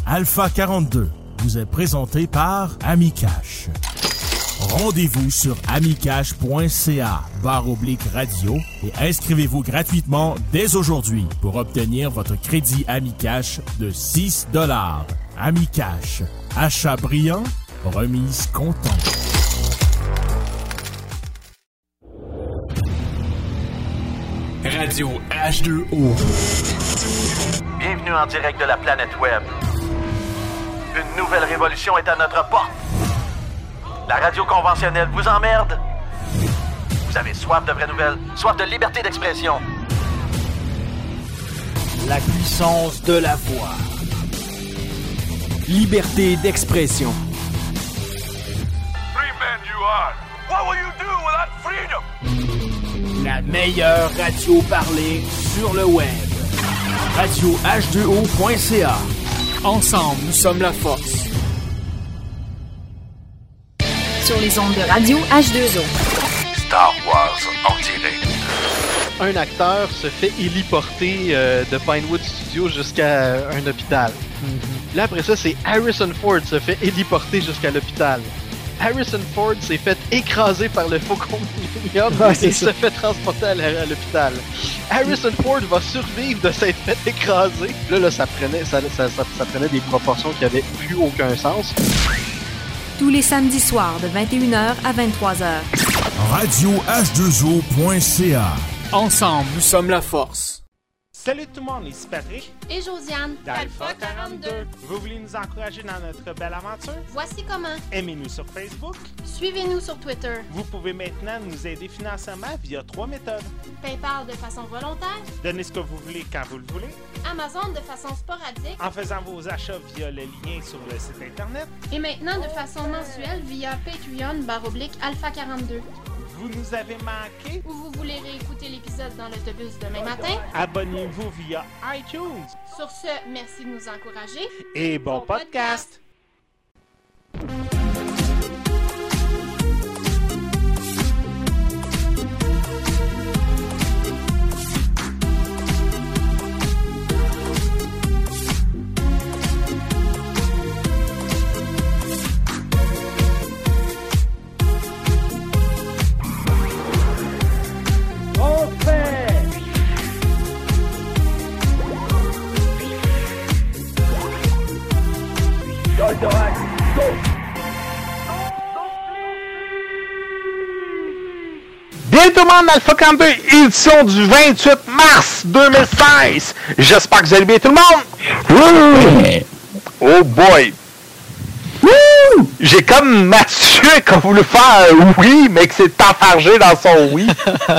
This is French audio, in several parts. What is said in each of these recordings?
Alpha 42 vous est présenté par Amicash. Rendez-vous sur amicash.ca/radio et inscrivez-vous gratuitement dès aujourd'hui pour obtenir votre crédit Amicash de 6 $. Amicash. Achat brillant, remise contente. Radio H2O. Bienvenue en direct de la planète Web. Une nouvelle révolution est à notre porte. La radio conventionnelle vous emmerde. Vous avez soif de vraies nouvelles, soif de liberté d'expression. La puissance de la voix. Liberté d'expression. Free man you are. What will you do without freedom? La meilleure radio parlée sur le web. RadioH2O.ca. Ensemble, nous sommes la force. Sur les ondes de radio H2O. Star Wars en direct. Un acteur se fait héliporter de Pinewood Studios jusqu'à un hôpital. Là, après ça, c'est Harrison Ford se fait héliporter jusqu'à l'hôpital. Harrison Ford s'est fait écraser par le Faucon Millennium et se fait transporter à l'hôpital. Harrison Ford va survivre de s'être fait écraser. Là, ça prenait des proportions qui n'avaient plus aucun sens. Tous les samedis soirs de 21h à 23h. RadioH2O.ca. Ensemble, nous sommes la force. Salut tout le monde, ici Patrick et Josiane d'Alpha 42. Vous voulez nous encourager dans notre belle aventure? Voici comment. Aimez-nous sur Facebook. Suivez-nous sur Twitter. Vous pouvez maintenant nous aider financièrement via 3 méthodes. PayPal de façon volontaire. Donnez ce que vous voulez quand vous le voulez. Amazon de façon sporadique. En faisant vos achats via le lien sur le site internet. Et maintenant de façon mensuelle via Patreon/Alpha 42. Vous nous avez manqué? Ou vous voulez réécouter l'épisode dans l'autobus demain matin? Abonnez-vous via iTunes. Sur ce, merci de nous encourager. Et bon podcast! Bien tout le monde, Alpha 42, édition du 28 mars 2016. J'espère que vous allez bien tout le monde. Oui. Oh boy. Woo! J'ai comme Mathieu qui a voulu faire oui, mais que c'est enfargé dans son oui.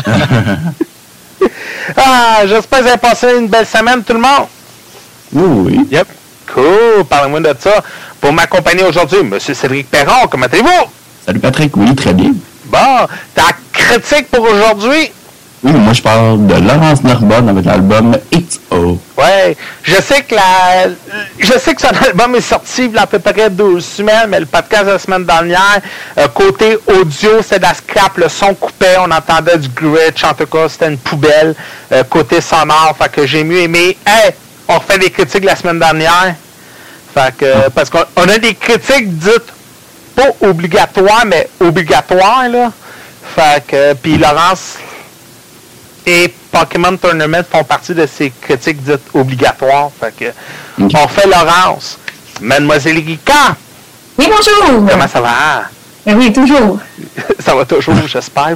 J'espère que vous avez passé une belle semaine tout le monde. Oui. Yep. Cool, parlez-moi de ça. Pour m'accompagner aujourd'hui, M. Cédric Perron, comment allez-vous? Salut Patrick, oui, très bien. Bon, ta critique pour aujourd'hui? Oui, moi je parle de Laurence Narbonne avec l'album It's O. Ouais, je sais que son album est sorti il y a à peu près 2 semaines, mais le podcast de la semaine dernière, côté audio, c'est de la scrap, le son coupait, on entendait du glitch, en tout cas, c'était une poubelle. Côté sonore, fait que j'ai mieux aimé. Hey, on refait des critiques la semaine dernière. Fait que, parce qu'on a des critiques dites pas obligatoires, mais obligatoires, là. Fait que, puis Laurence et Pokémon Tournament font partie de ces critiques dites obligatoires. Fait que, on fait Laurence. Mademoiselle Rika. Oui, bonjour. Comment ça va? Oui, toujours. Ça va toujours, j'espère.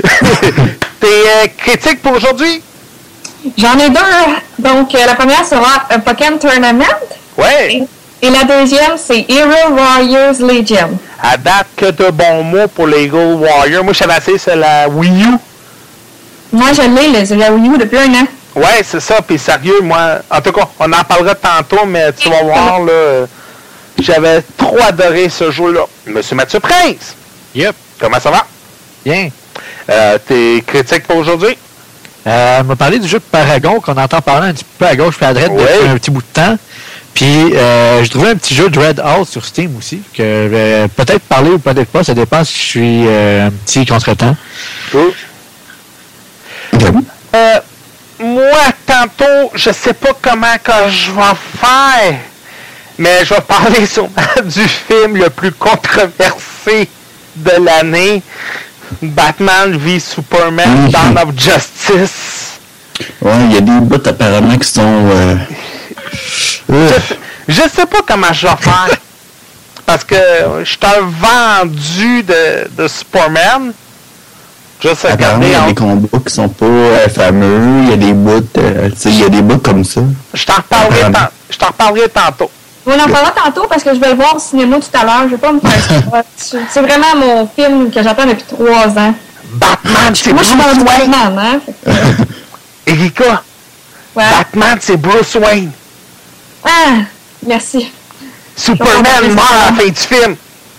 Tes critiques pour aujourd'hui? J'en ai 2. Donc, la première sera Pokémon Tournament. Oui. Et la deuxième, c'est Hero Warriors Legion. À date, que de bons mots pour les Hero Warriors. Moi, je savais assez, c'est la Wii U. Moi, je l'ai, c'est la Wii U depuis 1 an. Ouais, c'est ça. Puis sérieux, moi, en tout cas, on en parlera tantôt, mais tu vas voir, là, j'avais trop adoré ce jeu-là. Monsieur Mathieu Prince. Yep. Comment ça va? Bien. Tes critiques pour aujourd'hui? On m'a parlé du jeu Paragon qu'on entend parler un petit peu à gauche et à droite depuis un petit bout de temps. Puis, j'ai trouvé un petit jeu de Red House sur Steam aussi, que je vais peut-être parler ou peut-être pas, ça dépend si je suis un petit contretemps. Cool. Moi, tantôt, je sais pas comment que je vais faire, Mais je vais parler sûrement du film le plus controversé de l'année, Batman v Superman, Dawn of Justice. Ouais, il y a des bouts apparemment qui sont... Je sais pas comment je vais faire. Parce que je suis un vendu de Superman. Juste apparemment, il y a des combats qui sont pas fameux. Il y a des bouts, il y a des bouts comme ça. Je t'en reparlerai tantôt. On en parlera tantôt parce que je vais le voir au cinéma tout à l'heure. Je vais pas me faire ça. C'est vraiment mon film que j'attends depuis 3 ans. Batman, c'est Bruce Wayne. Moi, je suis dans Batman, hein? Erika, ouais. Batman, c'est Bruce Wayne. Ah, merci. Superman meurt à la fin du film.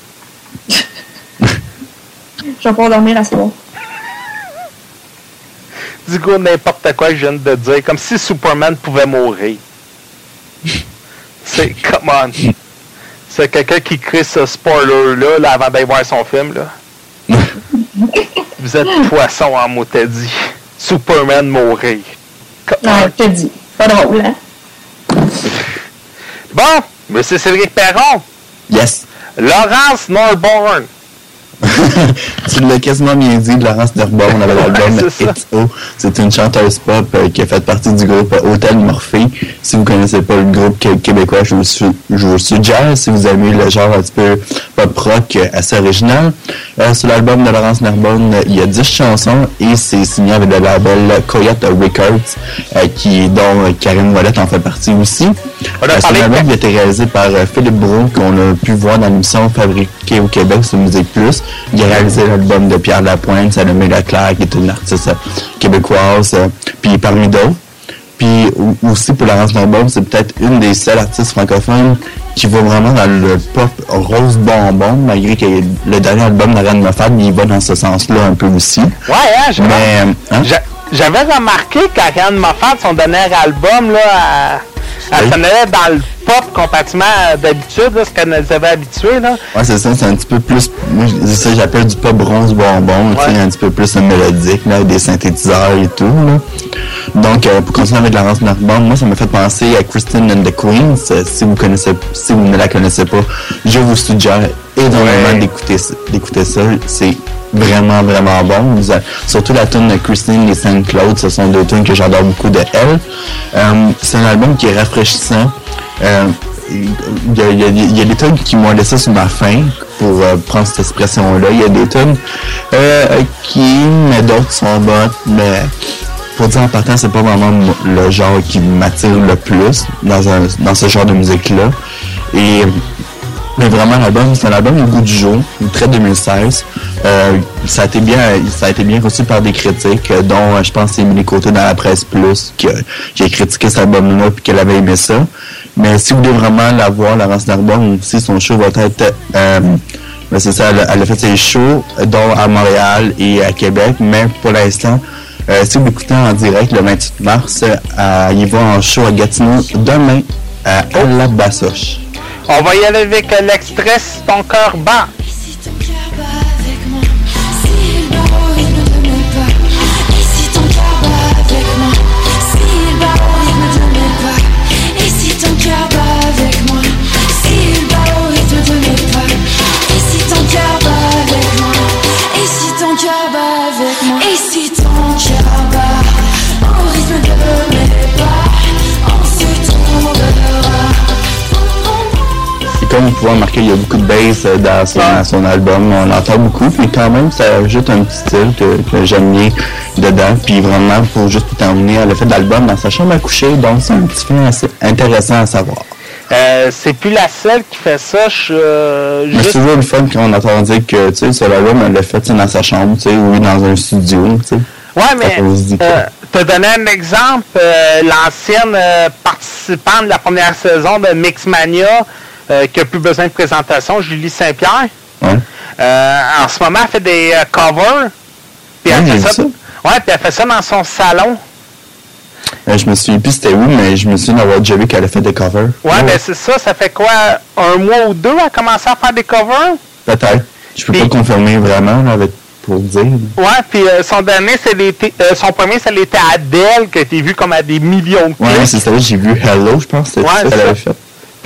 Je vais pas dormir à ce moment. Du coup, n'importe quoi que je viens de dire. Comme si Superman pouvait mourir. C'est, come on. C'est quelqu'un qui crée ce spoiler-là là, avant d'aller voir son film. Là. Vous êtes poisson en mot t'as dit. Superman mourir. Ouais, t'as dit. Pas drôle, hein? Bon, Monsieur Cédric Perron. Yes. Laurence Norborn. Tu l'as quasiment bien dit, Laurence Norborn avec l'album It's-O. C'est une chanteuse pop qui a fait partie du groupe Hôtel Morphée. Si vous connaissez pas le groupe québécois, je vous suggère. Si vous aimez le genre un petit peu pop rock assez original. Sur l'album de Laurence Norborn, il y a 10 chansons et c'est signé avec le label Coyote Records, dont Karine Ouellette en fait partie aussi. Son album a été réalisé par Philippe Brault, qu'on a pu voir dans l'émission Fabriquée au Québec sur Musique Plus. Il a réalisé l'album de Pierre Lapointe, Salomé Leclerc, qui est une artiste québécoise, puis parmi d'autres. Puis aussi pour Laurence Norborn, c'est peut-être une des seules artistes francophones qui va vraiment dans le pop rose bonbon, malgré que le dernier album d'Ariane Moffat, il va dans ce sens-là un peu aussi. Ouais, j'avais remarqué qu'Ariane Moffat, son dernier album, là, elle s'en allait dans le pop comparativement d'habitude, ce qu'elle nous avait habitué. Là. Ouais, c'est ça, c'est un petit peu plus, moi, c'est ça, j'appelle du pop bronze bonbon, tu sais, un petit peu plus mélodique, là, des synthétiseurs et tout, là. Donc, pour continuer avec Laurence Norborn, moi, ça m'a fait penser à Christine and the Queens. Si vous ne la connaissez pas, je vous suggère énormément d'écouter ça. C'est vraiment, vraiment bon. Surtout la tune de Christine et Saint-Claude, ce sont 2 tunes que j'adore beaucoup de elle. C'est un album qui est rafraîchissant. Il y a des tunes qui m'ont laissé sur ma faim, pour prendre cette expression-là. Il y a des tunes mais d'autres sont bonnes, mais pour dire en partant, c'est pas vraiment le genre qui m'attire le plus dans ce genre de musique-là. Mais vraiment, l'album, c'est un album au goût du jour, très 2016. Ça a été bien reçu par des critiques, dont je pense c'est Émilie Côté dans la Presse Plus qui a critiqué cet album-là et qu'elle avait aimé ça. Mais si vous voulez vraiment la voir, Laurence Norborn aussi, son show va être... c'est ça, elle a fait ses shows, dont à Montréal et à Québec, mais pour l'instant... si vous l'écoutez en direct le 28 mars, il va en show à Gatineau demain à la Bassoche. On va y aller avec l'extrait Si ton cœur bat. Comme vous pouvez remarquer, il y a beaucoup de bass dans son album. On l'entend beaucoup, mais quand même, ça ajoute un petit style que j'aime bien dedans. Puis vraiment, pour juste terminer, elle a fait l'album dans sa chambre à coucher, donc c'est un petit film assez intéressant à savoir. C'est plus la seule qui fait ça. Mais c'est toujours le fun qu'on entend dire que, tu sais, sur l'album, elle l'a fait dans sa chambre, tu sais, ou dans un studio, tu sais. Ouais, mais t'as donné un exemple, l'ancienne participante de la première saison de Mixmania, qui a plus besoin de présentation, Julie Saint-Pierre. Ouais. En ce moment, elle fait des covers. Puis elle fait ça. Ouais, puis elle fait ça dans son salon. Je me souviens plus c'était où, mais je me souviens d'avoir déjà vu qu'elle a fait des covers. Ouais, ben c'est ça. Ça fait quoi, 1 mois ou 2 à commencer à faire des covers? Peut-être. Je peux pas confirmer vraiment là, pour dire. Ouais, puis son dernier, son premier, ça l'était Adele, qui a été vu comme à des millions de clics. Ouais, c'est ça. J'ai vu Hello, je pense. C'est ça qu'elle avait fait. Puis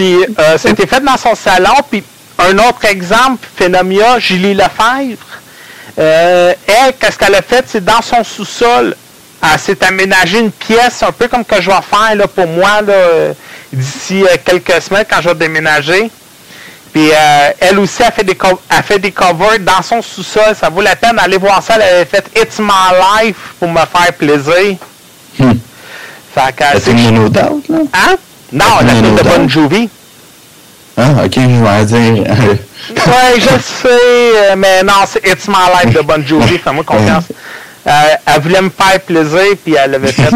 Puis c'était fait dans son salon. Puis un autre exemple, Phénomia, Julie Lefebvre, elle, qu'est-ce qu'elle a fait? C'est dans son sous-sol. Elle s'est aménagée une pièce, un peu comme que je vais faire là, pour moi là, d'ici quelques semaines quand je vais déménager. Puis elle aussi a fait des covers dans son sous-sol. Ça vaut la peine d'aller voir ça. Elle avait fait It's My Life pour me faire plaisir. Fait que c'est une No Doubt, là? Hein? Non, la tune de Bon Jovi. Ah, ok, je vais dire. Ouais, je sais, mais non, c'est It's My Life de Bon Jovi. Fais-moi confiance. Elle voulait me faire plaisir, puis elle l'avait fait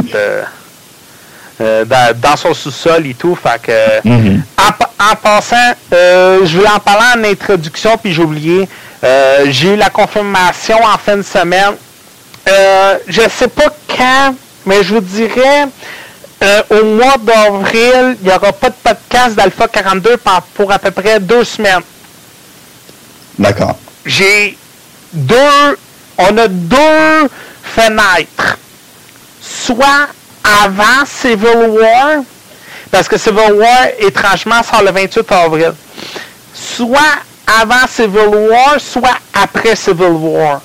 dans son sous-sol et tout. Fait que, en passant, je voulais en parler en introduction, puis j'ai oublié. J'ai eu la confirmation en fin de semaine. Je sais pas quand, mais je vous dirais, au mois d'avril, il n'y aura pas de podcast d'Alpha 42 pour à peu près 2 semaines. D'accord. On a 2 fenêtres. Soit avant Civil War, parce que Civil War, étrangement, sort le 28 avril. Soit avant Civil War, soit après Civil War.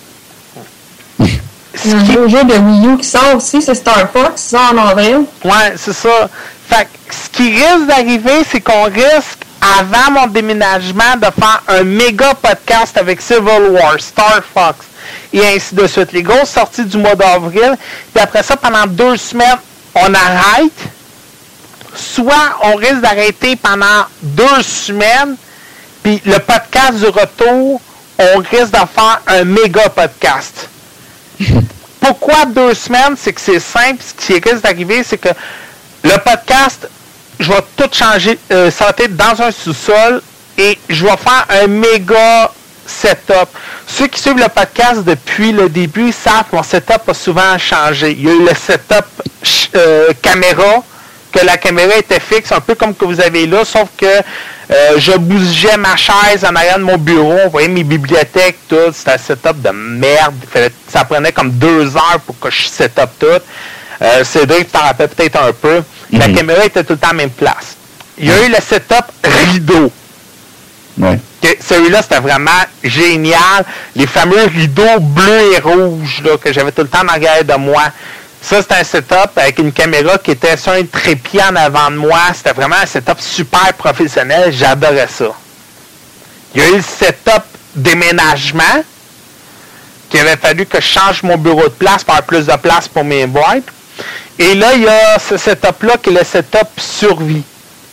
Il y a un jeu de Wii U qui sort aussi, c'est Star Fox, ça en avril. Ouais, c'est ça. Fait que ce qui risque d'arriver, c'est qu'on risque, avant mon déménagement, de faire un méga podcast avec Civil War, Star Fox, et ainsi de suite. Les grosses sorties du mois d'avril. Puis après ça, pendant 2 semaines, on arrête. Soit on risque d'arrêter pendant 2 semaines, puis le podcast du retour, on risque de faire un méga podcast. Pourquoi 2 semaines? C'est que c'est simple. Ce qui risque d'arriver, c'est que le podcast, je vais tout changer. Ça va être dans un sous-sol et je vais faire un méga setup. Ceux qui suivent le podcast depuis le début savent que mon setup a souvent changé. Il y a eu le setup caméra, que la caméra était fixe, un peu comme que vous avez là, sauf que je bougeais ma chaise en arrière de mon bureau, vous voyez mes bibliothèques, tout, c'était un setup de merde. Ça prenait comme 2 heures pour que je setup tout. Cédric, tu t'en rappelles peut-être un peu. La caméra était tout le temps à la même place. Il y a eu le setup rideau. Ouais. Celui-là, c'était vraiment génial. Les fameux rideaux bleus et rouges là, que j'avais tout le temps en arrière de moi. Ça, c'était un setup avec une caméra qui était sur un trépied en avant de moi. C'était vraiment un setup super professionnel. J'adorais ça. Il y a eu le setup déménagement, qu'il avait fallu que je change mon bureau de place pour avoir plus de place pour mes boîtes. Et là, il y a ce setup-là qui est le setup survie.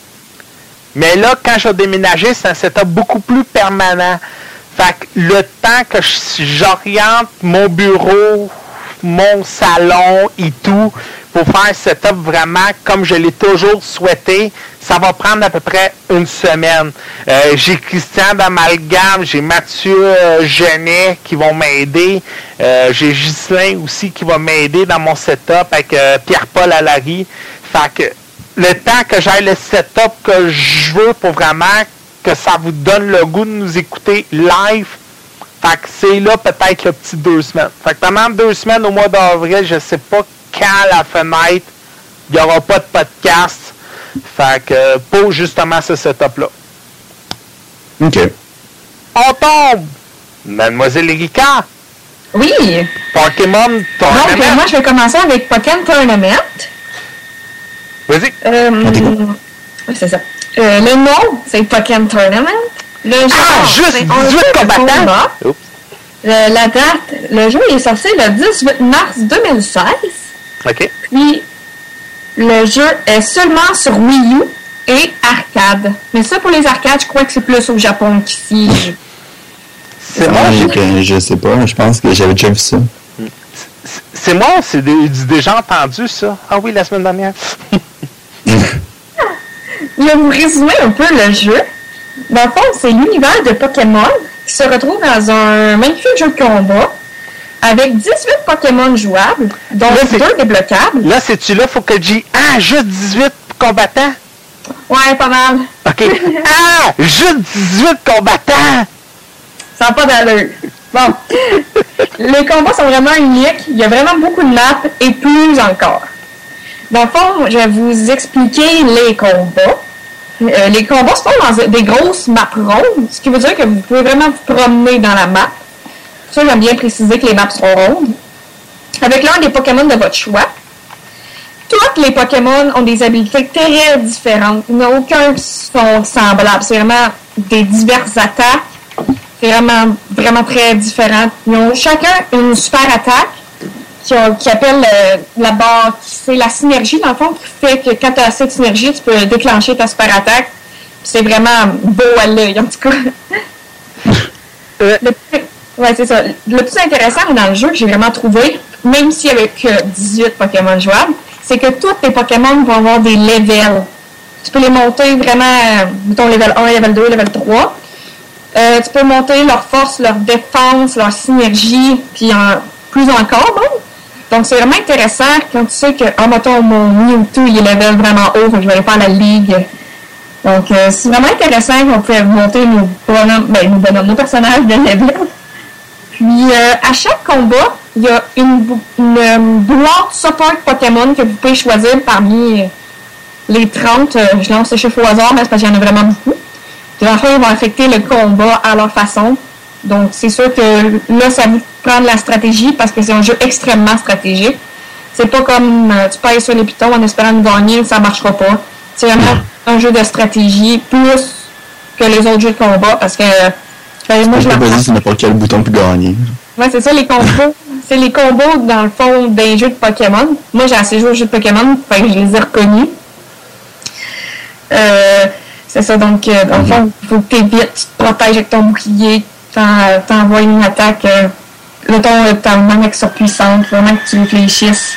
Mais là, quand j'ai déménagé, c'est un setup beaucoup plus permanent. Fait que le temps que j'oriente mon bureau, mon salon et tout, pour faire un setup vraiment comme je l'ai toujours souhaité, ça va prendre à peu près 1 semaine. J'ai Christian d'Amalgame, j'ai Mathieu Genet qui vont m'aider, j'ai Ghislain aussi qui va m'aider dans mon setup avec Pierre-Paul Allary. Fait que le temps que j'aille le setup que je veux pour vraiment que ça vous donne le goût de nous écouter live, fait que c'est là peut-être le petit 2 semaines. Fait que pendant 2 semaines au mois d'avril, je sais pas quand la fenêtre, il n'y aura pas de podcast. Fait que pour justement ce setup-là. OK. On tombe! Mademoiselle Erika. Oui. Pokémon Tournament. Donc, moi, je vais commencer avec Pokémon Tournament. Vas-y. Oui, c'est ça. Le nom, c'est Pokémon Tournament. Le jeu, juste 18 combattants. La date, le jeu est sorti le 18 mars 2016. OK. Puis, le jeu est seulement sur Wii U et arcade. Mais ça, pour les arcades, je crois que c'est plus au Japon qu'ici. C'est moi, je sais pas, je pense que j'avais déjà vu ça. C'est moi, c'est déjà entendu ça. Ah oui, la semaine dernière. Je vais vous résumer un peu le jeu. Dans le fond, c'est l'univers de Pokémon qui se retrouve dans un magnifique jeu de combat avec 18 Pokémon jouables, dont 2 débloquables. Là, c'est-tu là, faut que je dise juste 18 combattants? Ouais, pas mal. OK. Juste 18 combattants! Ça n'a pas d'allure. Bon. Les combats sont vraiment uniques. Il y a vraiment beaucoup de maps et plus encore. Dans le fond, je vais vous expliquer les combats. Les combats se font dans des grosses maps rondes, ce qui veut dire que vous pouvez vraiment vous promener dans la map. Ça, j'aime bien préciser que les maps sont rondes. Avec l'un des Pokémon de votre choix. Tous les Pokémon ont des habiletés très différentes. Il n'y en a aucun qui sont semblables. C'est vraiment des diverses attaques. C'est vraiment très différent. Ils ont chacun une super attaque qui appelle la barre. C'est la synergie, dans le fond, qui fait que quand tu as assez de synergie, tu peux déclencher ta super attaque. Puis c'est vraiment beau à l'œil, en tout cas. Ouais, c'est ça. Le plus intéressant dans le jeu que j'ai vraiment trouvé, même s'il n'y avait que 18 Pokémon jouables, c'est que tous les Pokémon vont avoir des levels. Tu peux les monter vraiment, mettons, level 1, level 2, level 3. Tu peux monter leur force, leur défense, leur synergie, puis plus encore, bon. Donc, c'est vraiment intéressant quand tu sais que, mettons, mon Mewtwo, il est level vraiment haut, donc je vais aller faire la ligue. Donc, c'est vraiment intéressant qu'on peut monter nos personnages de level. Puis, à chaque combat, il y a une boîte support Pokémon que vous pouvez choisir parmi les 30. Je lance les chiffres au hasard, mais c'est parce qu'il y en a vraiment beaucoup. Puis, enfin, ils vont affecter le combat à leur façon. Donc, c'est sûr que là, ça vous prend de la stratégie parce que c'est un jeu extrêmement stratégique. C'est pas comme tu payes sur les pitons en espérant de gagner, ça marchera pas. C'est vraiment un jeu de stratégie plus que les autres jeux de combat parce que moi, je pas c'est n'importe quel bouton pour gagner. Ouais, c'est ça, les combos. C'est les combos, dans le fond, des jeux de Pokémon. Moi, j'ai assez joué aux jeux de Pokémon, fait que je les ai reconnus. C'est ça, donc, dans le fond, il faut que tu évites, tu te protèges avec ton bouclier, t'envoies une attaque, mettons, t'as une attaque surpuissante, vraiment que tu réfléchisses.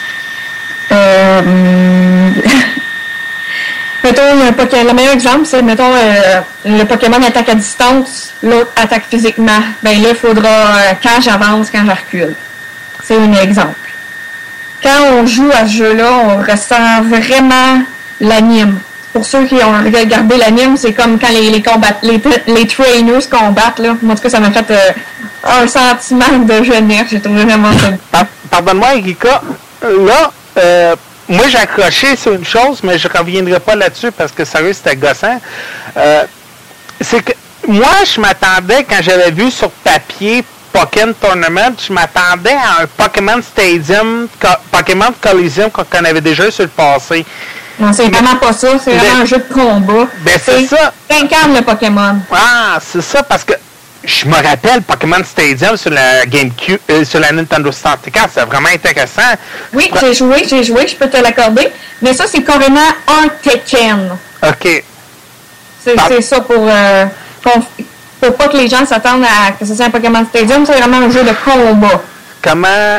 Mettons, le meilleur exemple, c'est, mettons, le Pokémon attaque à distance, l'autre attaque physiquement. Ben là, il faudra, quand j'avance, quand je recule. C'est un exemple. Quand on joue à ce jeu-là, on ressent vraiment l'anime. Pour ceux qui ont regardé l'anime, c'est comme quand les trainers combattent, là. En tout cas, ça m'a fait un sentiment de jeunesse. J'ai trouvé vraiment ça. Pardonne-moi, Erika. Là, moi, j'ai accroché sur une chose, mais je ne reviendrai pas là-dessus parce que sérieux, c'était gossant. C'est que moi, je m'attendais, quand j'avais vu sur papier Pokémon Tournament, je m'attendais à un Pokémon Stadium, Pokémon Coliseum qu'on avait déjà eu sur le passé. Non, c'est vraiment pas ça, c'est vraiment un jeu de combat. Ben, c'est ça. T'incarnes le Pokémon. Ah, c'est ça, parce que je me rappelle Pokémon Stadium sur la GameCube, sur la Nintendo 64, c'est vraiment intéressant. Oui, j'ai joué, je peux te l'accorder. Mais ça, c'est carrément un Tekken. OK. C'est ça pour pas que les gens s'attendent à que ce soit un Pokémon Stadium, c'est vraiment un jeu de combat. Comment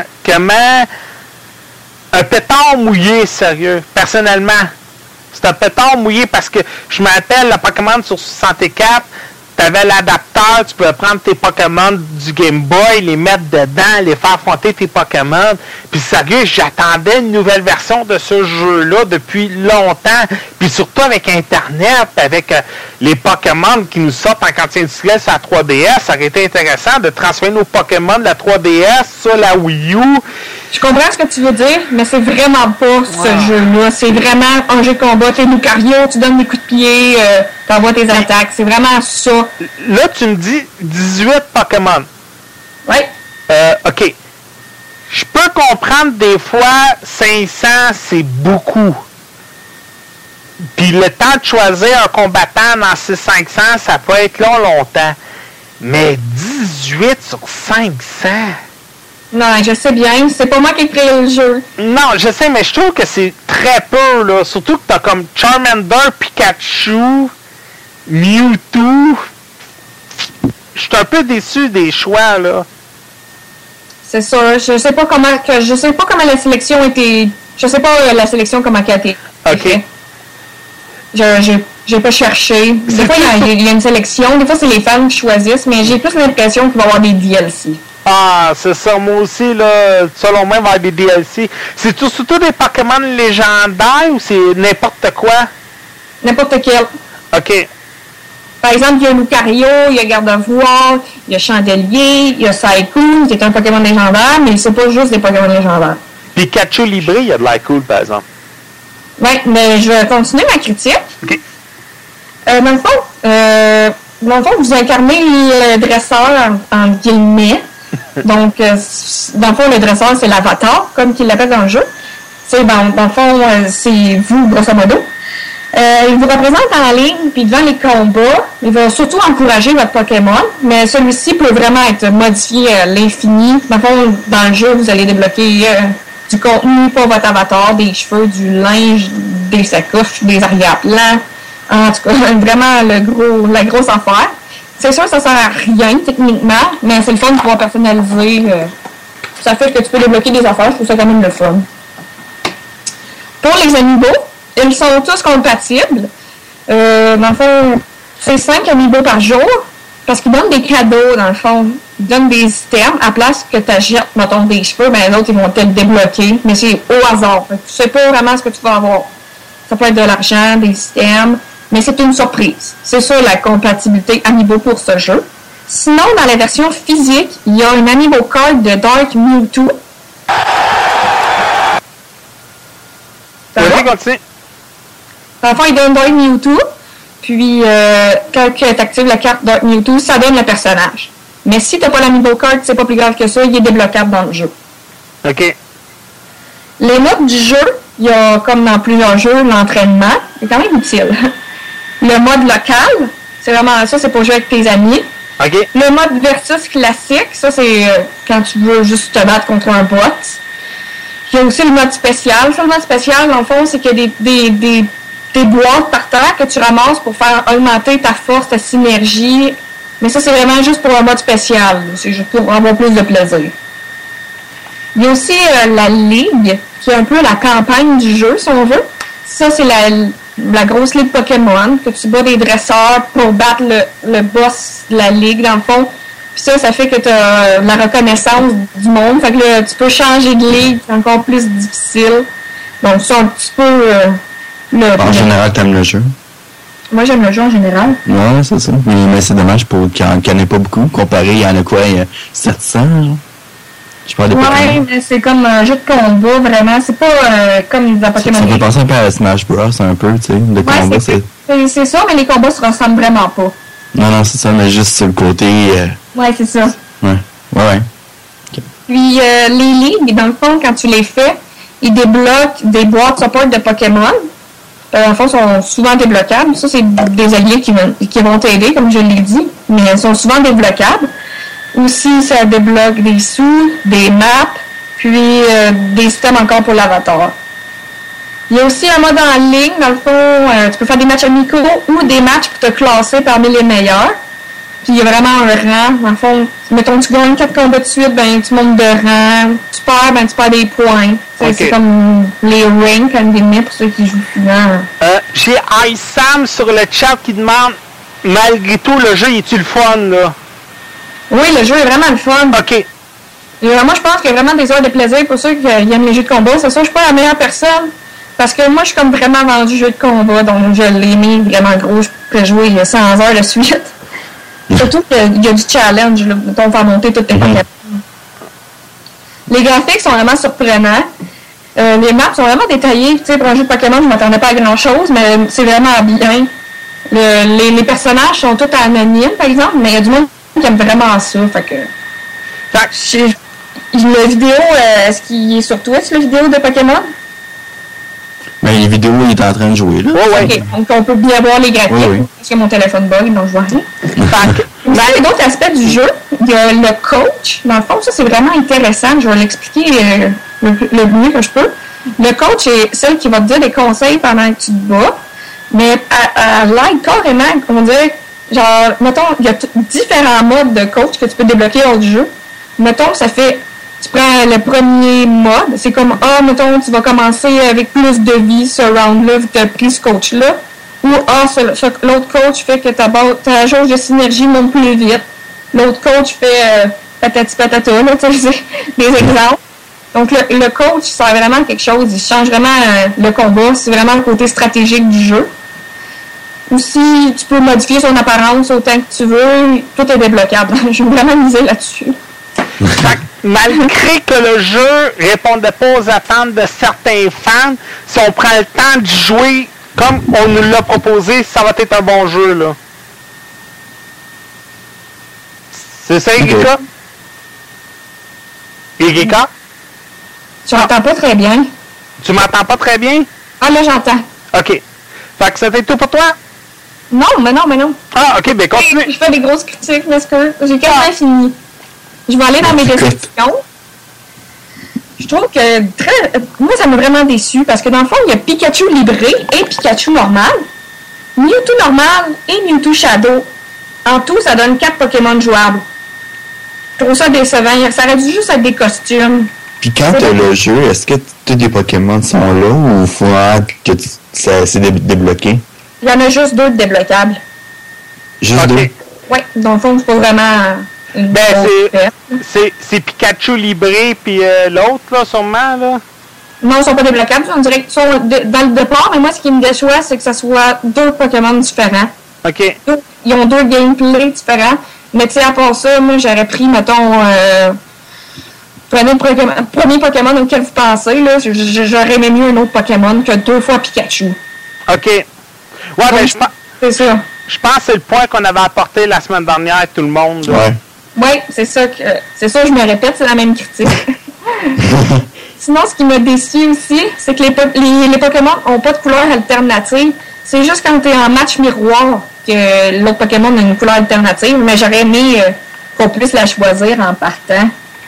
un pétard mouillé, sérieux, personnellement. C'est un pétard mouillé parce que je me rappelle le Pokémon sur 64, t'avais l'adapteur, tu pouvais prendre tes Pokémon du Game Boy, les mettre dedans, les faire affronter tes Pokémon. Puis sérieux, j'attendais une nouvelle version de ce jeu-là depuis longtemps. Puis surtout avec Internet, avec les Pokémon qui nous sortent en quantité industrielle sur la 3DS, ça aurait été intéressant de transférer nos Pokémon de la 3DS sur la Wii U. Je comprends ce que tu veux dire, mais c'est vraiment pas ce jeu-là. C'est vraiment un jeu de combat. T'es Lucario, tu donnes des coups de pied, t'envoies tes attaques. C'est vraiment ça. Là, tu me dis 18 Pokémon. Oui. OK. Je peux comprendre des fois 500, c'est beaucoup. Puis le temps de choisir un combattant dans 600-500, ça peut être longtemps. Mais 18 sur 500... Non, je sais bien. C'est pas moi qui ai créé le jeu. Non, je sais, mais je trouve que c'est très peu, là. Surtout que t'as comme Charmander, Pikachu, Mewtwo. Je suis un peu déçu des choix, là. C'est ça. Je sais pas comment la sélection était. Je sais pas la sélection comment elle a été. OK. J'ai pas cherché. Des fois, il y a une sélection. Des fois, c'est les fans qui choisissent, mais j'ai plus l'impression qu'il va y avoir des DLC. Ah, c'est ça. Moi aussi, là, selon moi, il va y avoir des DLC. C'est surtout des Pokémon légendaires ou c'est n'importe quoi? N'importe quel. OK. Par exemple, il y a Lucario, il y a Gardevoir, il y a Chandelier, il y a Psycho, qui est un Pokémon légendaire, mais c'est pas juste des Pokémon légendaires. Pikachu Libre, il y a de l'air cool, par exemple. Oui, mais je vais continuer ma critique. OK. Dans le fond, vous incarnez le dresseur en guillemets. Donc, dans le fond, le dresseur, c'est l'avatar, comme qu'il l'appelle dans le jeu. Dans le fond, c'est vous, grosso modo. Il vous représente en ligne, puis devant les combats, il va surtout encourager votre Pokémon, mais celui-ci peut vraiment être modifié à l'infini. Dans le fond, dans le jeu, vous allez débloquer du contenu pour votre avatar, des cheveux, du linge, des sacoches, des arrière-plans. En tout cas, vraiment la grosse affaire. C'est sûr que ça sert à rien techniquement, mais c'est le fun de pouvoir personnaliser. Ça fait que tu peux débloquer des affaires, je trouve ça quand même le fun. Pour les amiibo, ils sont tous compatibles. Dans le fond, c'est 5 amiibo par jour, parce qu'ils donnent des cadeaux, dans le fond. Ils donnent des items, à place que tu achètes, mettons, des cheveux, ben les autres, ils vont te le débloquer, mais c'est au hasard. Tu sais pas vraiment ce que tu vas avoir. Ça peut être de l'argent, des items, mais c'est une surprise. C'est ça la compatibilité Amiibo pour ce jeu. Sinon, dans la version physique, il y a une Amiibo card de Dark Mewtwo. Vas-y, continue. Dans le fond, il donne Dark Mewtwo, puis quand tu actives la carte Dark Mewtwo, ça donne le personnage. Mais si tu n'as pas l'Amiibo card, c'est pas plus grave que ça, il est débloquable dans le jeu. OK. Les modes du jeu, il y a, comme dans plusieurs jeux, l'entraînement. C'est quand même utile. Le mode local, c'est vraiment ça, c'est pour jouer avec tes amis. OK. Le mode versus classique, ça, c'est quand tu veux juste te battre contre un bot. Il y a aussi le mode spécial. Ça, le mode spécial, dans le fond, c'est qu'il y a des boîtes par terre que tu ramasses pour faire augmenter ta force, ta synergie. Mais ça, c'est vraiment juste pour un mode spécial. C'est juste pour avoir plus de plaisir. Il y a aussi la ligue, qui est un peu la campagne du jeu, si on veut. Ça, c'est la grosse ligue Pokémon, que tu bats des dresseurs pour battre le boss de la ligue, dans le fond. Puis ça fait que tu as la reconnaissance du monde. Fait que là, tu peux changer de ligue, c'est encore plus difficile. Donc, c'est un petit peu... En général, t'aimes le jeu? Moi, j'aime le jeu en général. Ouais, c'est ça. Mais c'est dommage qu'il n'y en ait pas beaucoup. Comparé, il y en a quoi? Il y a 700, genre? Je parle des Pokémon. Mais c'est comme un jeu de combat, vraiment. C'est pas comme des Pokémon. Ça fait penser un peu à Smash Bros, un peu, tu sais. Le combat, c'est ça, mais les combats se ressemblent vraiment pas. Non, c'est ça, mais juste sur le côté... Ouais, c'est ça. Ouais. Okay. Puis, les ligues, dans le fond, quand tu les fais, ils débloquent des boîtes support de Pokémon. Dans le fond, sont souvent débloquables. Ça, c'est des alliés qui vont t'aider, comme je l'ai dit, mais elles sont souvent débloquables. Aussi, ça débloque des sous, des maps, puis des systèmes encore pour l'avatar. Il y a aussi un mode en ligne, dans le fond, tu peux faire des matchs amicaux ou des matchs pour te classer parmi les meilleurs. Puis il y a vraiment un rang. Dans le fond, mettons tu gagnes 4 combats de suite, ben tu montes de rang. Tu perds, tu perds des points. Okay. C'est comme les ranks, comme des mythes pour ceux qui jouent souvent. J'ai Sam sur le chat qui demande, malgré tout, le jeu, est-tu le fun, là? Oui, le jeu est vraiment le fun. OK. Moi, je pense qu'il y a vraiment des heures de plaisir pour ceux qui aiment les jeux de combat. C'est sûr, je suis pas la meilleure personne. Parce que moi, je suis comme vraiment vendu jeu de combat. Donc, je l'ai mis vraiment gros. Je peux jouer 100 heures de suite. Surtout qu'il y a du challenge. Là, mettons, faire monter toutes tes Pokémon. Les graphiques sont vraiment surprenants. Les maps sont vraiment détaillées. Tu sais, pour un jeu de Pokémon, je ne m'attendais pas à grand-chose, mais c'est vraiment bien. Les personnages sont tous anonymes, par exemple, mais il y a du monde qui aime vraiment ça. Fait que le vidéo, est-ce qu'il est sur Twitch, la vidéo de Pokémon? Mais les vidéos, il est en train de jouer, là. OK, donc on peut bien voir les graphiques. Parce que mon téléphone bug, donc je vois rien. Dans d'autres aspects du jeu, il y a le coach. Dans le fond, ça, c'est vraiment intéressant. Je vais l'expliquer le mieux que je peux. Le coach est celle qui va te dire des conseils pendant que tu te bats. Mais à l'aide carrément, on dirait, genre, mettons, il y a différents modes de coach que tu peux débloquer hors du jeu. Mettons, ça fait, tu prends le premier mode, c'est comme, mettons, tu vas commencer avec plus de vie ce round-là, vu que tu as pris ce coach-là. Ou, l'autre coach fait que ta jauge de synergie monte plus vite. L'autre coach fait patati patata, là, tu sais, des exemples. Donc, le coach sert vraiment à quelque chose. Il change vraiment le combat. C'est vraiment le côté stratégique du jeu. Aussi, tu peux modifier son apparence autant que tu veux. Tout est débloquable. Je vais vraiment miser là-dessus. Malgré que le jeu répondait pas aux attentes de certains fans, si on prend le temps de jouer Comme on nous l'a proposé, ça va être un bon jeu, là. C'est ça, Erika? Erika? Je m'entends pas très bien. Tu m'entends pas très bien? Ah, là, j'entends. OK. Fait que c'était tout pour toi? Non. Ah, OK, ben continue. Je fais des grosses critiques, parce que j'ai quasiment fini. Je vais aller dans mes déceptions. Je trouve que moi, ça m'a vraiment déçu, parce que dans le fond, il y a Pikachu Libré et Pikachu normal, Mewtwo normal et Mewtwo Shadow. En tout, ça donne 4 Pokémon jouables. Je trouve ça décevant. Ça aurait dû juste être des costumes. Puis quand t'as le jeu, est-ce que tous les Pokémon sont là ou il faut que ça s'est débloqué? Il y en a juste 2 de débloquables. Juste 2? Oui, dans le fond, c'est pas vraiment... c'est Pikachu Libré puis l'autre, là, sûrement, là? Non, ils sont pas débloquables. On dirait qu'ils sont dans le départ, mais moi, ce qui me déçoit, c'est que ce soit 2 Pokémon différents. OK. Ils ont 2 gameplays différents. Mais tu sais, à part ça, moi, j'aurais pris, mettons... prenez le premier Pokémon auquel vous pensez, là. J'aurais aimé mieux un autre Pokémon que 2 fois Pikachu. OK. Ouais, ben, je pense... C'est ça. Je pense que c'est le point qu'on avait apporté la semaine dernière à tout le monde. Ouais. Oui, c'est ça, je me répète, c'est la même critique. Sinon, ce qui m'a déçu aussi, c'est que les Pokémon n'ont pas de couleur alternative. C'est juste quand tu es en match miroir que l'autre Pokémon a une couleur alternative, mais j'aurais aimé qu'on puisse la choisir en partant.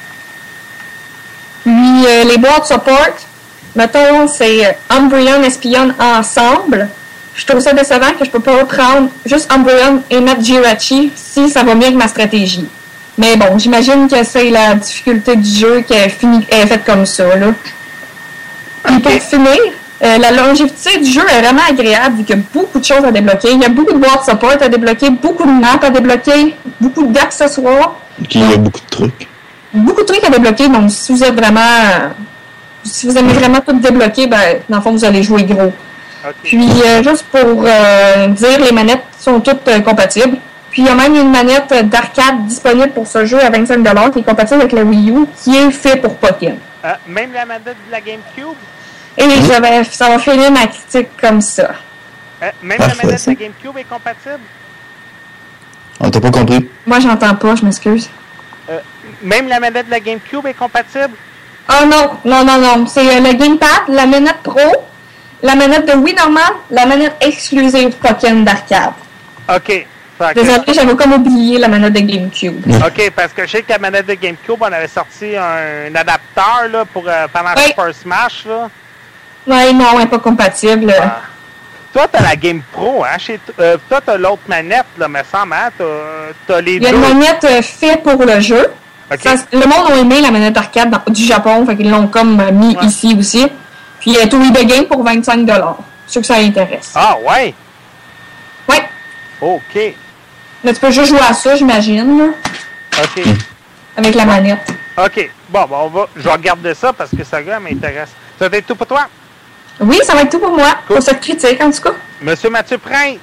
Puis, les boîtes support, mettons, c'est Umbreon, Espeon ensemble. Je trouve ça décevant que je peux pas prendre juste Umbreon et mettre Jirachi si ça va mieux que ma stratégie. Mais bon, j'imagine que c'est la difficulté du jeu qui est faite comme ça, là. Puis pour finir, la longévité du jeu est vraiment agréable vu qu'il y a beaucoup de choses à débloquer. Il y a beaucoup de boîtes support à débloquer, beaucoup de maps à débloquer, beaucoup d'accessoires. OK, il y a beaucoup de trucs. Beaucoup de trucs à débloquer, donc si vous êtes vraiment... Si vous aimez vraiment tout débloquer, ben, dans le fond, vous allez jouer gros. Okay. Puis, juste pour dire, les manettes sont toutes compatibles. Puis, il y a même une manette d'arcade disponible pour ce jeu à 25$ qui est compatible avec la Wii U, qui est fait pour Pokémon. Même la manette de la GameCube? Et ça va finir ma critique comme ça. Même la manette de la GameCube est compatible? On t'a pas compris? Moi, j'entends pas, je m'excuse. Même la manette de la GameCube est compatible? Oh non. C'est le Gamepad, la manette Pro, la manette de Wii normale, la manette exclusive Pokémon d'arcade. OK. Désolé, j'avais comme oublié la manette de GameCube. OK, parce que je sais que la manette de GameCube, on avait sorti un adapteur là, pour pendant Super Smash. Là. Oui, non, elle n'est pas compatible. Toi, t'as la Game Pro, hein? Toi, t'as l'autre manette, là, me semble, hein? T'as les deux. Il y a une manette faite pour le jeu. Okay. Le monde a aimé la manette d'arcade du Japon, fait qu'ils l'ont comme mis ici aussi. Puis il y a tout the game pour 25$. Ceux que ça intéresse. Ah, ouais? Ouais. OK. Mais tu peux juste jouer à ça, j'imagine. Là. OK. Avec la manette. OK. Bon, je vais regarder ça parce que ça m'intéresse. Ça va être tout pour toi? Oui, ça va être tout pour moi. Cool. Pour cette critique, en tout cas. Monsieur Mathieu Prince.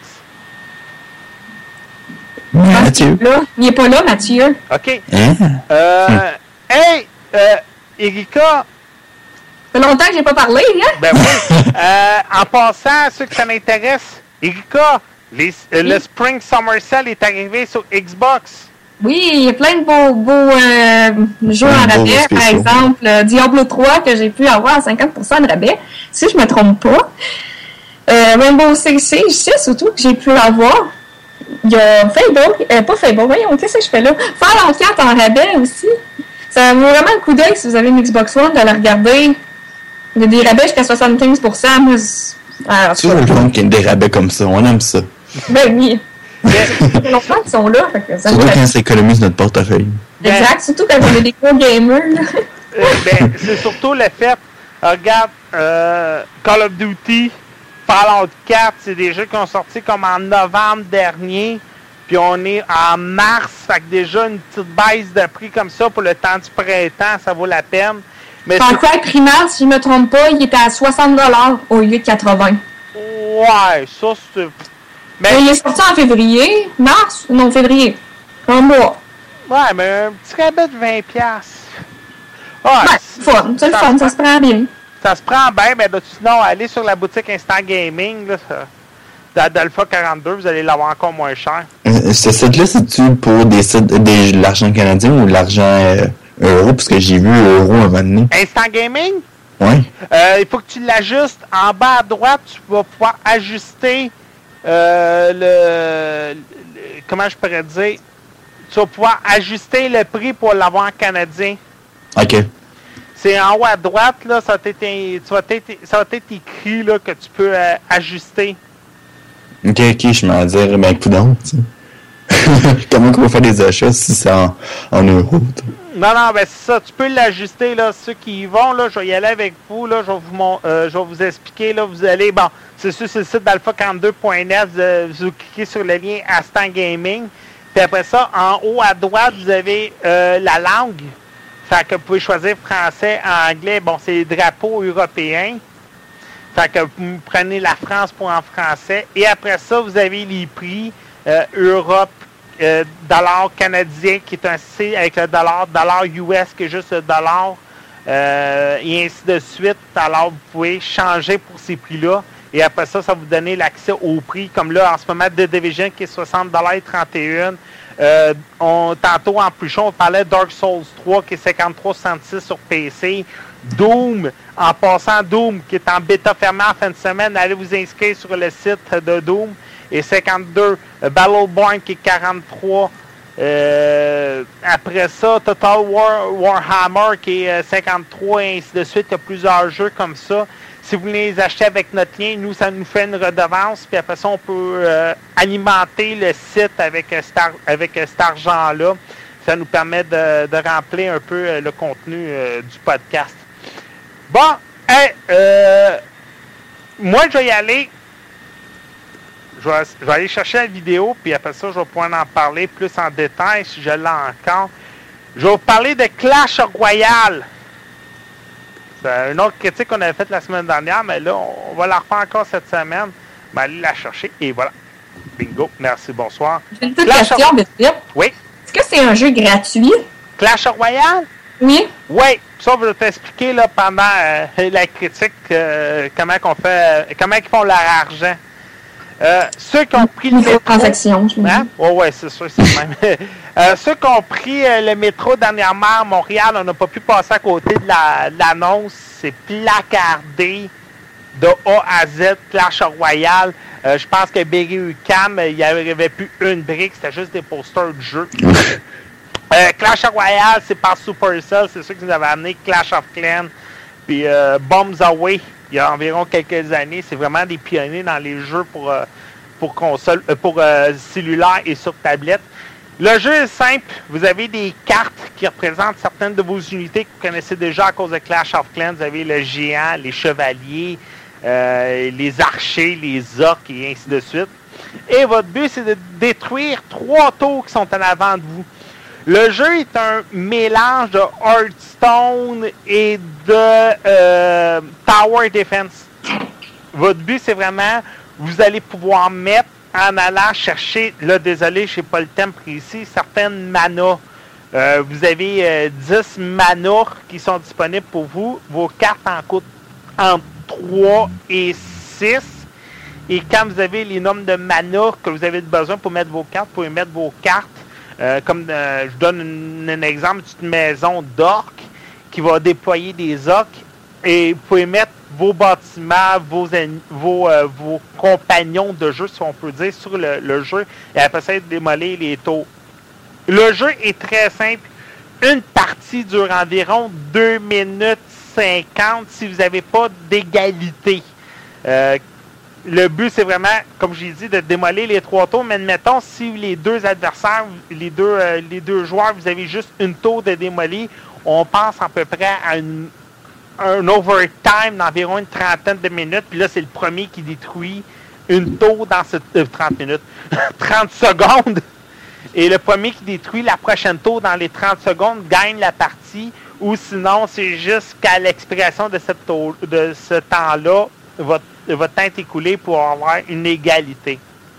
Mathieu. Là, il n'est pas là, Mathieu. OK. Hey, Erika. Ça fait longtemps que j'ai pas parlé, hein? Ben oui. En passant, ceux que ça m'intéresse, Erika, le Spring Summer Sale est arrivé sur Xbox. Oui, il y a plein de beaux jeux en rabais. Par exemple, Diablo 3 que j'ai pu avoir à 50% de rabais, si je me trompe pas. Rainbow Six Siege, surtout, que j'ai pu avoir. Il y a Fable, pas Fable, voyons, qu'est-ce que je fais là? Fallout 4 en rabais aussi. Ça vaut vraiment le coup d'œil si vous avez une Xbox One de la regarder. Il y a des rabais jusqu'à 75%. Moi, tu veux le fun qu'il y ait des rabais comme ça, on aime ça. Ben oui. Longtemps qu'ils sont là. Fait que ça surtout quand ça économise notre portefeuille. Exact, surtout quand on est des gros gamers. C'est surtout le fait, regarde, Call of Duty, Fallout 4, c'est des jeux qui ont sorti comme en novembre dernier, puis on est en mars, fait que déjà une petite baisse de prix comme ça pour le temps du printemps, ça vaut la peine. Mais Far Cry Primal, si je me trompe pas, il était à 60$ au lieu de 80$. Ouais, ça c'est... Mais il est sorti en février, mars, non, février, un mois. Ouais, mais un petit rabais de 20$. Ouais, c'est le fun, ça se prend bien. Ça se prend bien, mais sinon, allez sur la boutique Instant Gaming, là, d'Alpha 42, vous allez l'avoir encore moins cher. Ce site-là, c'est-tu pour de l'argent canadien ou de l'argent euro? Parce que j'ai vu euro un moment donné. Instant Gaming? Oui. Il faut que tu l'ajustes. En bas à droite, tu vas pouvoir ajuster comment je pourrais dire? Tu vas pouvoir ajuster le prix pour l'avoir en canadien. OK. C'est en haut à droite, là, ça va être écrit là, que tu peux ajuster. OK, je m'en dire, ben, coudonc, tu sais. Comment on va faire des achats si c'est en euros? Non, ben c'est ça. Tu peux l'ajuster, là. Ceux qui y vont, là, je vais y aller avec vous, là. Je vais vous expliquer, là. Vous allez, bon, c'est sur le site d'alpha42.net. Vous cliquez sur le lien Instant Gaming. Puis après ça, en haut à droite, vous avez la langue. Fait que vous pouvez choisir français, anglais. Bon, c'est les drapeaux européens. Fait que vous prenez la France pour en français. Et après ça, vous avez les prix Europe, dollar canadien qui est un C avec le dollar US qui est juste le dollar, et ainsi de suite. Alors, vous pouvez changer pour ces prix-là. Et après ça, ça va vous donner l'accès au prix. Comme là, en ce moment, The Division qui est $60,31. Tantôt, en plus chaud, on parlait Dark Souls 3 qui est 53,66 sur PC. Doom, en passant Doom, qui est en bêta fermée en fin de semaine, allez vous inscrire sur le site de Doom. Et 52. Battleborn qui est 43. Après ça, Total Warhammer qui est 53 et ainsi de suite. Il y a plusieurs jeux comme ça. Si vous voulez les acheter avec notre lien, nous, ça nous fait une redevance. Puis après ça, on peut alimenter le site avec cet argent-là. Ça nous permet de remplir un peu le contenu du podcast. Bon, moi, je vais y aller. Je vais aller chercher la vidéo, puis après ça, je vais pouvoir en parler plus en détail si je l'ai encore. Je vais vous parler de Clash Royale. C'est une autre critique qu'on avait faite la semaine dernière, mais là, on va la refaire encore cette semaine. Je vais aller la chercher, et voilà. Bingo, merci, bonsoir. J'ai une petite question, Bishop. Oui? Est-ce que c'est un jeu gratuit? Clash Royale? Oui. Oui, ça, je vais t'expliquer là, pendant la critique comment ils font leur argent. Ceux qui ont pris le métro... Hein? Oui, c'est sûr, c'est le même. Ceux qui ont pris le métro dernièrement à Montréal, on n'a pas pu passer à côté de l'annonce. C'est placardé de A à Z, Clash Royale. Je pense que Berry UQAM, il n'y avait plus une brique, c'était juste des posters du jeu. Clash Royale, c'est par Supercell, c'est ceux qui nous avaient amené Clash of Clans, puis Bombs Away. Il y a environ quelques années, c'est vraiment des pionniers dans les jeux pour console, pour cellulaire et sur tablette. Le jeu est simple. Vous avez des cartes qui représentent certaines de vos unités que vous connaissez déjà à cause de Clash of Clans. Vous avez le géant, les chevaliers, les archers, les orques et ainsi de suite. Et votre but, c'est de détruire 3 tours qui sont en avant de vous. Le jeu est un mélange de Hearthstone et de Tower Defense. Votre but, c'est vraiment, vous allez pouvoir mettre, en allant chercher, là, désolé, je n'ai pas le thème précis, certaines manas. Vous avez 10 manas qui sont disponibles pour vous. Vos cartes en coûtent entre 3 et 6. Et quand vous avez les nombres de manas que vous avez besoin pour mettre vos cartes, vous pouvez mettre vos cartes. Je vous donne un exemple, une petite maison d'orques qui va déployer des orques et vous pouvez mettre vos bâtiments, vos compagnons de jeu, si on peut dire, sur le jeu et après ça, démolir les tours. Le jeu est très simple. Une partie dure environ 2 minutes 50 si vous n'avez pas d'égalité. Le but, c'est vraiment, comme j'ai dit, de démolir les 3 tours. Mais admettons, si les deux adversaires, les deux joueurs, vous avez juste une tour de démolir, on pense à peu près à un overtime d'environ une trentaine de minutes. Puis là, c'est le premier qui détruit une tour dans cette 30 minutes. 30 secondes. Et le premier qui détruit la prochaine tour dans les 30 secondes gagne la partie. Ou sinon, c'est jusqu'à l'expiration de ce temps-là, votre temps est écoulé pour avoir une égalité.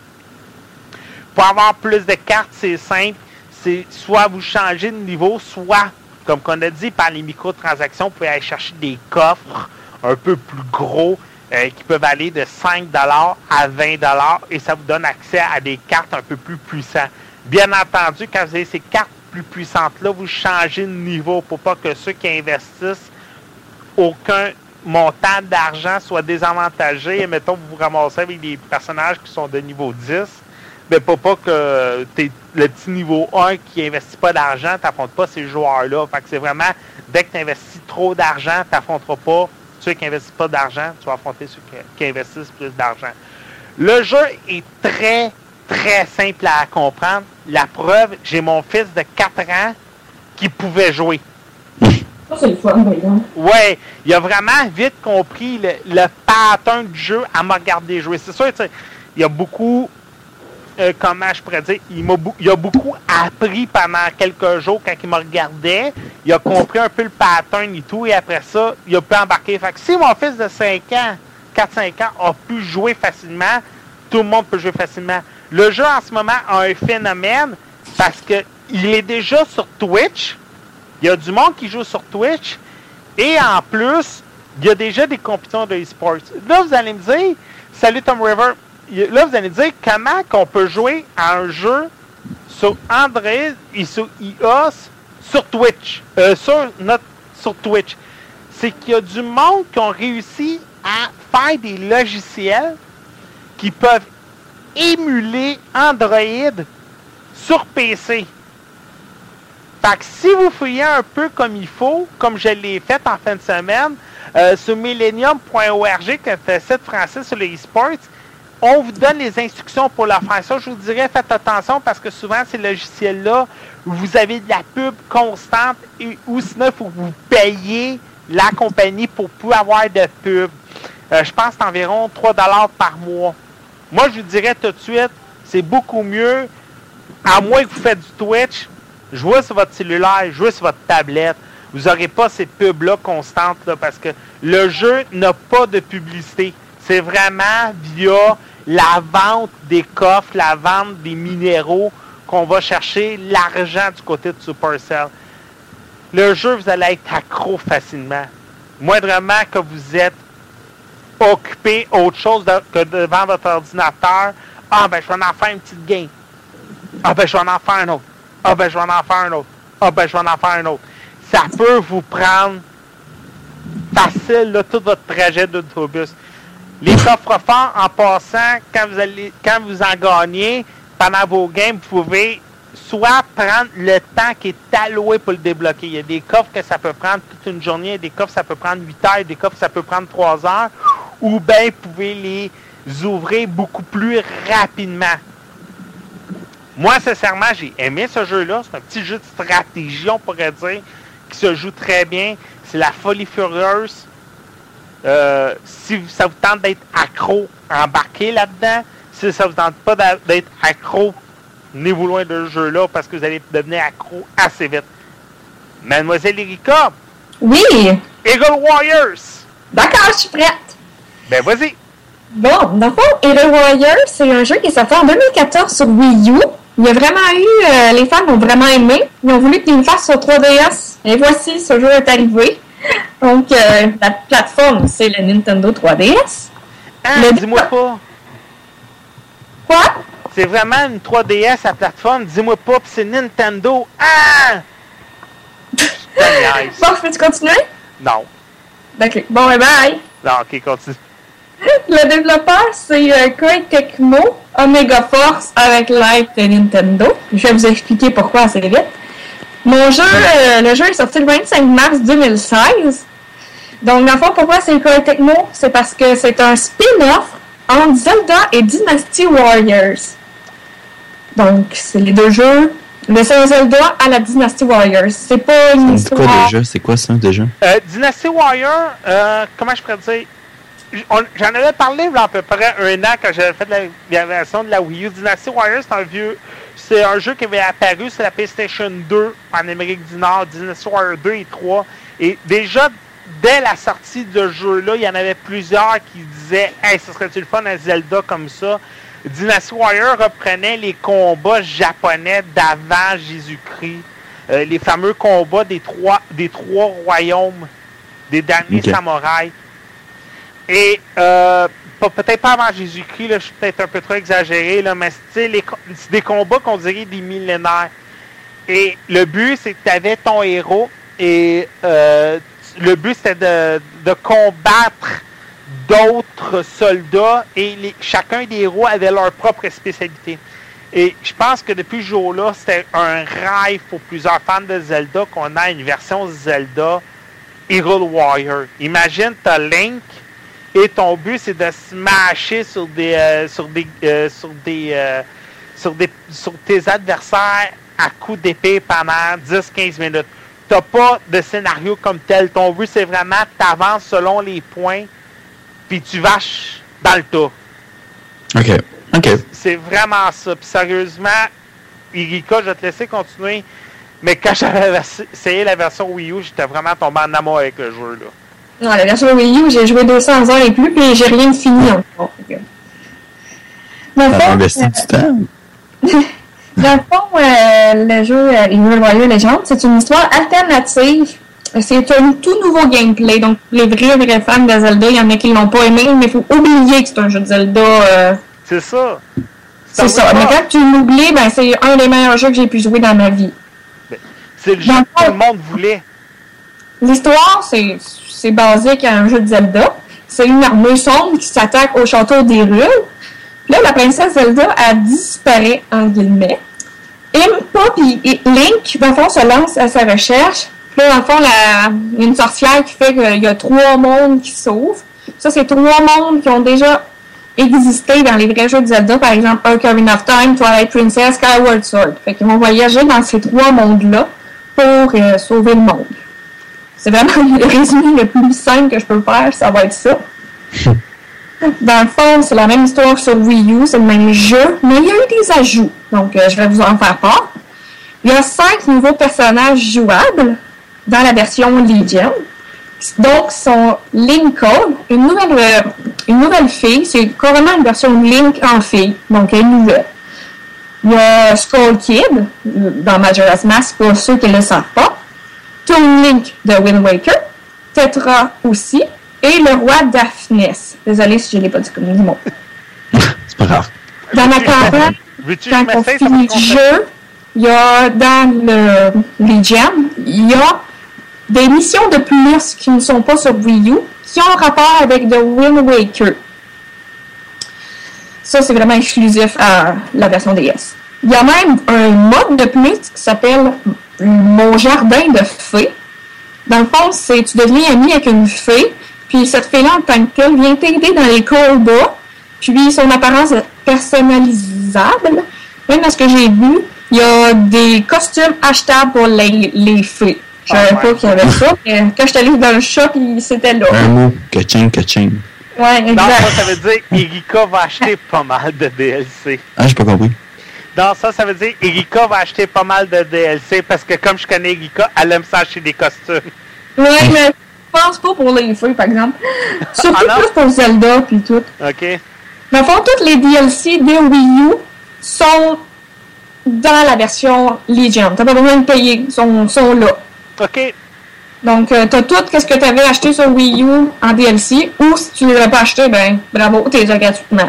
Pour avoir plus de cartes, c'est simple. C'est soit vous changez de niveau, soit, comme on a dit, par les microtransactions, vous pouvez aller chercher des coffres. un peu plus gros qui peuvent aller de 5$ à 20$ et ça vous donne accès à des cartes un peu plus puissantes. Bien entendu, quand vous avez ces cartes plus puissantes-là, vous changez de niveau pour pas que ceux qui investissent aucun montant d'argent soit désavantagé. Et mettons, vous vous ramassez avec des personnages qui sont de niveau 10, mais pour pas que le petit niveau 1 qui investit pas d'argent, t'affrontes pas ces joueurs-là. Fait que c'est vraiment, dès que tu investis trop d'argent, t'affronteras pas ceux qui investissent pas d'argent, tu vas affronter ceux qui investissent plus d'argent. Le jeu est très, très simple à comprendre. La preuve, j'ai mon fils de 4 ans qui pouvait jouer. Ça, c'est le fun, d'ailleurs. Ouais, il a vraiment vite compris le pattern du jeu à me regarder jouer. C'est sûr, il y a beaucoup, comment je pourrais dire, il a beaucoup appris pendant quelques jours quand il me regardait. Il a compris un peu le pattern et tout, et après ça, il a pu embarquer. Fait que si mon fils de 5 ans, 4-5 ans, a pu jouer facilement, tout le monde peut jouer facilement. Le jeu, en ce moment, a un phénomène parce que il est déjà sur Twitch. Il y a du monde qui joue sur Twitch. Et en plus, il y a déjà des compétitions de e-sports. Là, vous allez me dire, salut Tom River, là, vous allez me dire comment qu'on peut jouer à un jeu sur Android et sur iOS sur Twitch. Sur Twitch. C'est qu'il y a du monde qui ont réussi à faire des logiciels qui peuvent émuler Android sur PC. Fait que si vous fouillez un peu comme il faut, comme je l'ai fait en fin de semaine, sur millennium.org, qui fait site français sur les e-sports, on vous donne les instructions pour le faire. Ça, je vous dirais, faites attention parce que souvent, ces logiciels-là, vous avez de la pub constante ou sinon, il faut que vous payiez la compagnie pour pouvoir avoir de pub. Je pense que c'est environ 3$ par mois. Moi, je vous dirais tout de suite, c'est beaucoup mieux, à moins que vous faites du Twitch, jouez sur votre cellulaire, jouez sur votre tablette. Vous n'aurez pas ces pubs-là constantes là, parce que le jeu n'a pas de publicité. C'est vraiment via la vente des coffres, la vente des minéraux qu'on va chercher l'argent du côté de Supercell. Le jeu, vous allez être accro facilement. Moindrement que vous êtes occupé autre chose que devant votre ordinateur. Ah, ben, je vais en faire une petite game. Ah, ben, je vais en faire un autre. Ah, ben, je vais en faire un autre. Ah, ben, je vais en faire un autre. Ça peut vous prendre facile, là, tout votre trajet d'autobus. Les coffres forts, en passant, quand vous en gagnez, pendant vos games, vous pouvez soit prendre le temps qui est alloué pour le débloquer. Il y a des coffres que ça peut prendre toute une journée, il y a des coffres ça peut prendre 8 heures, des coffres ça peut prendre 3 heures, ou bien vous pouvez les ouvrir beaucoup plus rapidement. Moi, sincèrement, j'ai aimé ce jeu-là. C'est un petit jeu de stratégie, on pourrait dire, qui se joue très bien. C'est la folie furieuse. Si ça vous tente d'être accro, embarquez là-dedans. Si ça vous tente pas d'être accro, venez-vous loin de ce jeu-là parce que vous allez devenir accro assez vite. Mademoiselle Erika. Oui. Eagle Warriors. D'accord, je suis prête. Ben, vas-y. Bon, dans le fond, Eagle Warriors, c'est un jeu qui est sorti en 2014 sur Wii U. Il y a vraiment eu, les fans ont vraiment aimé. Ils ont voulu qu'il me fasse sur 3DS. Et voici, ce jeu est arrivé. Donc, la plateforme, c'est le Nintendo 3DS. Ah, dis-moi pas. Quoi? C'est vraiment une 3DS à plateforme. Dis-moi pas, pis c'est Nintendo. Ah! Nice. Bon, peux-tu continuer? Non. Ok. Bon, bye. Non, ok, continue. Le développeur, c'est Koei Tecmo Omega Force avec l'aide de Nintendo. Je vais vous expliquer pourquoi assez vite. Mon jeu, le jeu est sorti le 25 mars 2016. Donc, dans le fond, pourquoi c'est Koei Tecmo? C'est parce que c'est un spin-off entre Zelda et Dynasty Warriors. Donc, c'est les deux jeux. Mais c'est un Zelda à la Dynasty Warriors. C'est pas une histoire... C'est quoi déjà? C'est quoi ça déjà? Dynasty Warrior, comment je pourrais dire? J'en avais parlé il y a à peu près 1 an quand j'avais fait la version de la Wii U. Dynasty Warrior, c'est un jeu qui avait apparu sur la PlayStation 2 en Amérique du Nord, Dynasty Warrior 2 et 3. Et déjà, dès la sortie de ce jeu-là, il y en avait plusieurs qui disaient « Hey, ce serait-tu le fun un Zelda comme ça? » Dynasty Warrior reprenait les combats japonais d'avant Jésus-Christ. Les fameux combats des trois royaumes, des derniers samouraïs. Et peut-être pas avant Jésus-Christ, là, je suis peut-être un peu trop exagéré, là, mais c'est des combats qu'on dirait des millénaires. Et le but, c'est que tu avais ton héros et le but, c'était de combattre d'autres soldats et chacun des héros avait leur propre spécialité. Et je pense que depuis ce jour-là, c'était un rêve pour plusieurs fans de Zelda qu'on a une version Zelda Hyrule Warrior. Imagine, t'as Link et ton but, c'est de smasher sur tes adversaires à coups d'épée pendant 10-15 minutes. T'as pas de scénario comme tel. Ton but, c'est vraiment t'avances selon les points puis tu vaches dans le tas. OK. C'est vraiment ça. Puis sérieusement, Irika, je vais te laisser continuer. Mais quand j'avais essayé la version Wii U, j'étais vraiment tombé en amour avec le jeu, là. Non, la version Wii U, j'ai joué 200 heures et plus, puis j'ai rien fini encore. Dans le fond, le jeu Hyrule Warrior Legend, c'est une histoire alternative. C'est un tout nouveau gameplay. Donc, les vrais fans de Zelda, il y en a qui l'ont pas aimé, mais il faut oublier que c'est un jeu de Zelda. C'est ça. C'est ça. Mais quand tu l'oublies, ben, c'est un des meilleurs jeux que j'ai pu jouer dans ma vie. C'est le jeu que tout le monde voulait. L'histoire, c'est basique à un jeu de Zelda. C'est une armée sombre qui s'attaque au château d'Hyrule. Là, la princesse Zelda a disparu, en guillemets. Pop et Link, dans le fond, se lance à sa recherche. Là, dans le fond, il y a une sorcière qui fait qu'il y a 3 mondes qui s'ouvrent. Ça, c'est 3 mondes qui ont déjà existé dans les vrais jeux de Zelda. Par exemple, Ocarina of Time, Twilight Princess, Skyward Sword. Fait qu'ils vont voyager dans ces 3 mondes-là pour sauver le monde. C'est vraiment le résumé le plus simple que je peux faire, ça va être ça. Dans le fond, c'est la même histoire sur Wii U, c'est le même jeu, mais il y a eu des ajouts. Donc, je vais vous en faire part. Il y a 5 nouveaux personnages jouables dans la version Legion. Donc, sont Lincoln, une nouvelle fille. C'est carrément une version Link en fille, donc elle est nouvelle. Il y a Skull Kid, dans Majora's Mask, pour ceux qui ne le savent pas. Toon Link de Wind Waker. Tetra aussi. Et le roi Daphnis. Désolé si je ne l'ai pas dit comme du mot. C'est pas grave. Dans la campagne, quand on finit le jeu, il y a dans les gems, il y a des missions de plus qui ne sont pas sur Wii U, qui ont rapport avec The Wind Waker. Ça, c'est vraiment exclusif à la version DS. Il y a même un mode de plus qui s'appelle Mon jardin de fées. Dans le fond, tu deviens ami avec une fée, puis cette fée-là, en tant que telle, vient t'aider dans les combats, puis son apparence est personnalisable. Même à ce que j'ai vu, il y a des costumes achetables pour les fées. Je savais pas qu'il y avait ça, mais quand je suis allée dans le shop, c'était là. Un mot, ka-ching. Ouais, exact. Non, ça veut dire Erika va acheter pas mal de DLC. Ah, j'ai pas compris. Non, ça veut dire Erika va acheter pas mal de DLC parce que comme je connais Erika, elle aime s'acheter des costumes. Ouais, mais je pense pas pour les feux, par exemple. Surtout plus pour Zelda puis tout. OK. Dans le fond, tous les DLC de Wii U sont dans la version Legion. T'as pas besoin de payer, ils sont là. OK. Donc, t'as tout ce que t'avais acheté sur Wii U en DLC, ou si tu ne l'avais pas acheté, ben, bravo, t'es là gratuitement.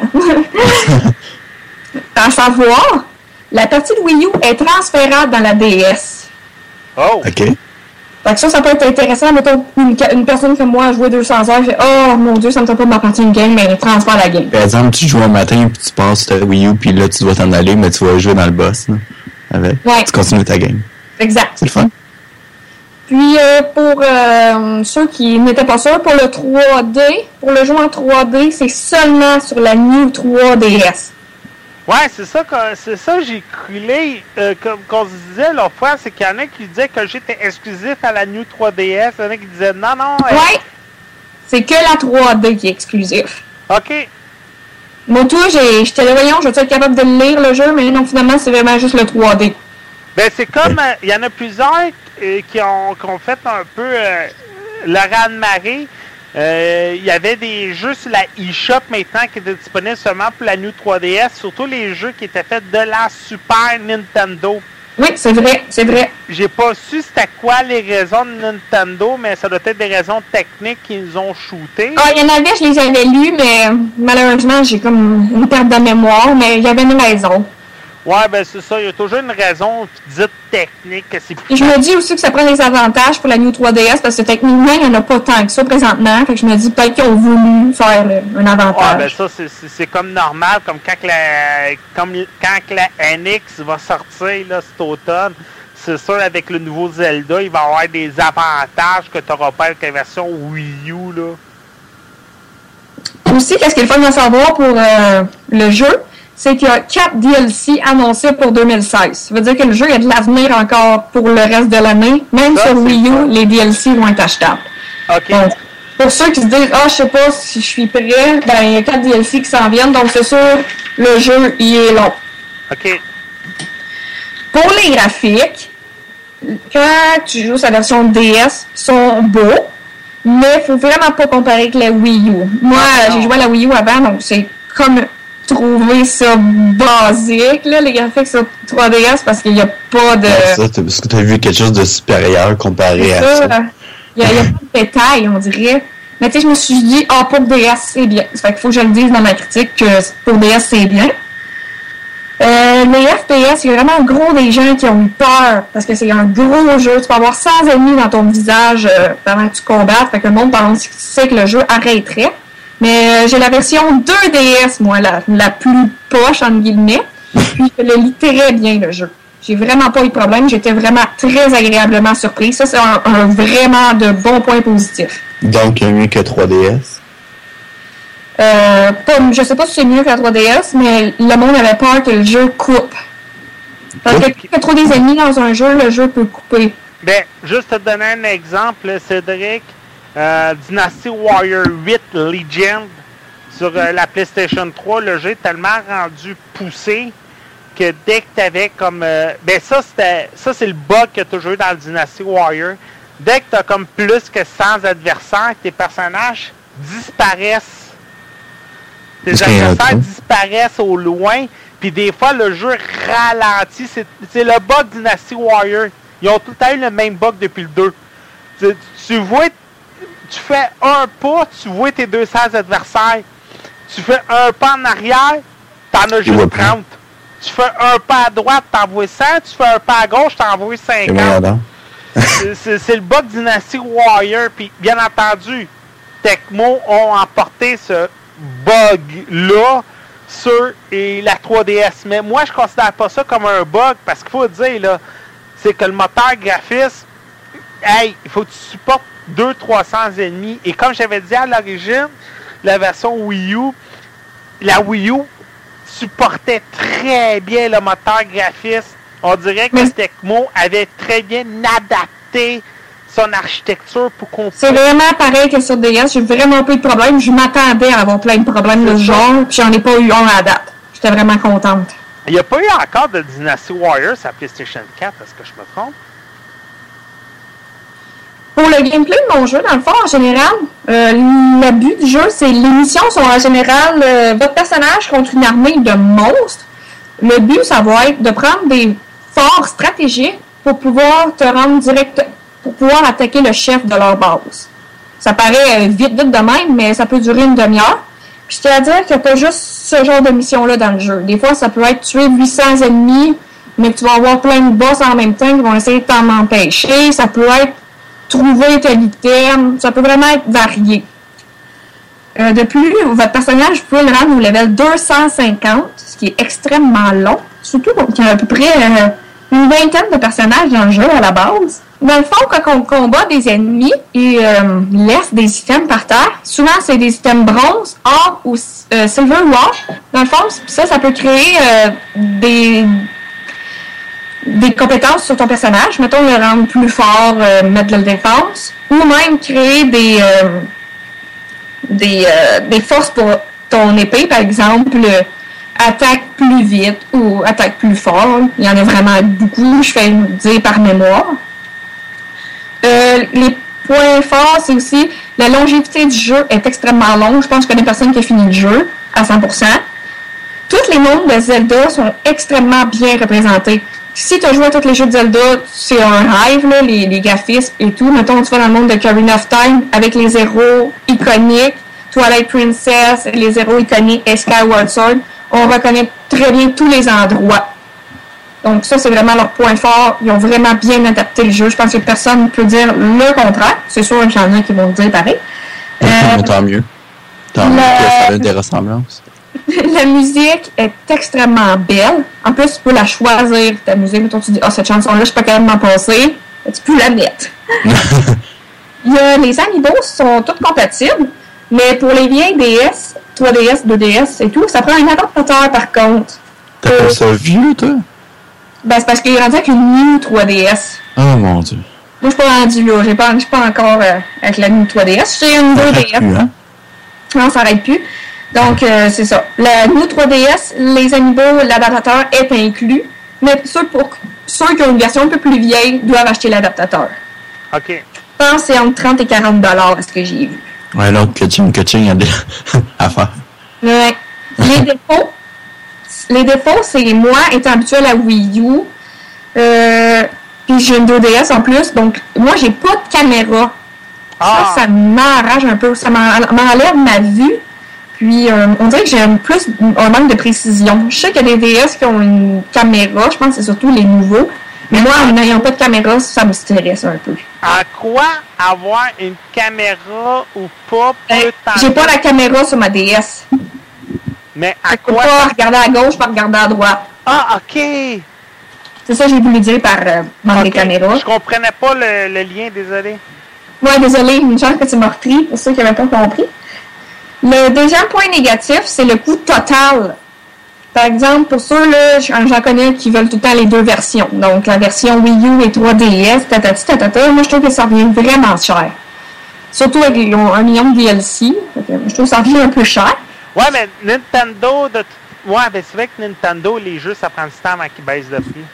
À savoir, la partie de Wii U est transférable dans la DS. Oh! OK. Fait que ça peut être intéressant. Mettons, une personne comme moi a joué 200 heures, fait « Oh, mon Dieu, ça me tente pas de ma partie une game, mais transfère la game. » Par exemple, tu joues un matin, puis tu passes ta Wii U, puis là, tu dois t'en aller, mais tu vas jouer dans le boss, là, avec. Ouais. Tu continues ta game. Exact. C'est le fun. Puis, pour ceux qui n'étaient pas sûrs, pour le 3D, pour le jeu en 3D, c'est seulement sur la New 3DS. Ouais, c'est ça j'ai cru comme qu'on se disait l'autre fois, c'est qu'il y en a qui disaient que le jeu était exclusif à la New 3DS, il y en a qui disaient non. Ouais, c'est que la 3D qui est exclusif. OK. Moi, tout, j'étais là, voyons, je vais être capable de lire le jeu, mais non, finalement, c'est vraiment juste le 3D. Ben, c'est comme, il y en a plusieurs qui ont fait un peu Laurent Marie. Il y avait des jeux sur la eShop maintenant qui étaient disponibles seulement pour la New 3DS, surtout les jeux qui étaient faits de la Super Nintendo. Oui, c'est vrai. J'ai pas su c'était quoi les raisons de Nintendo, mais ça doit être des raisons techniques qu'ils ont shooté. Ah, il y en avait, je les avais lus, mais malheureusement, j'ai comme une perte de mémoire, mais il y avait une raison. Ouais, ben c'est ça, il y a toujours une raison dite technique. Que c'est plus... Je me dis aussi que ça prend des avantages pour la New 3DS, parce que techniquement, il n'y en a pas tant que ça présentement, fait que je me dis peut-être qu'ils ont voulu faire un avantage. Ouais, ben ça, c'est comme normal, comme quand la NX va sortir là, cet automne. C'est sûr, avec le nouveau Zelda, il va y avoir des avantages que tu n'auras pas avec la version Wii U, là. Aussi, qu'est-ce qu'il est le fun de savoir pour le jeu, c'est qu'il y a 4 DLC annoncés pour 2016. Ça veut dire que le jeu, il y a de l'avenir encore pour le reste de l'année. Même sur Wii U, les DLC vont être achetables. OK. Donc, pour ceux qui se disent « Ah, je sais pas si je suis prêt », ben il y a 4 DLC qui s'en viennent, donc c'est sûr, le jeu, il est long. OK. Pour les graphiques, quand tu joues sa version DS, ils sont beaux, mais faut vraiment pas comparer avec la Wii U. Moi, j'ai joué à la Wii U avant, donc c'est comme trouver ça basique, là, les graphiques sur 3DS, parce qu'il n'y a pas de... Ça, parce que tu as vu quelque chose de supérieur comparé à ça. Il n'y a pas de détails, on dirait. Mais tu sais, je me suis dit, pour DS, c'est bien. Ça fait qu'il faut que je le dise dans ma critique que pour DS, c'est bien. Les FPS, il y a vraiment gros des gens qui ont eu peur parce que c'est un gros jeu. Tu peux avoir 100 ennemis dans ton visage pendant que tu combattes. Fait que le monde pense que le jeu arrêterait. Mais j'ai la version 2DS, moi, la plus poche, entre guillemets. Puis je le lis très bien, le jeu. J'ai vraiment pas eu de problème. J'étais vraiment très agréablement surpris. Ça, c'est un vraiment de bons points positifs. Donc, mieux que 3DS? Je sais pas si c'est mieux que la 3DS, mais le monde avait peur que le jeu coupe. Parce que quand il y a trop des ennemis dans un jeu, le jeu peut couper. Ben, juste te donner un exemple, Cédric. Dynasty Warrior 8 Legend sur la PlayStation 3, le jeu est tellement rendu poussé que dès que tu avais comme... ben ça c'est le bug que tu as joué dans le Dynasty Warrior. Dès que tu as comme plus que 100 adversaires, tes personnages disparaissent. Tes adversaires disparaissent au loin, puis des fois le jeu ralentit. C'est le bug Dynasty Warrior. Ils ont tout le temps eu le même bug depuis le 2. Tu vois... Tu fais un pas, tu vois tes 200 adversaires. Tu fais un pas en arrière, t'en as juste 30. Tu fais un pas à droite, t'en vois 100. Tu fais un pas à gauche, t'en vois 50. C'est le bug Dynasty Warrior. Puis, bien entendu, Tecmo ont emporté ce bug-là sur la 3DS. Mais moi, je considère pas ça comme un bug parce qu'il faut dire, là, c'est que le moteur graphiste, il faut que tu supportes 200-300 ennemis. Et comme j'avais dit à l'origine, la version Wii U, la Wii U supportait très bien le moteur graphiste. On dirait que Tecmo avait très bien adapté son architecture pour qu'on... C'est vraiment pareil que sur DS. J'ai vraiment pas eu de problème. Je m'attendais à avoir plein de problèmes de ce genre, puis j'en ai pas eu un à date. J'étais vraiment contente. Il n'y a pas eu encore de Dynasty Warriors à PlayStation 4, est-ce que je me trompe? Pour le gameplay de mon jeu, dans le fond, en général, le but du jeu, c'est les missions sont en général votre personnage contre une armée de monstres. Le but, ça va être de prendre des forts stratégiques pour pouvoir te rendre pour pouvoir attaquer le chef de leur base. Ça paraît vite de même, mais ça peut durer une demi-heure. Puis je tiens à dire qu'il n'y a pas juste ce genre de mission-là dans le jeu. Des fois, ça peut être tuer 800 ennemis, mais que tu vas avoir plein de boss en même temps qui vont essayer de t'en empêcher. Ça peut être trouver tel item, ça peut vraiment être varié. De plus, votre personnage, vous pouvez le rendre au level 250, ce qui est extrêmement long, surtout qu'il y a à peu près une vingtaine de personnages dans le jeu à la base. Dans le fond, quand on combat des ennemis, ils laissent des items par terre. Souvent, c'est des items bronze, or ou silver war. Dans le fond, ça peut créer des compétences sur ton personnage, mettons le rendre plus fort, mettre de la défense, ou même créer des forces pour ton épée, par exemple, attaque plus vite ou attaque plus fort. Il y en a vraiment beaucoup, je fais dire par mémoire. Les points forts, c'est aussi la longévité du jeu est extrêmement longue. Je pense qu'il y a des personnes qui ont fini le jeu à 100%. Tous les mondes de Zelda sont extrêmement bien représentés. si tu as joué à tous les jeux de Zelda, c'est un rêve, là, les graphismes et tout. Mettons, tu vas dans le monde de Ocarina of Time avec les héros iconiques, Twilight Princess, les héros iconiques et Skyward Sword. On reconnaît très bien tous les endroits. Donc ça, c'est vraiment leur point fort. Ils ont vraiment bien adapté le jeu. Je pense que personne ne peut dire le contraire. C'est sûr qu'il y en a qui vont le dire pareil. Tant mieux. Tant mieux que ça a des ressemblances. La musique est extrêmement belle. En plus, tu peux la choisir, ta musique. Mettons, tu dis, cette chanson-là, je suis pas capable de m'en passer. Tu peux la mettre. Les amiibo sont tous compatibles, mais pour les vieilles DS, 3DS, 2DS et tout, ça prend un adaptateur par contre. T'appelles ça vieux, toi? Ben, c'est parce qu'il est rendu avec une New 3DS. Oh mon Dieu. Moi, je suis pas rendu là. Je suis pas encore avec la New 3DS. J'ai une 2DS. Plus, hein? Non, ça n'arrête plus. Donc, c'est ça. La New 3DS, les amiibo, l'adaptateur est inclus. Mais ceux qui ont une version un peu plus vieille doivent acheter l'adaptateur. OK. Je pense que c'est entre 30 et 40 $, à ce que j'ai vu. Ouais, là, Kaching, il y a des affaires. Ouais. Les défauts, c'est moi étant habitué à la Wii U. Puis j'ai une 2DS en plus. Donc, moi, j'ai pas de caméra. Ça m'enrage un peu. Ça m'enlève ma vue. Puis, on dirait que j'ai un manque de précision. Je sais qu'il y a des DS qui ont une caméra. Je pense que c'est surtout les nouveaux. Mais moi, en n'ayant pas de caméra, ça me stresse un peu. À quoi avoir une caméra ou pas peut j'ai pas la caméra sur ma DS. Mais à quoi? Je peux pas regarder à gauche, pas regarder à droite. Ah, OK. C'est ça que j'ai voulu dire par manque de caméra. Je comprenais pas le lien, désolé. Ouais, désolé, une chance que tu m'as repris, pour ceux qui n'avaient pas compris. Le deuxième point négatif, c'est le coût total. Par exemple, pour ceux-là, j'en connais qui veulent tout le temps les deux versions. Donc, la version Wii U et 3DS, moi, je trouve que ça revient vraiment cher. Surtout avec 1 million de DLC. Je trouve que ça revient un peu cher. Ouais, mais Nintendo... Ouais, ben c'est vrai que Nintendo, les jeux, ça prend du temps avant qu'ils baissent de prix.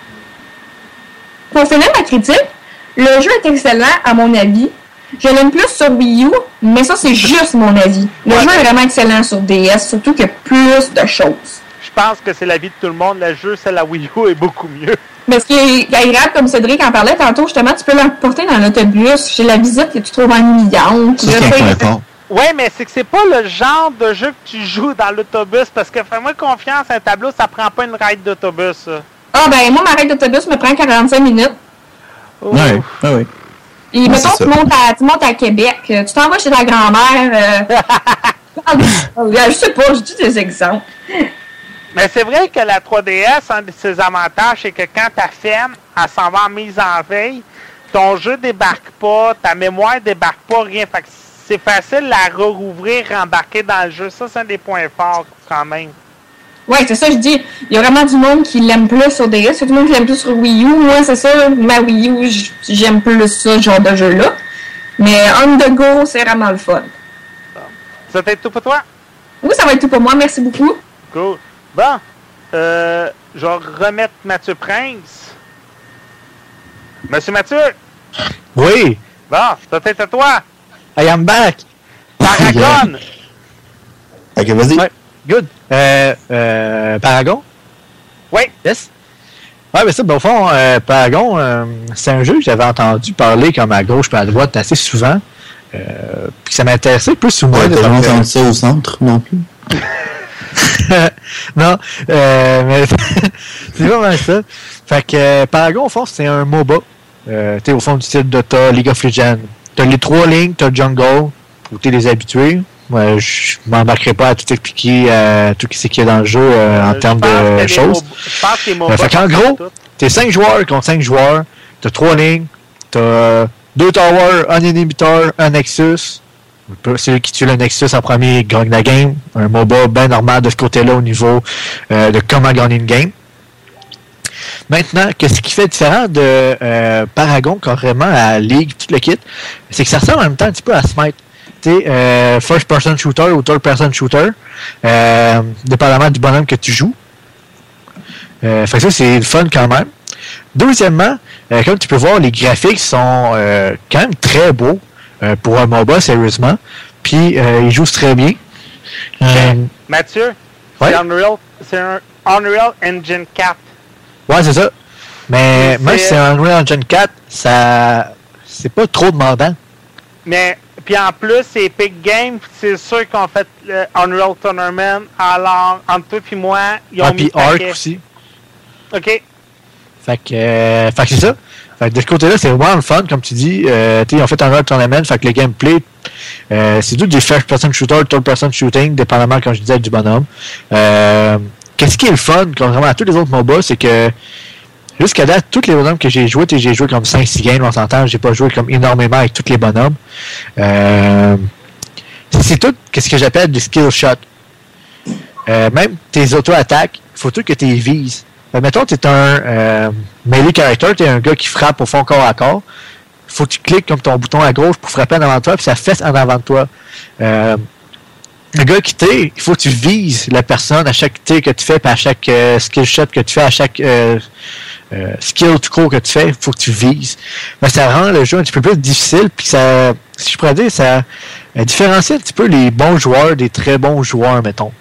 Pour finir ma critique, le jeu est excellent, à mon avis. Je l'aime plus sur Wii U, mais ça, c'est juste mon avis. Le jeu est vraiment excellent sur DS, surtout qu'il y a plus de choses. Je pense que c'est l'avis de tout le monde. Le jeu, c'est la Wii U, est beaucoup mieux. Mais ce qui est agréable, comme Cédric en parlait tantôt, justement, tu peux l'emporter dans l'autobus. Chez la visite que tu trouves ennuyante. Ouais, mais c'est que c'est pas le genre de jeu que tu joues dans l'autobus, parce que fais-moi confiance, un tableau, ça prend pas une ride d'autobus, ça. Ah, ben, moi, ma ride d'autobus me prend 45 minutes. Ouais. Et mettons, tu montes à Québec, tu t'en vas chez ta grand-mère. Je sais pas, je dis des exemples. Mais c'est vrai que la 3DS, un de ses avantages, c'est que quand ta ferme, elle s'en va en mise en veille, ton jeu débarque pas, ta mémoire débarque pas, rien. Fait que c'est facile de la rouvrir, rembarquer dans le jeu. Ça, c'est un des points forts, quand même. Ouais, c'est ça, je dis. Il y a vraiment du monde qui l'aime plus sur DS, il y a tout le monde qui l'aime plus sur Wii U. Moi, c'est ça, ma Wii U, j'aime plus ça, ce genre de jeu-là. Mais on the go, c'est vraiment le fun. Ça va être tout pour toi? Oui, ça va être tout pour moi. Merci beaucoup. Cool. Bon, je vais remettre Mathieu Prince. Monsieur Mathieu? Oui. Bon, ça va être à toi. I am back. Paragon. Ok, vas-y. Ouais, good. Paragon? Oui. Yes. Ouais, mais ça, ben, au fond, Paragon, c'est un jeu que j'avais entendu parler comme à gauche et à droite assez souvent. Puis ça m'intéressait plus ou moins. T'as jamais entendu ça au centre non plus? Non, mais c'est vraiment ça. Fait que Paragon, au fond, c'est un MOBA. T'es au fond du style de League of Legends. T'as les 3 lignes, t'as Jungle, où t'es les habitués. Moi, je m'embarquerai pas à tout expliquer tout ce qu'il y a dans le jeu en termes de choses. Fait qu'en gros, t'es 5 joueurs contre 5 joueurs, t'as 3 lignes, t'as 2 towers, un inhibiteur, un Nexus. Celui qui tue le Nexus en premier gagne la game. Un MOBA bien normal de ce côté-là au niveau de comment gagner une game. Maintenant, qu'est-ce qui fait différent de Paragon carrément à League, tout le kit, c'est que ça ressemble en même temps un petit peu à Smite. Tu sais, first-person shooter ou third-person shooter, dépendamment du bonhomme que tu joues. Fait que ça, c'est le fun quand même. Deuxièmement, comme tu peux voir, les graphiques sont quand même très beaux pour un MOBA, sérieusement. Puis, ils jouent très bien. Mathieu, ouais? c'est un Unreal Engine 4. Ouais, c'est ça. Mais même si c'est un Unreal Engine 4, c'est pas trop demandant. Mais, puis en plus, c'est Epic Games, c'est sûr qu'on fait le Unreal Tournament, alors, entre toi et moi, ils ont mis puis Ark aussi. OK. Fait que c'est ça. Fait que de ce côté-là, c'est vraiment le fun, comme tu dis. Ils ont fait un Unreal Tournament, fait que le gameplay, c'est tout des first-person shooter, third-person shooting, dépendamment, comme je disais, du bonhomme. Qu'est-ce qui est le fun, contrairement à tous les autres MOBA, c'est que jusqu'à date, tous les bonhommes que j'ai joué comme 5-6 games, on s'entend, j'ai pas joué comme énormément avec tous les bonhommes. C'est tout ce que j'appelle du skill shot. Même tes auto-attaques, il faut tout que tu les vises. Mettons, tu es un melee character, tu es un gars qui frappe au fond corps à corps. Il faut que tu cliques comme ton bouton à gauche pour frapper en avant de toi, puis ça fesse en avant de toi. Le gars qui t'es, il faut que tu vises la personne à chaque T que tu fais, puis à chaque skill shot que tu fais, à chaque skill to que tu fais, il faut que tu vises. Mais ça rend le jeu un petit peu plus difficile, puis ça, si je pourrais dire, ça différencie un petit peu les bons joueurs des très bons joueurs, mettons.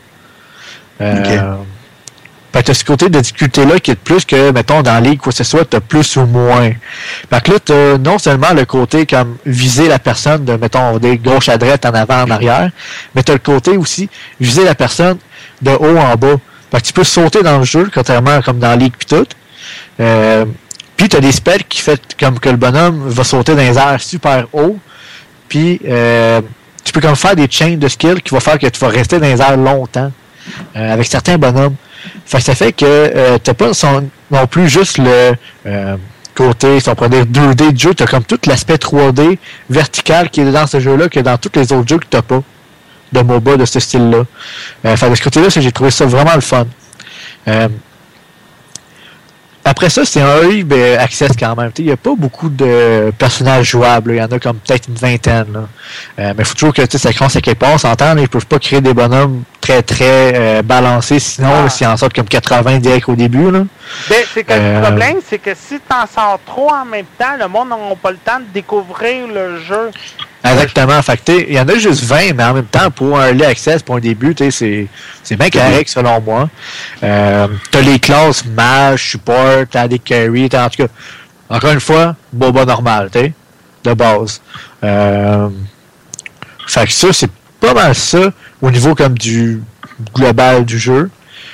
Fait que t'as ce côté de difficulté-là qui est plus que, mettons, dans League, quoi que ce soit, t'as plus ou moins. Fait que là, t'as non seulement le côté comme viser la personne de, mettons, des gauche à droite, en avant, en arrière, mais t'as le côté aussi viser la personne de haut en bas. Fait que tu peux sauter dans le jeu, contrairement comme dans League pis tout. Puis t'as des spells qui fait comme que le bonhomme va sauter dans les airs super haut. Puis tu peux comme faire des chains de skills qui vont faire que tu vas rester dans les airs longtemps. Avec certains bonhommes. Fait que ça fait que t'as pas non plus juste le côté, si on pourrait dire 2D du jeu, t'as comme tout l'aspect 3D vertical qui est dans ce jeu-là que dans tous les autres jeux que t'as pas de MOBA de ce style-là. Fait que de ce côté-là, j'ai trouvé ça vraiment le fun. Après ça, c'est un EIB Access quand même. Il n'y a pas beaucoup de personnages jouables. Il y en a comme peut-être une vingtaine. Mais il faut toujours que ça commence à quelque part. On s'entend, ils ne peuvent pas créer des bonhommes très, très balancés. Sinon, s'ils en sortent comme 80 direct au début. Là. Ben, c'est que le problème, c'est que si tu en sors trop en même temps, le monde n'a pas le temps de découvrir le jeu. Exactement. Fait que il y en a juste 20, mais en même temps, pour un early access, pour un début, c'est bien correct selon moi. T'as les classes mage, support, t'as des carry, en tout cas, encore une fois, boba normal, de base. Fait que ça, c'est pas mal ça au niveau comme du global du jeu.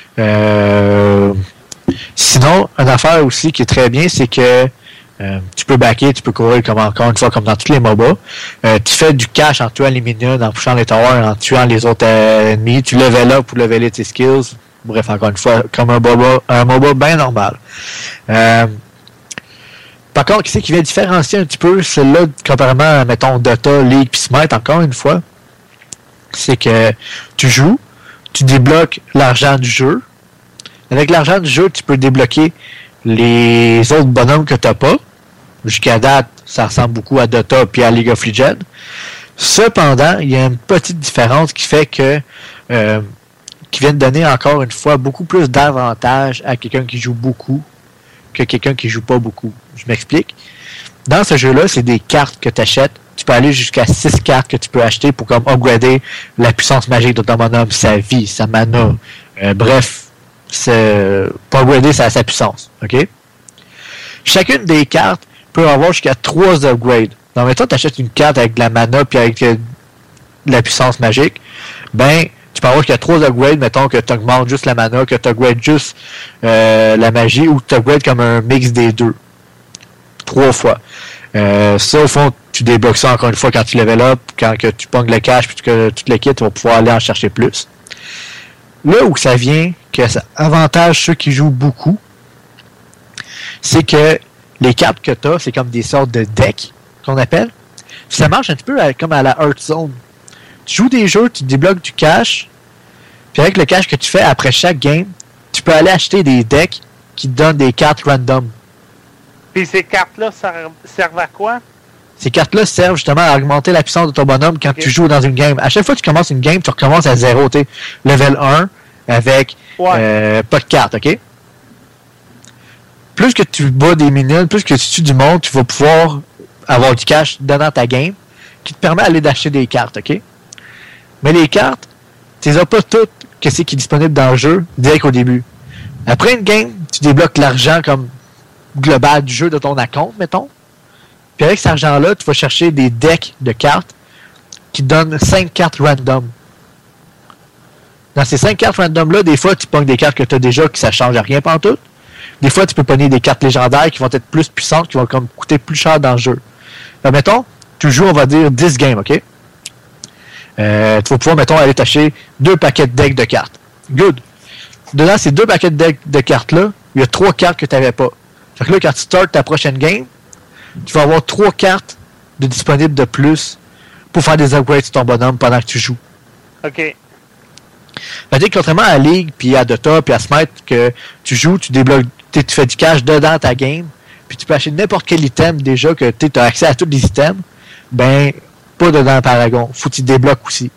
Sinon, une affaire aussi qui est très bien, c'est que tu peux backer, tu peux courir comme encore une fois comme dans tous les MOBA. Tu fais du cash en tuant les minions, en pushant les towers, en tuant les autres ennemis. Tu level up pour leveler tes skills. Bref, encore une fois, comme un MOBA bien normal. Par contre, qui vient différencier un petit peu celle-là, comparément à, mettons, Dota, League puis Smite, encore une fois, c'est que tu joues, tu débloques l'argent du jeu. Avec l'argent du jeu, tu peux débloquer les autres bonhommes que tu n'as pas. Jusqu'à date, ça ressemble beaucoup à Dota puis à League of Legends. Cependant, il y a une petite différence qui fait que qui vient de donner encore une fois beaucoup plus d'avantages à quelqu'un qui joue beaucoup que quelqu'un qui joue pas beaucoup. Je m'explique. Dans ce jeu-là, c'est des cartes que tu achètes. Tu peux aller jusqu'à 6 cartes que tu peux acheter pour comme upgrader la puissance magique de ton bonhomme, sa vie, sa mana. Bref, c'est pour upgrader sa puissance. OK? Chacune des cartes peut avoir jusqu'à 3 upgrades. Donc, mettons, tu achètes une carte avec de la mana puis avec de la puissance magique. Ben, tu peux avoir jusqu'à 3 upgrades. Mettons que tu augmentes juste la mana, que tu upgrades juste la magie ou que tu upgrades comme un mix des deux. 3 fois. Ça, au fond, tu débloques ça encore une fois quand tu level up, quand que tu pognes le cash puis que tu te le quittes, tu vas pouvoir aller en chercher plus. Là où ça vient, que ça avantage ceux qui jouent beaucoup, c'est que les cartes que tu as, c'est comme des sortes de decks qu'on appelle. Puis ça marche un petit peu comme à la Hearthstone. Tu joues des jeux, tu débloques du cash, puis avec le cash que tu fais après chaque game, tu peux aller acheter des decks qui te donnent des cartes random. Puis ces cartes-là servent à quoi? Ces cartes-là servent justement à augmenter la puissance de ton bonhomme quand tu joues dans une game. À chaque fois que tu commences une game, tu recommences à 0, tu sais, level 1 avec pas de cartes, OK? Plus que tu bats des minions, plus que tu tues du monde, tu vas pouvoir avoir du cash dans ta game qui te permet d'aller d'acheter des cartes, OK? Mais les cartes, tu les as pas toutes que c'est qui est disponible dans le jeu direct au début. Après une game, tu débloques l'argent comme global du jeu de ton acompte, mettons. Puis avec cet argent-là, tu vas chercher des decks de cartes qui donnent 5 cartes random. Dans ces 5 cartes random-là, des fois, tu pognes des cartes que tu as déjà qui ça change à rien pantoute. Des fois, tu peux pogner des cartes légendaires qui vont être plus puissantes, qui vont comme coûter plus cher dans le jeu. Ben, mettons, tu joues, on va dire, 10 games, OK? Tu vas pouvoir, mettons, aller t'acheter 2 paquets de decks de cartes. Good. Dedans ces 2 paquets de decks de cartes-là, il y a 3 cartes que tu n'avais pas. Fait que là, quand tu startes ta prochaine game, tu vas avoir 3 cartes de disponibles de plus pour faire des upgrades sur ton bonhomme pendant que tu joues. OK. Fait que contrairement à League, puis à Dota, puis à Smite, que tu joues, tu débloques, tu fais du cash dedans ta game, puis tu peux acheter n'importe quel item déjà que tu as accès à tous les items, ben, pas dedans Paragon. Faut que tu débloques aussi.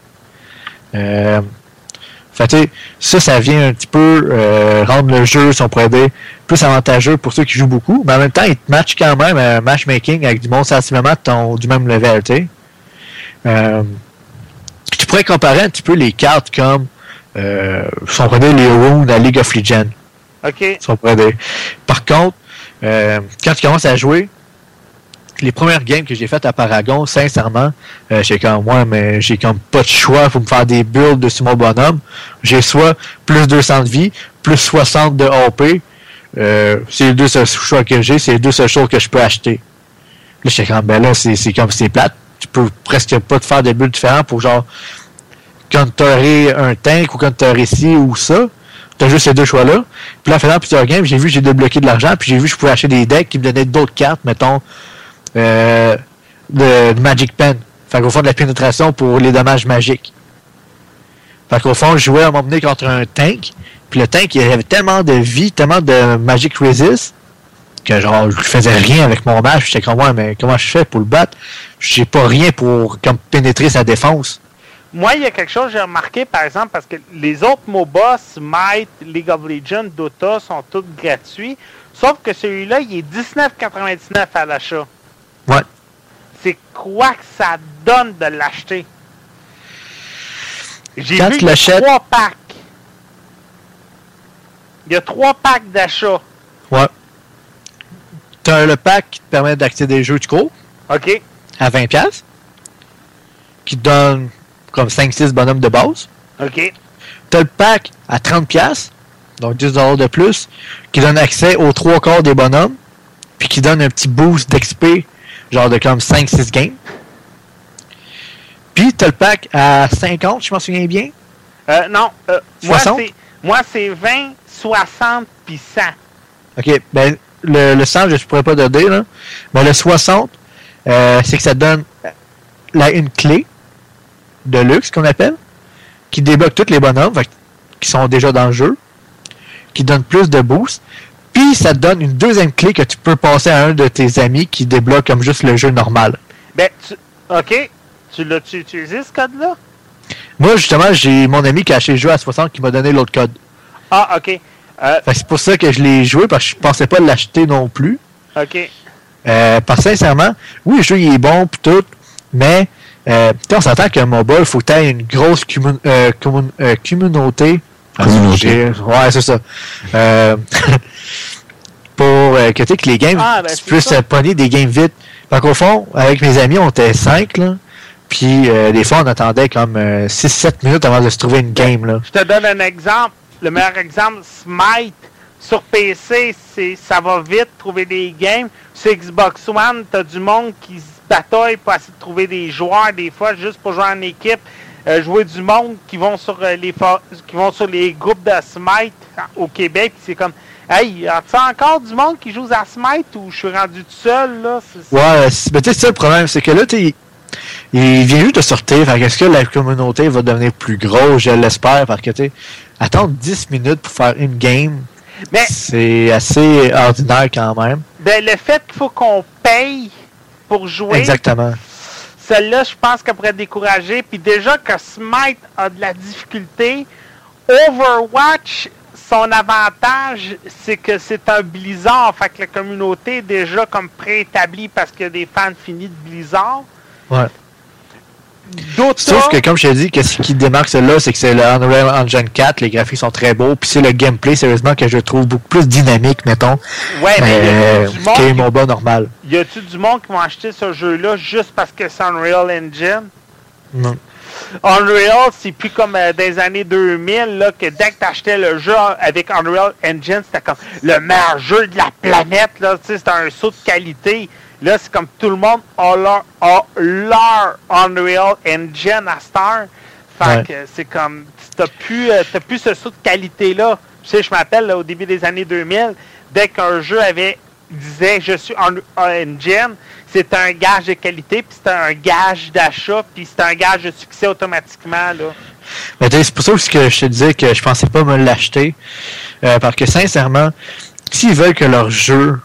Fait ça vient un petit peu rendre le jeu, si on pourrait dire, plus avantageux pour ceux qui jouent beaucoup, mais en même temps, il te match quand même un matchmaking avec du monde sensiblement du même level, tu sais. Tu pourrais comparer un petit peu les cartes comme si on pourrait dire les Heroes de la League of Legends. OK. Si on pourrait dire. Par contre, quand tu commences à jouer, les premières games que j'ai faites à Paragon, sincèrement, j'ai comme pas de choix pour me faire des builds dessus mon bonhomme. J'ai soit plus 200 de vie, plus 60 de AP. C'est les 2 seuls choix que j'ai, c'est les 2 seules choses que je peux acheter. Là, j'étais comme, ben là, c'est comme c'est plate. Tu peux presque pas te faire des builds différents pour genre counterer un tank ou counterer ci ou ça. T'as juste ces 2 choix-là. Puis là, en faisant plusieurs games, j'ai débloqué de l'argent, puis j'ai vu que je pouvais acheter des decks qui me donnaient d'autres cartes, mettons, de Magic Pen. Fait qu'au fond, de la pénétration pour les dommages magiques. Fait qu'au fond, je jouais à un moment donné contre un tank, puis le tank, il avait tellement de vie, tellement de Magic Resist, que genre, je faisais rien avec mon match. J'étais comme, ouais, mais comment je fais pour le battre? J'ai pas rien pour comme pénétrer sa défense. Moi, il y a quelque chose que j'ai remarqué, par exemple, parce que les autres MOBA, Smite, League of Legends, Dota, sont tous gratuits. Sauf que celui-là, il est $19,99 à l'achat. Ouais. C'est quoi que ça donne de l'acheter? J'ai quand vu tu l'achètes, 3 packs. Il y a 3 packs d'achat. Ouais. T'as le pack qui te permet d'accéder aux jeux du cours. OK. À 20$. Qui te donne comme 5-6 bonhommes de base. OK. T'as le pack à 30$, donc $10 de plus, qui donne accès aux 3/4 des bonhommes, puis qui donne un petit boost d'XP, genre de comme 5-6 games. Puis t'as le pack à 50, je m'en souviens bien. Non. 60? Moi, c'est 20, 60 puis 100. OK. Ben, le 100, je ne pourrais pas donner, là. Mais le 60, c'est que ça donne une clé de luxe, qu'on appelle, qui débloque tous les bonhommes qui sont déjà dans le jeu, qui donne plus de boost. Puis, ça te donne une deuxième clé que tu peux passer à un de tes amis qui débloque comme juste le jeu normal. Ben, OK. Tu l'as-tu utilisé, ce code-là? Moi, justement, j'ai mon ami qui a acheté le jeu à 60 qui m'a donné l'autre code. Ah, OK. C'est pour ça que je l'ai joué, parce que je pensais pas l'acheter non plus. OK. Parce que sincèrement, oui, le jeu il est bon pis tout, mais on s'entend qu'un mobile, il faut que tu aies une grosse communauté. Ouais, c'est ça. Pour que les games, tu puisses pogner des games vite. Fait qu'au fond, avec mes amis, on était 5, là. Puis des fois, on attendait comme 6-7 minutes avant de se trouver une game, là. Je te donne un exemple. Le meilleur exemple, Smite. Sur PC, ça va vite trouver des games. Sur Xbox One, t'as du monde qui se bataille pour essayer de trouver des joueurs, des fois, juste pour jouer en équipe. Jouer du monde qui vont sur les groupes de Smite au Québec. C'est comme, hey, y-a-t-il encore du monde qui joue à Smite ou je suis rendu tout seul, là? Ouais, mais tu sais, c'est ça le problème, c'est que là, il vient juste de sortir. Fait qu'est-ce que la communauté va devenir plus grosse, je l'espère, parce que, tu sais, attendre 10 minutes pour faire une game, mais c'est assez ordinaire quand même. Ben, le fait qu'il faut qu'on paye pour jouer. Exactement. Celle-là, je pense qu'elle pourrait décourager. Puis déjà que Smite a de la difficulté, Overwatch, son avantage, c'est que c'est un Blizzard. Fait que la communauté est déjà comme préétablie parce qu'il y a des fans finis de Blizzard. Ouais. Sauf que, comme je t'ai dit, ce qui démarque celle-là, c'est que c'est le Unreal Engine 4, les graphiques sont très beaux, puis c'est le gameplay, sérieusement, que je trouve beaucoup plus dynamique, mettons, que les MOBA normal. Y a-tu du monde qui va acheter ce jeu-là juste parce que c'est Unreal Engine? Non. Unreal, c'est plus comme dans les années 2000, là, que dès que t'achetais le jeu avec Unreal Engine, c'était comme le meilleur jeu de la planète, là, tu sais, c'était un saut de qualité. Là, c'est comme tout le monde a leur Unreal Engine à cette heure. Fait que c'est comme, t'as plus ce saut de qualité-là. Tu sais, je m'appelle, au début des années 2000, dès qu'un jeu disait « Je suis Unreal Engine », c'était un gage de qualité, puis c'était un gage d'achat, puis c'était un gage de succès automatiquement, là. Mais c'est pour ça aussi que je te disais que je pensais pas me l'acheter. Parce que, sincèrement, s'ils veulent que leur jeu...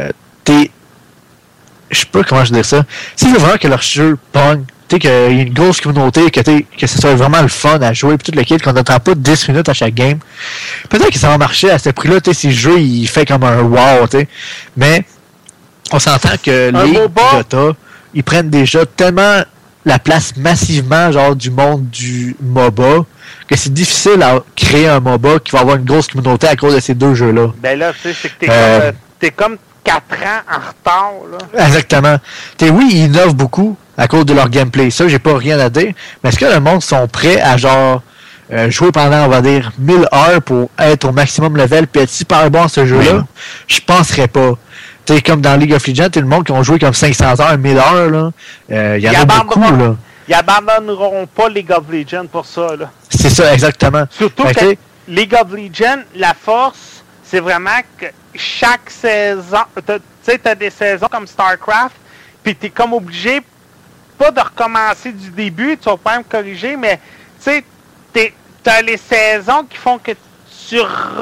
je sais pas comment je dis ça. S'ils veulent vraiment que leur jeu pogne, tu sais, qu'il y a une grosse communauté, que ce soit vraiment le fun à jouer, puis tout le kit, qu'on n'attend pas 10 minutes à chaque game, peut-être que ça va marcher à ce prix-là, tu sais, si le jeu, il fait comme un wow, tu sais. Mais, on s'entend que les Dota, ils prennent déjà tellement la place massivement, genre, du monde du MOBA, que c'est difficile à créer un MOBA qui va avoir une grosse communauté à cause de ces deux jeux-là. Ben là, tu sais, c'est que t'es comme 4 ans en retard, là. Exactement. Oui, ils innovent beaucoup à cause de leur gameplay. Ça, j'ai pas rien à dire. Mais est-ce que le monde sont prêts à, genre, jouer pendant, on va dire, 1000 heures pour être au maximum level puis être super bon à ce jeu-là? Oui. Je penserais pas. Tu sais, comme dans League of Legends, le monde qui ont joué comme 500 heures, 1000 heures, là, il y en a beaucoup, là. Ils abandonneront pas League of Legends pour ça, là. C'est ça, exactement. Surtout que League of Legends, la force, c'est vraiment que chaque saison, tu sais, t'as des saisons comme StarCraft, puis t'es comme obligé, pas de recommencer du début, tu vas pas me corriger, mais, tu sais, t'as les saisons qui font que tu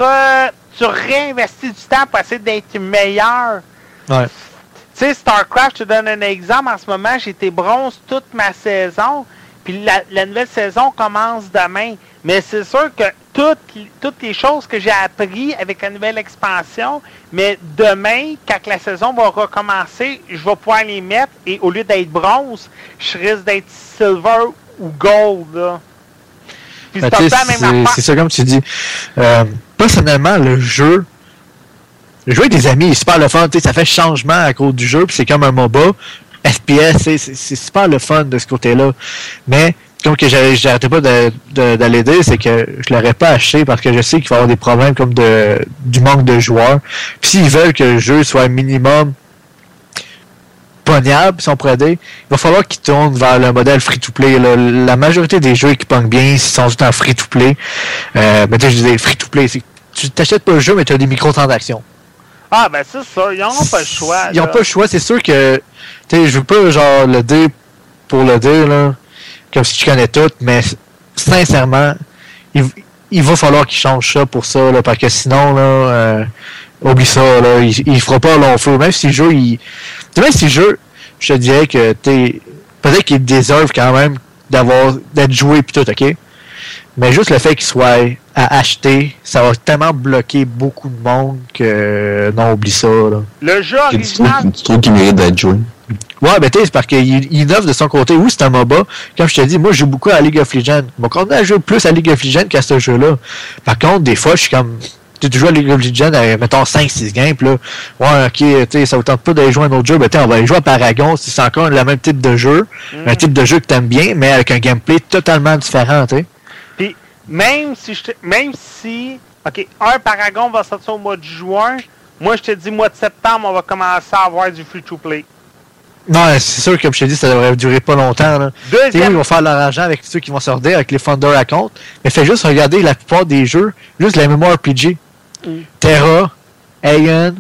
réinvestis du temps pour essayer d'être meilleur. Ouais. Tu sais, StarCraft, je te donne un exemple, en ce moment, j'ai été bronze toute ma saison, puis la nouvelle saison commence demain. Mais c'est sûr que toutes les choses que j'ai appris avec la nouvelle expansion, mais demain, quand la saison va recommencer, je vais pouvoir les mettre et au lieu d'être bronze, je risque d'être silver ou gold, là. Puis c'est ça comme tu dis. Personnellement, le jeu avec des amis est super le fun, ça fait changement à cause du jeu, puis c'est comme un MOBA. FPS, c'est super le fun de ce côté-là. Mais comme que j'arrêtais pas d'aller dire, c'est que je l'aurais pas acheté parce que je sais qu'il va y avoir des problèmes comme du manque de joueurs. Puis s'ils veulent que le jeu soit minimum pognable, si on pourrait dire, il va falloir qu'ils tournent vers le modèle free-to-play. La majorité des jeux qui pognent bien sont tout en free-to-play. Mais je disais free-to-play, c'est que tu t'achètes pas le jeu, mais tu as des microtransactions. Ah, ben c'est ça, ils n'ont pas le choix. Ils n'ont pas le choix, c'est sûr que, tu sais, je veux pas, genre, le dire pour le dire, là, comme si tu connais tout, mais sincèrement, il va falloir qu'ils changent ça pour ça, là, parce que sinon, là, oublie ça, là, il fera pas long feu. Même si le jeu, je te dirais que, peut-être qu'il déserve quand même d'être joué pis tout, ok? Mais juste le fait qu'il soit à acheter, ça va tellement bloquer beaucoup de monde que non, oublie ça, là. Le jeu original... Tu trouves qu'il mérite d'être joué? Ouais, ben c'est parce qu'il innove de son côté. Oui, c'est un MOBA. Comme je te dis, moi, je joue beaucoup à League of Legends. Mon compte a joué plus à League of Legends qu'à ce jeu-là. Par contre, des fois, je suis comme... Tu joues à League of Legends, mettons 5-6 games, pis là, ouais, ok, tu sais, ça vous tente pas d'aller jouer à un autre jeu, ben on va aller jouer à Paragon, c'est encore le même type de jeu, un type de jeu que t'aimes bien, mais avec un gameplay totalement différent, tu sais. Puis, même si, ok, un Paragon va sortir au mois de juin, moi, je te dis, mois de septembre, on va commencer à avoir du free-to-play. Non, c'est sûr que, comme je te dis, ça devrait durer pas longtemps, là. Ils vont faire leur argent avec ceux qui vont sortir, avec les Thunder Account, mais fais juste regarder la plupart des jeux, juste la MMORPG. Terra, Aeon,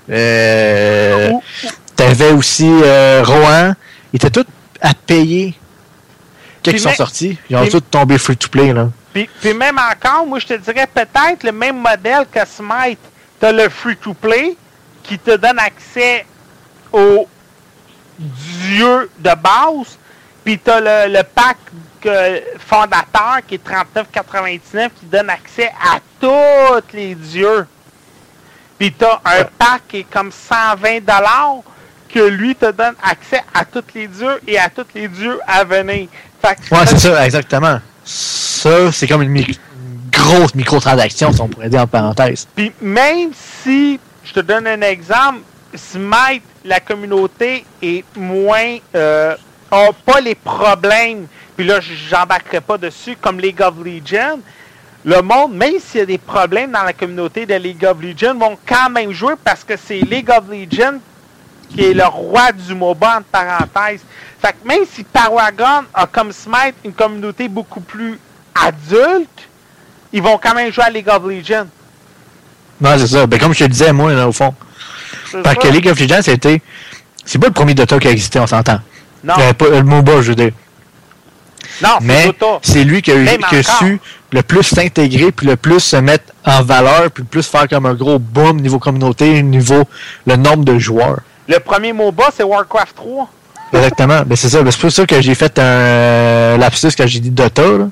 t'avais aussi Rohan, ils étaient tous à payer quand ils sont sortis. Ils ont tous tombé free-to-play, là. Puis même encore, moi je te dirais peut-être le même modèle que Smite. T'as le free-to-play qui te donne accès aux dieux de base, puis t'as le pack fondateur qui est 39,99 qui donne accès à tous les dieux. Puis t'as un pack qui est comme $120 que lui te donne accès à tous les dieux et à tous les dieux à venir. Ouais, c'est ça, exactement. Ça, c'est comme une grosse microtransaction, si on pourrait dire en parenthèse. Puis même si, je te donne un exemple, Smite, la communauté est moins... a pas les problèmes, puis là, j'embarquerai pas dessus, comme League of Legends. Le monde, même s'il y a des problèmes dans la communauté de League of Legends, vont quand même jouer parce que c'est League of Legends qui est le roi du MOBA, entre parenthèses. Fait que même si Paragon a comme Smite une communauté beaucoup plus adulte, ils vont quand même jouer à League of Legends. Non, c'est ça. Ben, comme je te disais, moi, là, au fond. Parce que League of Legends, c'est pas le premier Dota qui a existé, on s'entend. Non. Pas le MOBA, je veux dire. Non, mais c'est lui qui a su le plus s'intégrer, puis le plus se mettre en valeur, puis le plus faire comme un gros boom niveau communauté, niveau le nombre de joueurs. Le premier MOBA, c'est Warcraft 3. Exactement. Ben, c'est ça. Ben, c'est pour ça que j'ai fait un lapsus quand j'ai dit Dota. Là.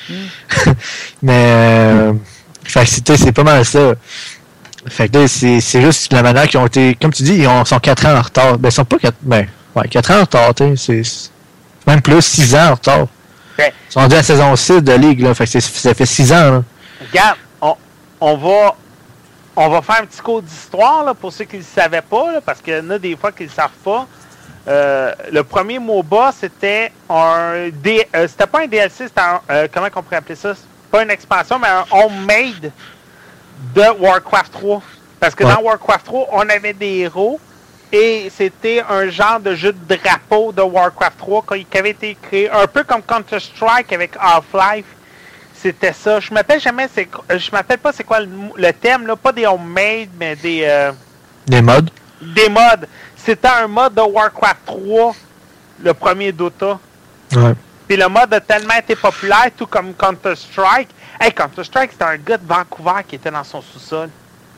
Mais fait que c'est pas mal ça. Fait que c'est juste la manière qu'ils ont été. Comme tu dis, ils sont 4 ans en retard. Ben ils sont pas 4. Ben ouais, 4 ans en retard, c'est même plus 6 ans en retard. Okay. Ils sont rendus à la saison 6 de Ligue, là. Fait que ça fait 6 ans, là. Regarde, on va faire un petit cours d'histoire là, pour ceux qui ne le savaient pas, là, parce qu'il y en a des fois qui ne le savent pas. Le premier MOBA, c'était c'était pas un DLC, c'était comment on pourrait appeler ça? Pas une expansion, mais un homemade de Warcraft 3. Parce que dans Warcraft 3, on avait des héros et c'était un genre de jeu de drapeau de Warcraft 3 qui avait été créé un peu comme Counter-Strike avec Half-Life. C'était ça. Je m'appelle pas c'est quoi le thème, là, pas des homemade, mais des mods. Des mods. C'était un mode de Warcraft 3, le premier Dota. Ouais. Puis le mode a tellement été populaire, tout comme Counter-Strike. Hey, Counter-Strike, c'était un gars de Vancouver qui était dans son sous-sol.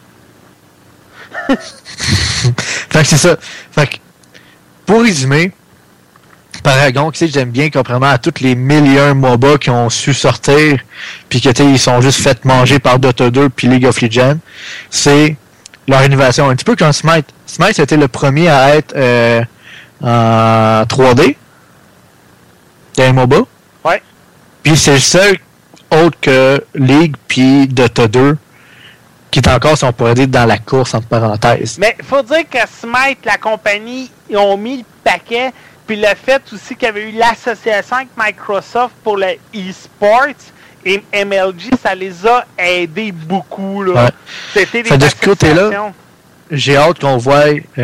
Fait que c'est ça. Fait que, pour résumer, Paragon, qui j'aime bien, contrairement à tous les millions MOBA qui ont su sortir, puis ils sont juste fait manger par Dota 2 puis League of Legends, c'est leur innovation. Un petit peu comme Smite. Smite, c'était le premier à être en 3D d'un MOBA. Ouais. Puis c'est le seul autre que League puis Dota 2 qui est encore, si on pourrait dire, dans la course, entre parenthèses. Mais il faut dire que Smite, la compagnie, ils ont mis le paquet. Puis le fait aussi qu'il y avait eu l'association avec Microsoft pour le e-sports et MLG, ça les a aidés beaucoup. Là. Ouais. C'était des de ce côté-là, j'ai hâte qu'on voie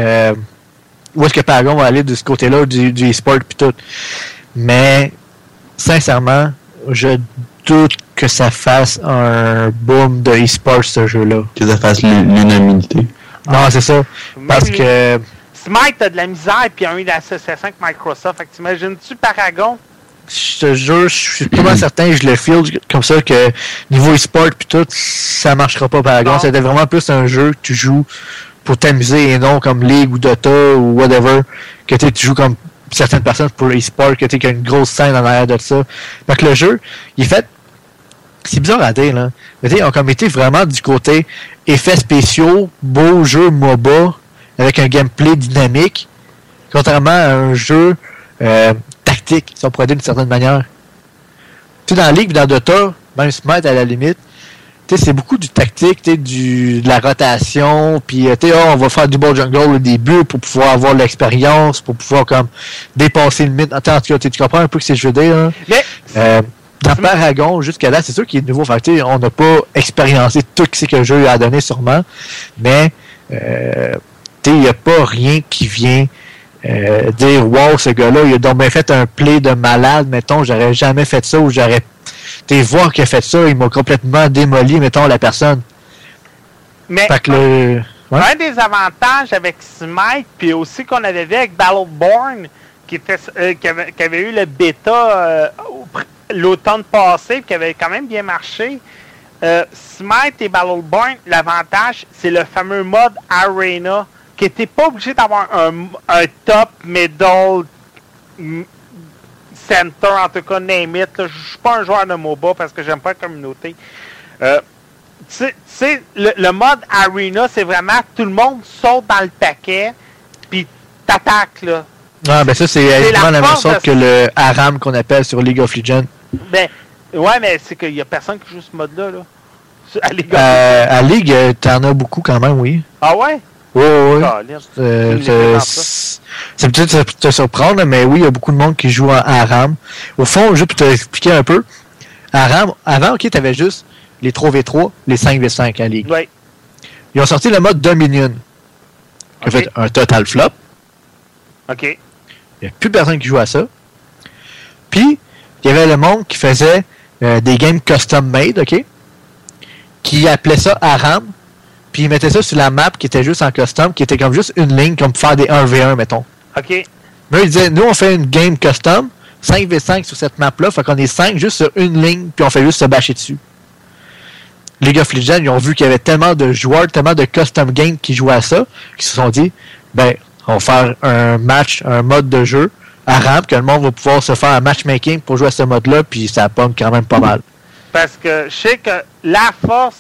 où est-ce que Paragon va aller de ce côté-là du e-sport puis tout. Mais, sincèrement, je doute que ça fasse un boom de e-sport, ce jeu-là. Que ça fasse l'unanimité. Non, c'est ça. Parce que... Smite a de la misère, puis ils ont eu l'association avec Microsoft. Fait que t'imagines-tu Paragon? Je te jure, je suis pas mal certain, je le feel comme ça, que niveau e-sport puis tout, ça marchera pas Paragon. C'était vraiment plus un jeu que tu joues pour t'amuser et non comme League ou Dota ou whatever, que tu joues comme certaines personnes pour l'e-sport, que qu'il y a une grosse scène en arrière de ça. Donc le jeu, il est fait... C'est bizarre à dire, là. Mais ils ont comme été vraiment du côté effets spéciaux, beau jeu MOBA, avec un gameplay dynamique, contrairement à un jeu tactique, si on pourrait dire d'une certaine manière. Tu sais, dans la Ligue, dans Dota, même Smite à la limite, tu sais, c'est beaucoup du tactique, tu sais, de la rotation, puis tu sais, on va faire du ball jungle au début pour pouvoir avoir l'expérience, pour pouvoir comme dépasser le mythe. Attends, en tout cas, tu comprends un peu ce que je veux dire, hein? Mais dans Paragon, jusqu'à là, c'est sûr qu'il est nouveau. Fait que, on n'a pas expériencé tout ce que le jeu a donné sûrement, mais il n'y a pas rien qui vient dire « Wow, ce gars-là, il a donc bien fait un play de malade, mettons, j'aurais jamais fait ça, ou j'aurais... » voir qu'il a fait ça, il m'a complètement démoli, mettons, la personne. Mais fait que un des avantages avec Smite, puis aussi qu'on avait vu avec Battleborn, qui avait eu le bêta l'automne passé, qui avait quand même bien marché. Smite et Battleborn, l'avantage, c'est le fameux mode Arena, qui n'était pas obligé d'avoir un top, middle, center, en tout cas, name it. Je suis pas un joueur de MOBA parce que j'aime pas la communauté. Tu sais, le mode Arena, c'est vraiment tout le monde saute dans le paquet, puis t'attaques, là. Ah, ben ça, c'est exactement la même sorte que le Aram qu'on appelle sur League of Legends. Ben, ouais, mais c'est qu'il y a personne qui joue ce mode-là, là. À League, à League, t'en as beaucoup quand même, oui. Ah ouais? Oui. C'est peut-être te surprendre, mais oui, il y a beaucoup de monde qui joue en Aram. Au fond, juste pour t'expliquer un peu, Aram, avant, ok, t'avais juste les 3v3, les 5v5 en League. Oui. Ils ont sorti le mode Dominion, qui a fait un total flop. OK. Il n'y a plus personne qui joue à ça. Puis, il y avait le monde qui faisait des games custom-made, OK? Qui appelait ça Aram. Puis, ils mettaient ça sur la map qui était juste en custom, qui était comme juste une ligne, comme pour faire des 1v1, mettons. OK. Mais ils disaient, nous, on fait une game custom, 5v5 sur cette map-là, fait qu'on est 5 juste sur une ligne, puis on fait juste se bâcher dessus. League of Legends, ils ont vu qu'il y avait tellement de joueurs, tellement de custom games qui jouaient à ça, qu'ils se sont dit, ben, on va faire un match, un mode de jeu Aram, que le monde va pouvoir se faire un matchmaking pour jouer à ce mode-là, puis ça pomme quand même pas mal. Parce que je sais que la force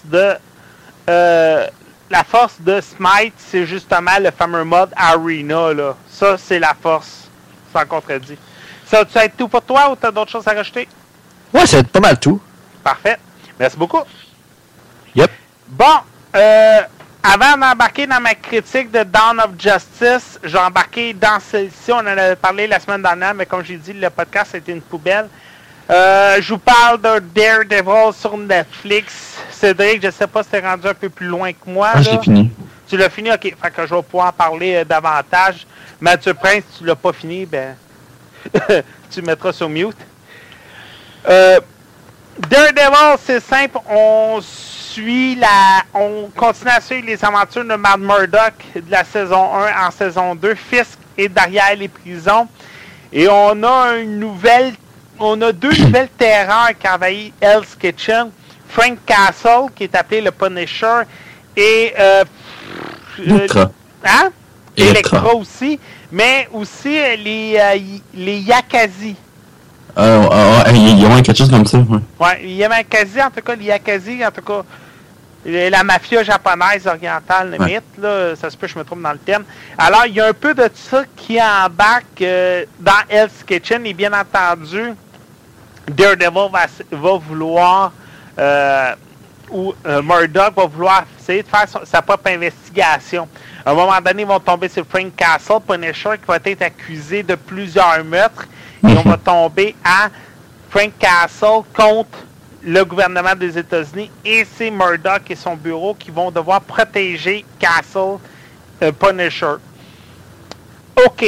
de Smite, c'est justement le fameux mode Arena, là. Ça, c'est la force, sans contredit. Ça va être tout pour toi ou t'as d'autres choses à rajouter? Ouais, c'est pas mal tout. Parfait. Merci beaucoup. Yep. Bon, avant d'embarquer dans ma critique de Dawn of Justice, j'ai embarqué dans celle-ci. On en avait parlé la semaine dernière, mais comme j'ai dit, le podcast a été une poubelle. Je vous parle de Daredevil sur Netflix. Cédric, je sais pas si t'es rendu un peu plus loin que moi. Ah, j'ai fini. Tu l'as fini? OK. Fait que je vais pouvoir parler davantage. Mathieu Prince, si tu l'as pas fini, ben tu mettras sur mute. Daredevil, c'est simple. On continue à suivre les aventures de Matt Murdock de la saison 1 en saison 2. Fisk est derrière les prisons. Et on a deux nouvelles terreurs qui envahissent Hell's Kitchen. Frank Castle, qui est appelé le Punisher, et Elektra. Hein? Elektra aussi, mais aussi les Yakazi. Il y a quelque chose comme ça. Ouais, les Yakazi, en tout cas, les Yakazi, en tout cas, la mafia japonaise orientale, limite, là, ça se peut que je me trompe dans le thème. Alors, il y a un peu de ça qui embarque dans Hell's Kitchen, et bien entendu, Daredevil va vouloir, Murdock va vouloir essayer de faire sa propre investigation. À un moment donné, ils vont tomber sur Frank Castle, Punisher, qui va être accusé de plusieurs meurtres. Et on va tomber à Frank Castle contre le gouvernement des États-Unis. Et c'est Murdock et son bureau qui vont devoir protéger Castle, Punisher. OK.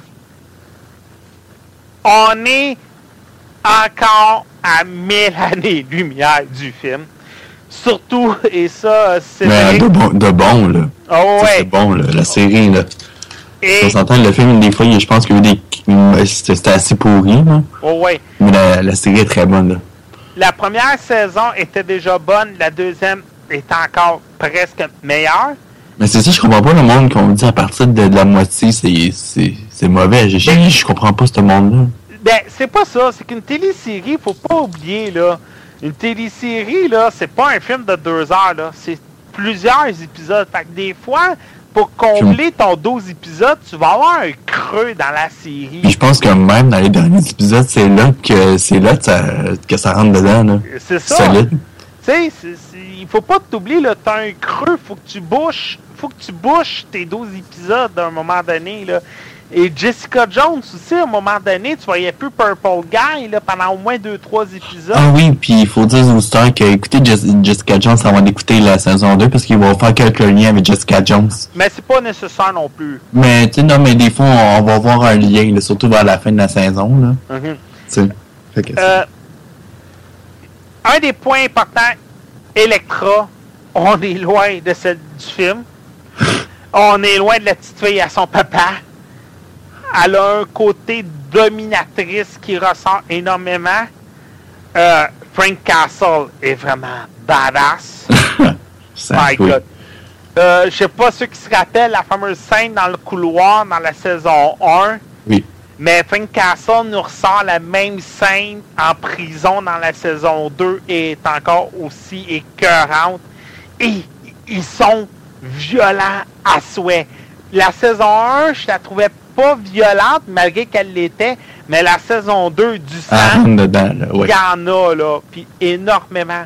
On est encore à 1000 années-lumière du film. Surtout, et ça, c'est... Mais de bon, là. Oh, ouais. C'est bon, là. La série, là. Et... On s'entend, le film, des fois, je pense qu'il y a eu c'était assez pourri, là. Oh, ouais. Mais la série est très bonne, là. La première saison était déjà bonne. La deuxième est encore presque meilleure. Mais c'est ça, je comprends pas le monde qu'on dit à partir de la moitié, c'est mauvais. Je comprends pas ce monde-là. Ben, c'est pas ça. C'est qu'une télésérie, faut pas oublier, là. Une télésérie, là, c'est pas un film de 2 heures, là. C'est plusieurs épisodes. Fait que des fois, pour combler ton 12 épisodes, tu vas avoir un creux dans la série. Puis je pense que même dans les derniers épisodes, c'est là que ça rentre dedans, là. C'est ça. Solide. Tu sais, il faut pas t'oublier, là. T'as un creux, faut que tu bouches tes 12 épisodes à un moment donné, là. Et Jessica Jones aussi, à un moment donné, tu voyais plus Purple Guy là, pendant au moins 2-3 épisodes. Ah oui, puis il faut dire aux auditeurs qu'écouter Jessica Jones avant d'écouter la saison 2 parce qu'ils vont faire quelques liens avec Jessica Jones. Mais c'est pas nécessaire non plus. Mais tu sais, non, mais des fois, on va voir un lien, là, surtout vers la fin de la saison. Là. Fait que un des points importants, Elektra, on est loin de celle du film. On est loin de la petite fille à son papa. Elle a un côté dominatrice qui ressort énormément. Frank Castle est vraiment badass. My God. Je sais pas ceux qui se rappellent la fameuse scène dans le couloir dans la saison 1. Oui. Mais Frank Castle nous ressort la même scène en prison dans la saison 2 et est encore aussi écœurante. Et ils sont violents à souhait. la saison 1, je la trouvais pas violente, malgré qu'elle l'était, mais la saison 2, du sang, dedans, là, il y en a, là, puis énormément.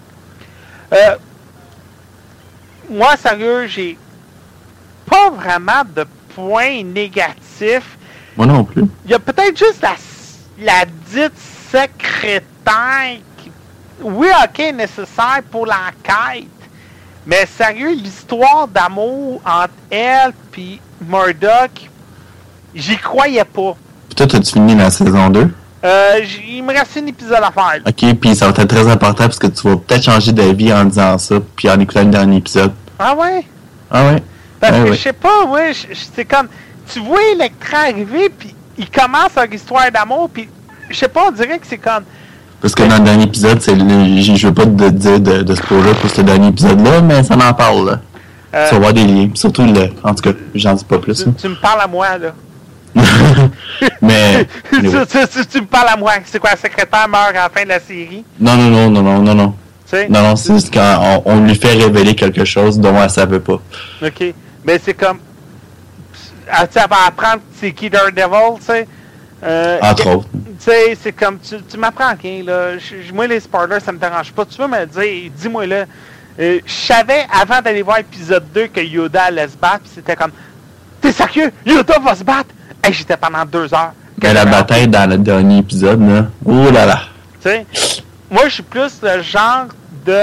Moi, sérieux, j'ai pas vraiment de points négatifs. Moi non plus. Il y a peut-être juste la dite secrétaire qui, oui, ok, nécessaire pour l'enquête, mais sérieux, l'histoire d'amour entre elle et Murdoch, j'y croyais pas. Puis toi, t'as-tu fini la saison 2? Il me reste un épisode à faire. Ok, puis ça va être très important parce que tu vas peut-être changer d'avis en disant ça, puis en écoutant le dernier épisode. Ah ouais? Ah ouais? Parce que je sais pas, ouais, c'est comme, tu vois Electra arriver, puis il commence leur histoire d'amour, puis je sais pas, on dirait que c'est comme... Parce que dans le dernier épisode, je veux pas te dire de spoiler pour ce dernier épisode-là, mais ça m'en parle, là. Ça va avoir des liens, surtout en tout cas, j'en dis pas plus. Tu me parles à moi, là. Mais... tu me parles à moi, c'est quoi, la secrétaire meurt à la fin de la série? Non. Non, c'est juste quand on lui fait révéler quelque chose dont elle savait pas. Ok, mais c'est comme... elle va apprendre c'est qui Daredevil, tu sais. Entre autres. Tu sais, c'est comme, tu m'apprends rien, là. Moi, les spoilers, ça me dérange pas. Tu veux me le dire, dis-moi là. Je savais, avant d'aller voir épisode 2, que Yoda allait se battre, pis c'était comme, t'es sérieux? Yoda va se battre? Hey, j'étais pendant 2 heures. Mais la bataille dans le dernier épisode, là, oh là là. Tu sais, moi, je suis plus le genre de...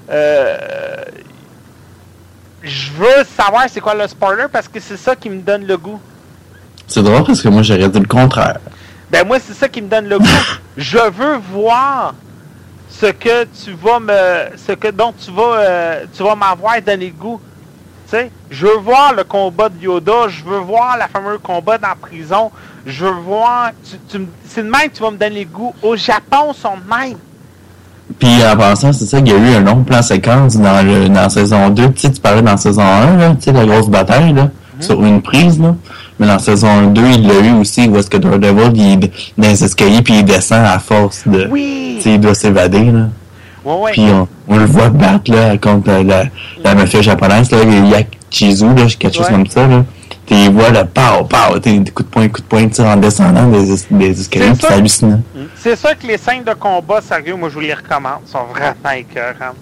je veux savoir c'est quoi le spoiler parce que c'est ça qui me donne le goût. C'est drôle parce que moi, j'aurais dit le contraire. Ben moi, c'est ça qui me donne le goût. Je veux voir ce que tu vas tu vas m'avoir donné le goût. Tu sais, je veux voir le combat de Yoda, je veux voir le fameux combat dans la prison, je veux voir... c'est de même que tu vas me donner le goût. Au Japon, ils sont de même. Puis en passant, c'est ça, il y a eu un long plan séquence dans la saison 2. Tu sais, tu parlais dans la saison 1, là, tu sais, la grosse bataille, là, sur une prise, là. Mais dans la saison 2, il l'a eu aussi, où est-ce que Daredevil, il est dans les escaliers, puis il descend à force de... Oui! Tu sais, il doit s'évader, là. Ouais. Puis on le voit battre, là, contre la mafia japonaise, là, Yakichizu, là, quelque chose comme ça, là. Tu vois le pow, des coups de poing, tu sais, en descendant des escaliers, c'est hallucinant. C'est sûr que les scènes de combat, sérieux, moi, je vous les recommande, sont vraiment écœurantes.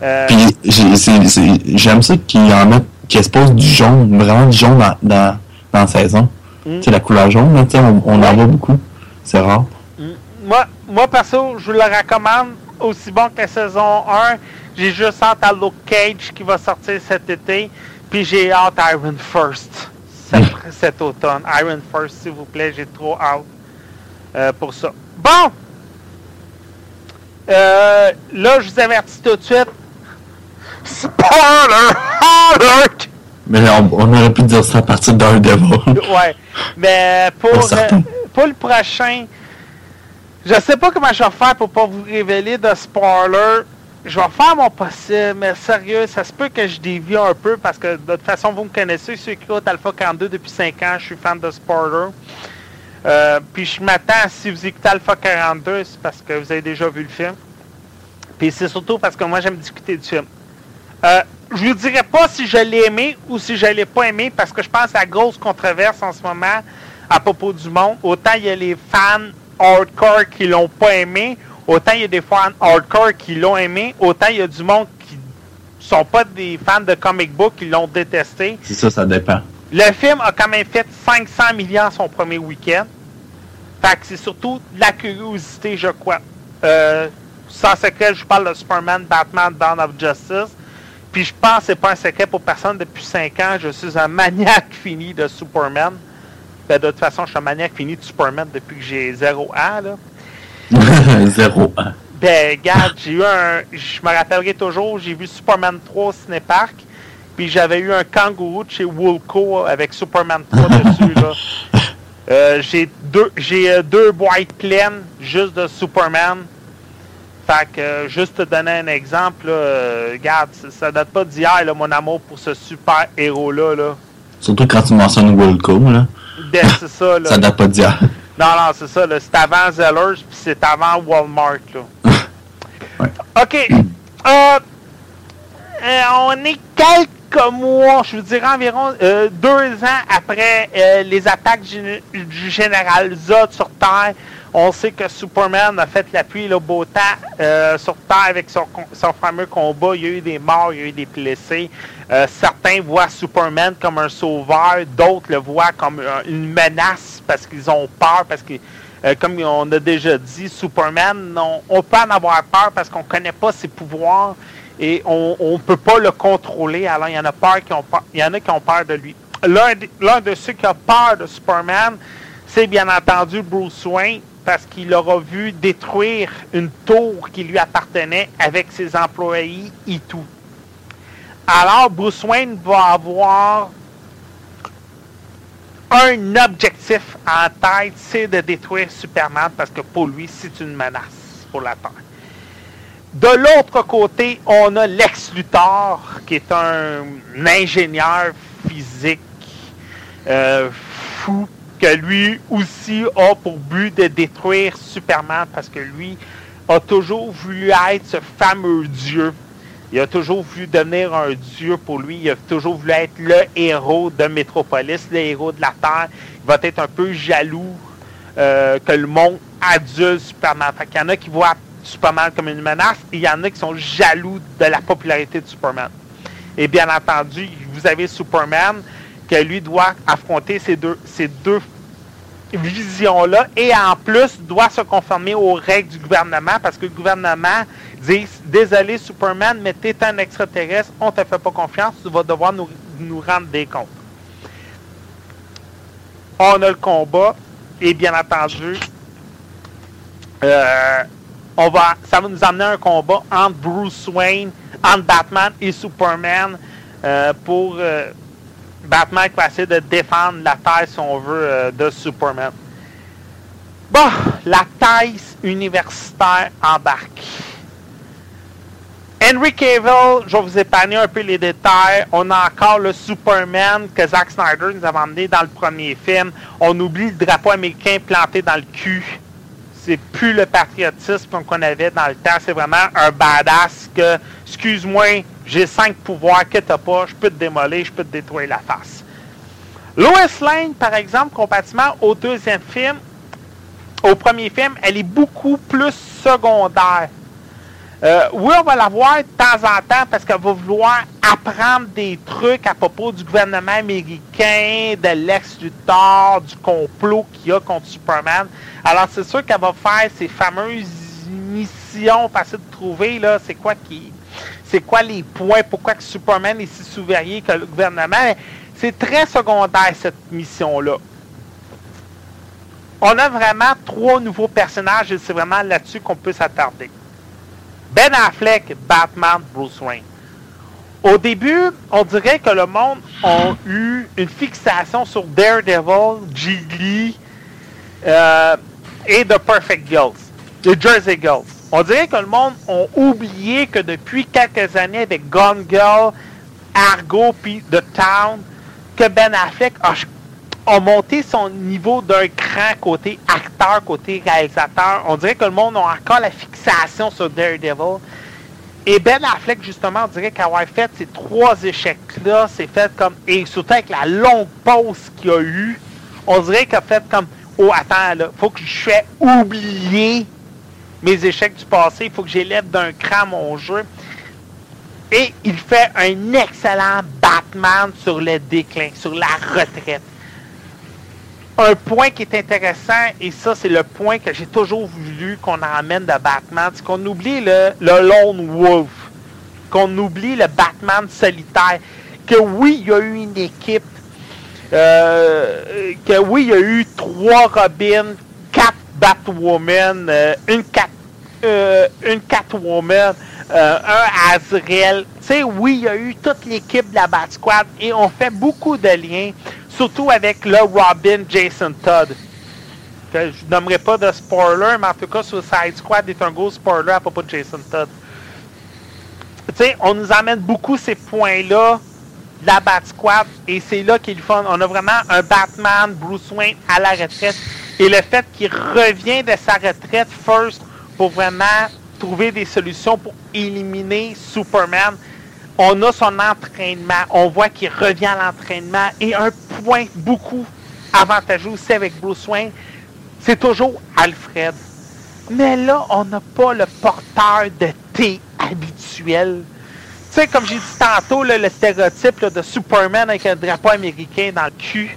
Puis j'aime ça qu'ils exposent du jaune, vraiment du jaune dans la saison. Tu sais, la couleur jaune, là, tu sais, on en voit beaucoup. C'est rare. Moi, perso, je vous le recommande aussi bon que la saison 1. J'ai juste hâte à Luke Cage qui va sortir cet été. Puis j'ai hâte à Iron First cet automne. Iron First, s'il vous plaît, j'ai trop hâte pour ça. Bon! Là, je vous avertis tout de suite. Spoiler alert! Mais là, on aurait pu dire ça à partir de Daredevil. Ouais. Mais pour le prochain, je sais pas comment je vais faire pour pas vous révéler de spoiler. Je vais faire mon possible, mais sérieux, ça se peut que je dévie un peu parce que de toute façon, vous me connaissez, ceux qui écoutent Alpha 42 depuis 5 ans, je suis fan de spoiler. Puis je m'attends, si vous écoutez Alpha 42, c'est parce que vous avez déjà vu le film. Puis c'est surtout parce que moi, j'aime discuter du film. Je vous dirai pas si je l'ai aimé ou si je l'ai pas aimé parce que je pense à la grosse controverse en ce moment à propos du monde. Autant il y a les fans hardcore qui l'ont pas aimé, autant il y a des fans hardcore qui l'ont aimé, autant il y a du monde qui sont pas des fans de comic book qui l'ont détesté. C'est ça dépend. Le film a quand même fait 500 millions son premier week-end. Fait que c'est surtout de la curiosité, je crois. Sans secret, je parle de Superman, Batman, Dawn of Justice. Puis je pense que c'est pas un secret pour personne. Depuis 5 ans, je suis un maniaque fini de Superman. Ben, de toute façon, je suis un maniaque fini de Superman depuis que j'ai 0 ans, là. 0 ans. Ben, regarde, j'ai eu je me rappellerai toujours, j'ai vu Superman 3 au Cinéparc, puis j'avais eu un kangourou de chez Woolco avec Superman 3 dessus, là. J'ai deux boîtes pleines juste de Superman. Fait que, juste te donner un exemple, là, regarde, ça date pas d'hier, là, mon amour pour ce super héros-là, là. Surtout quand tu mentionnes Woolco, là. Ben, c'est ça, là. Ça date pas d'hier. Non, c'est ça, là. C'est avant Zellers, puis c'est avant Walmart, là. Ouais. OK. On est quelques mois, je vous dirais environ 2 ans après les attaques du général Zod sur Terre, on sait que Superman a fait la pluie et le beau temps sur Terre avec son fameux combat. Il y a eu des morts, il y a eu des blessés. Certains voient Superman comme un sauveur, d'autres le voient comme une menace parce qu'ils ont peur, parce que, comme on a déjà dit, Superman, on peut en avoir peur parce qu'on ne connaît pas ses pouvoirs et on ne peut pas le contrôler. Alors, il y en a qui ont peur de lui. L'un de ceux qui a peur de Superman, c'est bien entendu Bruce Wayne, parce qu'il aura vu détruire une tour qui lui appartenait avec ses employés et tout. Alors, Bruce Wayne va avoir un objectif en tête, c'est de détruire Superman, parce que pour lui, c'est une menace pour la Terre. De l'autre côté, on a Lex Luthor, qui est un ingénieur physique fou, que lui aussi a pour but de détruire Superman, parce que lui a toujours voulu être ce fameux dieu. Il a toujours voulu devenir un dieu pour lui. Il a toujours voulu être le héros de Metropolis, le héros de la Terre. Il va être un peu jaloux que le monde adule Superman. Fait qu'il y en a qui voient Superman comme une menace et il y en a qui sont jaloux de la popularité de Superman. Et bien entendu, vous avez Superman que lui doit affronter ces deux visions-là et en plus doit se conformer aux règles du gouvernement parce que le gouvernement dit « Désolé Superman, mais t'es un extraterrestre, on te fait pas confiance, tu vas devoir nous rendre des comptes. » On a le combat et bien entendu ça va nous amener à un combat entre Bruce Wayne, entre Batman et Superman pour Batman qui va essayer de défendre la Terre, si on veut, de Superman. Bon, la thèse universitaire embarque. Henry Cavill, je vais vous épargner un peu les détails. On a encore le Superman que Zack Snyder nous avait emmené dans le premier film. On oublie le drapeau américain planté dans le cul. C'est plus le patriotisme qu'on avait dans le temps. C'est vraiment un badass que, excuse-moi, j'ai 5 pouvoirs que t'as pas, je peux te démolir, je peux te détruire la face. Lois Lane, par exemple, comparativement au deuxième film, au premier film, elle est beaucoup plus secondaire. Oui, on va la voir de temps en temps parce qu'elle va vouloir apprendre des trucs à propos du gouvernement américain, de Lex Luthor, du complot qu'il y a contre Superman. Alors, c'est sûr qu'elle va faire ces fameuses missions, pour essayer de trouver, là, c'est quoi les points, pourquoi que Superman est si souverain que le gouvernement. C'est très secondaire, cette mission-là. On a vraiment 3 nouveaux personnages et c'est vraiment là-dessus qu'on peut s'attarder. Ben Affleck, Batman, Bruce Wayne. Au début, on dirait que le monde a eu une fixation sur Daredevil, Jiggly et The Perfect Girls, The Jersey Girls. On dirait que le monde a oublié que depuis quelques années avec Gone Girl, Argo puis The Town, que Ben Affleck a monté son niveau d'un cran côté acteur, côté réalisateur. On dirait que le monde a encore la fixation sur Daredevil. Et Ben Affleck, justement, on dirait qu'avoir fait ces 3 échecs-là, c'est fait comme... Et surtout avec la longue pause qu'il y a eu, on dirait qu'il a fait comme... Oh, attends, là, faut que je fasse oublier mes échecs du passé. Il faut que j'élève d'un cran mon jeu. Et il fait un excellent Batman sur le déclin, sur la retraite. Un point qui est intéressant, et ça, c'est le point que j'ai toujours voulu qu'on emmène de Batman, c'est qu'on oublie le Lone Wolf, qu'on oublie le Batman solitaire, que oui, il y a eu une équipe, que oui, il y a eu 3 Robin, 4 Batwoman, une Catwoman, un Azrael. Tu sais, oui, il y a eu toute l'équipe de la Bat-Squad, et on fait beaucoup de liens, surtout avec le Robin Jason Todd. Que je nommerai pas de spoiler, mais en tout cas, Suicide Squad est un gros spoiler à propos de Jason Todd. Tu sais, on nous amène beaucoup ces points-là de la Bat-Squad, et c'est là qu'il est le fun. On a vraiment un Batman, Bruce Wayne à la retraite, et le fait qu'il revient de sa retraite first pour vraiment trouver des solutions pour éliminer Superman. on a son entraînement. On voit qu'il revient à l'entraînement. Et un point beaucoup avantageux aussi avec Bruce Wayne, c'est toujours Alfred. Mais là, on n'a pas le porteur de thé habituel. Tu sais, comme j'ai dit tantôt, là, le stéréotype là, de Superman avec un drapeau américain dans le cul.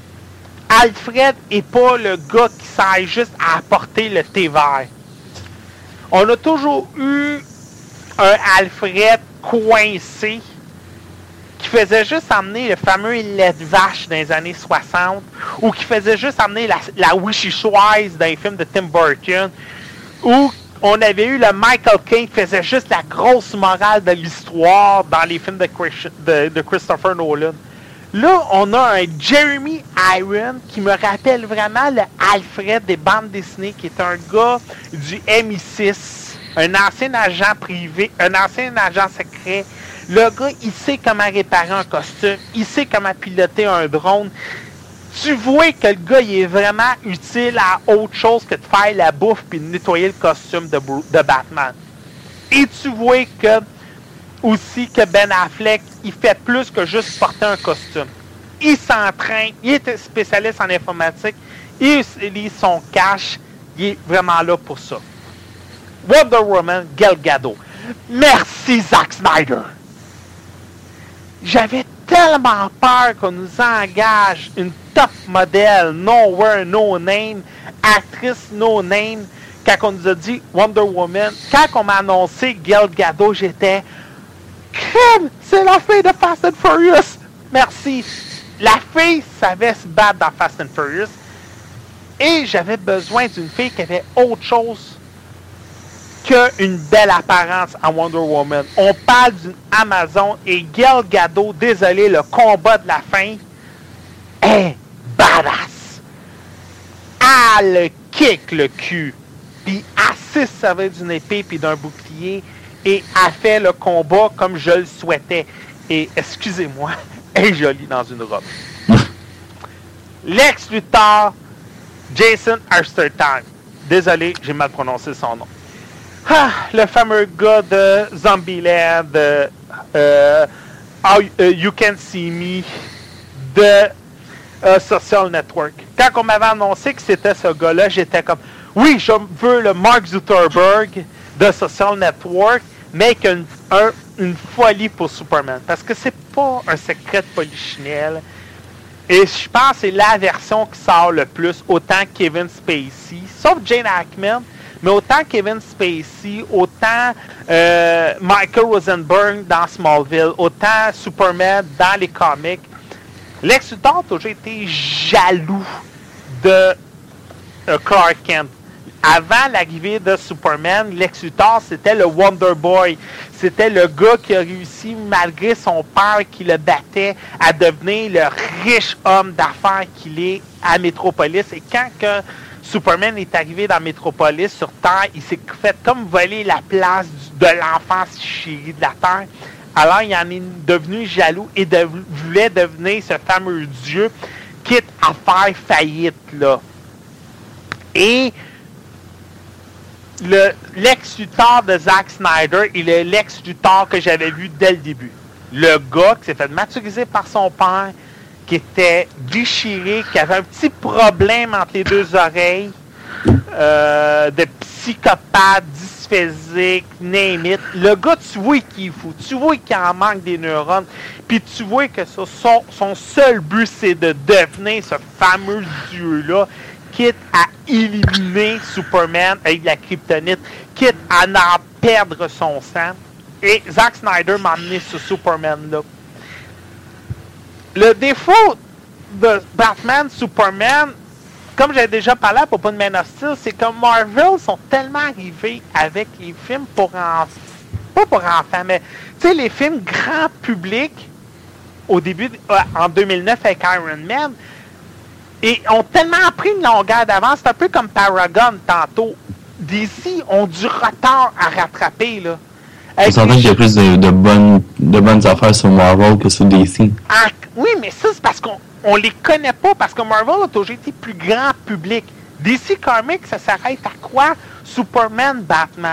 Alfred est pas le gars qui sert juste à apporter le thé vert. On a toujours eu un Alfred coincé qui faisait juste amener le fameux lait de vache dans les années 60 ou qui faisait juste amener la wishy-choise dans les films de Tim Burton ou on avait eu le Michael Caine qui faisait juste la grosse morale de l'histoire dans les films de Christopher Nolan. Là, on a un Jeremy Irons qui me rappelle vraiment le Alfred des bandes dessinées, qui est un gars du MI6, un ancien agent privé, un ancien agent secret. Le gars, il sait comment réparer un costume, il sait comment piloter un drone. Tu vois que le gars, il est vraiment utile à autre chose que de faire la bouffe puis de nettoyer le costume de Batman. Et tu vois que aussi que Ben Affleck, il fait plus que juste porter un costume. Il s'entraîne, il est spécialiste en informatique, il utilise son cash, il est vraiment là pour ça. Wonder Woman, Gal Gadot. Merci Zack Snyder. J'avais tellement peur qu'on nous engage une top modèle, nowhere, no name, actrice no name, quand on nous a dit Wonder Woman. Quand on m'a annoncé Gal Gadot, j'étais crème, c'est la fille de Fast and Furious. Merci. La fille savait se battre dans Fast and Furious. Et j'avais besoin d'une fille qui avait autre chose qu'une belle apparence en Wonder Woman. On parle d'une Amazon et Gal Gadot, désolé, le combat de la fin est badass. Elle kick le cul. Puis elle se servait d'une épée puis d'un bouclier. Et a fait le combat comme je le souhaitais. Et, excusez-moi, elle est jolie dans une robe. Lex Luthor, Jason Arthur-Time. Désolé, j'ai mal prononcé son nom. Ah, le fameux gars de Zombieland, de You Can See Me, de Social Network. Quand on m'avait annoncé que c'était ce gars-là, j'étais comme, oui, je veux le Mark Zuckerberg de Social Network, mais une folie pour Superman. Parce que c'est pas un secret de polichinelle. Et je pense que c'est la version qui sort le plus, autant Kevin Spacey, sauf Jane Hackman, mais autant Kevin Spacey, autant Michael Rosenberg dans Smallville, autant Superman dans les comics. Lex Luthor a toujours été jaloux de Clark Kent. Avant l'arrivée de Superman, Lex Luthor, c'était le Wonder Boy. C'était le gars qui a réussi, malgré son père qui le battait, à devenir le riche homme d'affaires qu'il est à Metropolis. Et quand que Superman est arrivé dans Metropolis, sur Terre, il s'est fait comme voler la place de l'enfance chérie de la Terre. Alors, il en est devenu jaloux et voulait devenir ce fameux dieu, quitte à faire faillite, là. Et le Lex Luthor de Zack Snyder est le Lex Luthor que j'avais vu dès le début. Le gars qui s'est fait maturiser par son père, qui était déchiré, qui avait un petit problème entre les deux oreilles, de psychopathe, dysphésique, name it. Le gars, tu vois qu'il est fou, tu vois qu'il en manque des neurones, puis tu vois que son seul but, c'est de devenir ce fameux dieu-là, quitte à éliminer Superman avec de la kryptonite, quitte à en perdre son sang. Et Zack Snyder m'a amené ce Superman-là. Le défaut de Batman, Superman, comme j'avais déjà parlé à propos de Man of Steel, c'est que Marvel sont tellement arrivés avec les films pour enfants, pas pour enfants, mais tu sais, les films grand public, au début, en 2009 avec Iron Man, et ont tellement pris une longueur d'avance, c'est un peu comme Paragon tantôt. DC ont du retard à rattraper, là. On s'entend qu'il y a plus de bonnes affaires sur Marvel que sur DC. Ah, oui, mais ça, c'est parce qu'on les connaît pas, parce que Marvel a toujours été plus grand public. DC Comics, ça s'arrête à quoi? Superman, Batman.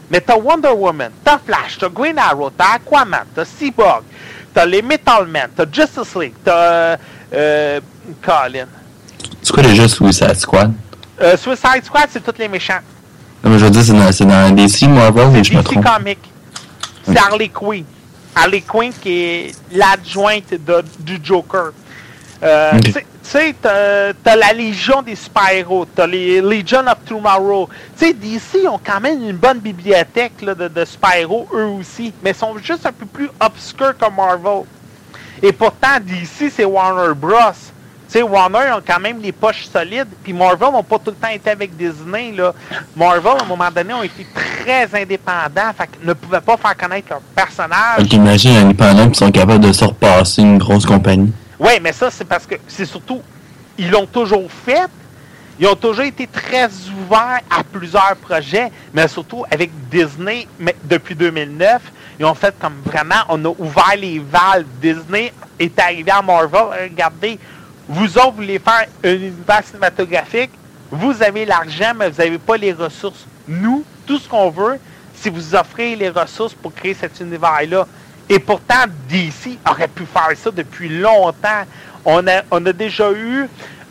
Mais t'as Wonder Woman, t'as Flash, t'as Green Arrow, t'as Aquaman, t'as Cyborg, t'as les Metal Men, t'as Justice League, t'as Colin. C'est quoi déjà Suicide Squad? Suicide Squad, c'est tous les méchants. Non, mais je veux dire, c'est dans DC Marvel et je me trompe. DC Comics. C'est Harley Quinn. Harley Quinn qui est l'adjointe du Joker. Tu sais, t'as la Légion des super-héros, t'as les Legion of Tomorrow. Tu sais, DC ont quand même une bonne bibliothèque là, de super-héros, eux aussi, mais sont juste un peu plus obscurs que Marvel. Et pourtant, DC, c'est Warner Bros. Tu sais, Warner ont quand même les poches solides, puis Marvel n'ont pas tout le temps été avec Disney, là. Marvel, à un moment donné, ont été très indépendants, fait qu'ils ne pouvaient pas faire connaître leurs personnages. Donc, imagine les indépendants qui sont capables de surpasser une grosse compagnie. Oui, mais ça, c'est parce que c'est surtout, ils l'ont toujours fait. Ils ont toujours été très ouverts à plusieurs projets, mais surtout avec Disney, mais depuis 2009, ils ont fait comme vraiment, on a ouvert les valves. Disney est arrivé à Marvel. Regardez, vous autres, vous voulez faire un univers cinématographique, vous avez l'argent, mais vous n'avez pas les ressources. Nous, tout ce qu'on veut, c'est vous offrir les ressources pour créer cet univers-là. Et pourtant, DC aurait pu faire ça depuis longtemps. On a déjà eu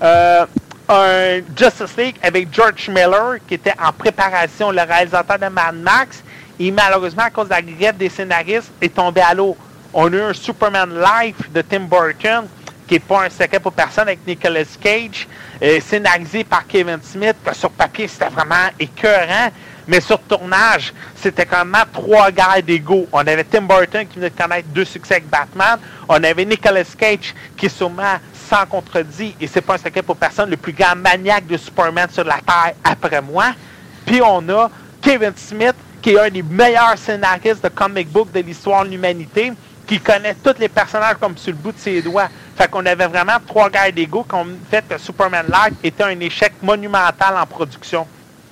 un Justice League avec George Miller, qui était en préparation, le réalisateur de Mad Max, et malheureusement, à cause de la grève des scénaristes, est tombé à l'eau. On a eu un Superman Life de Tim Burton, qui n'est pas un secret pour personne, avec Nicolas Cage, scénarisé par Kevin Smith, que sur papier, c'était vraiment écœurant, mais sur tournage, c'était quand même 3 guerres d'ego. On avait Tim Burton qui venait de connaître 2 succès avec Batman, on avait Nicolas Cage, qui est sûrement sans contredit, et c'est pas un secret pour personne, le plus grand maniaque de Superman sur la Terre après moi, puis on a Kevin Smith, qui est un des meilleurs scénaristes de comic book de l'histoire de l'humanité, qui connaît tous les personnages comme sur le bout de ses doigts. Fait qu'on avait vraiment 3 guerres d'ego qui ont fait que Superman Live était un échec monumental en production.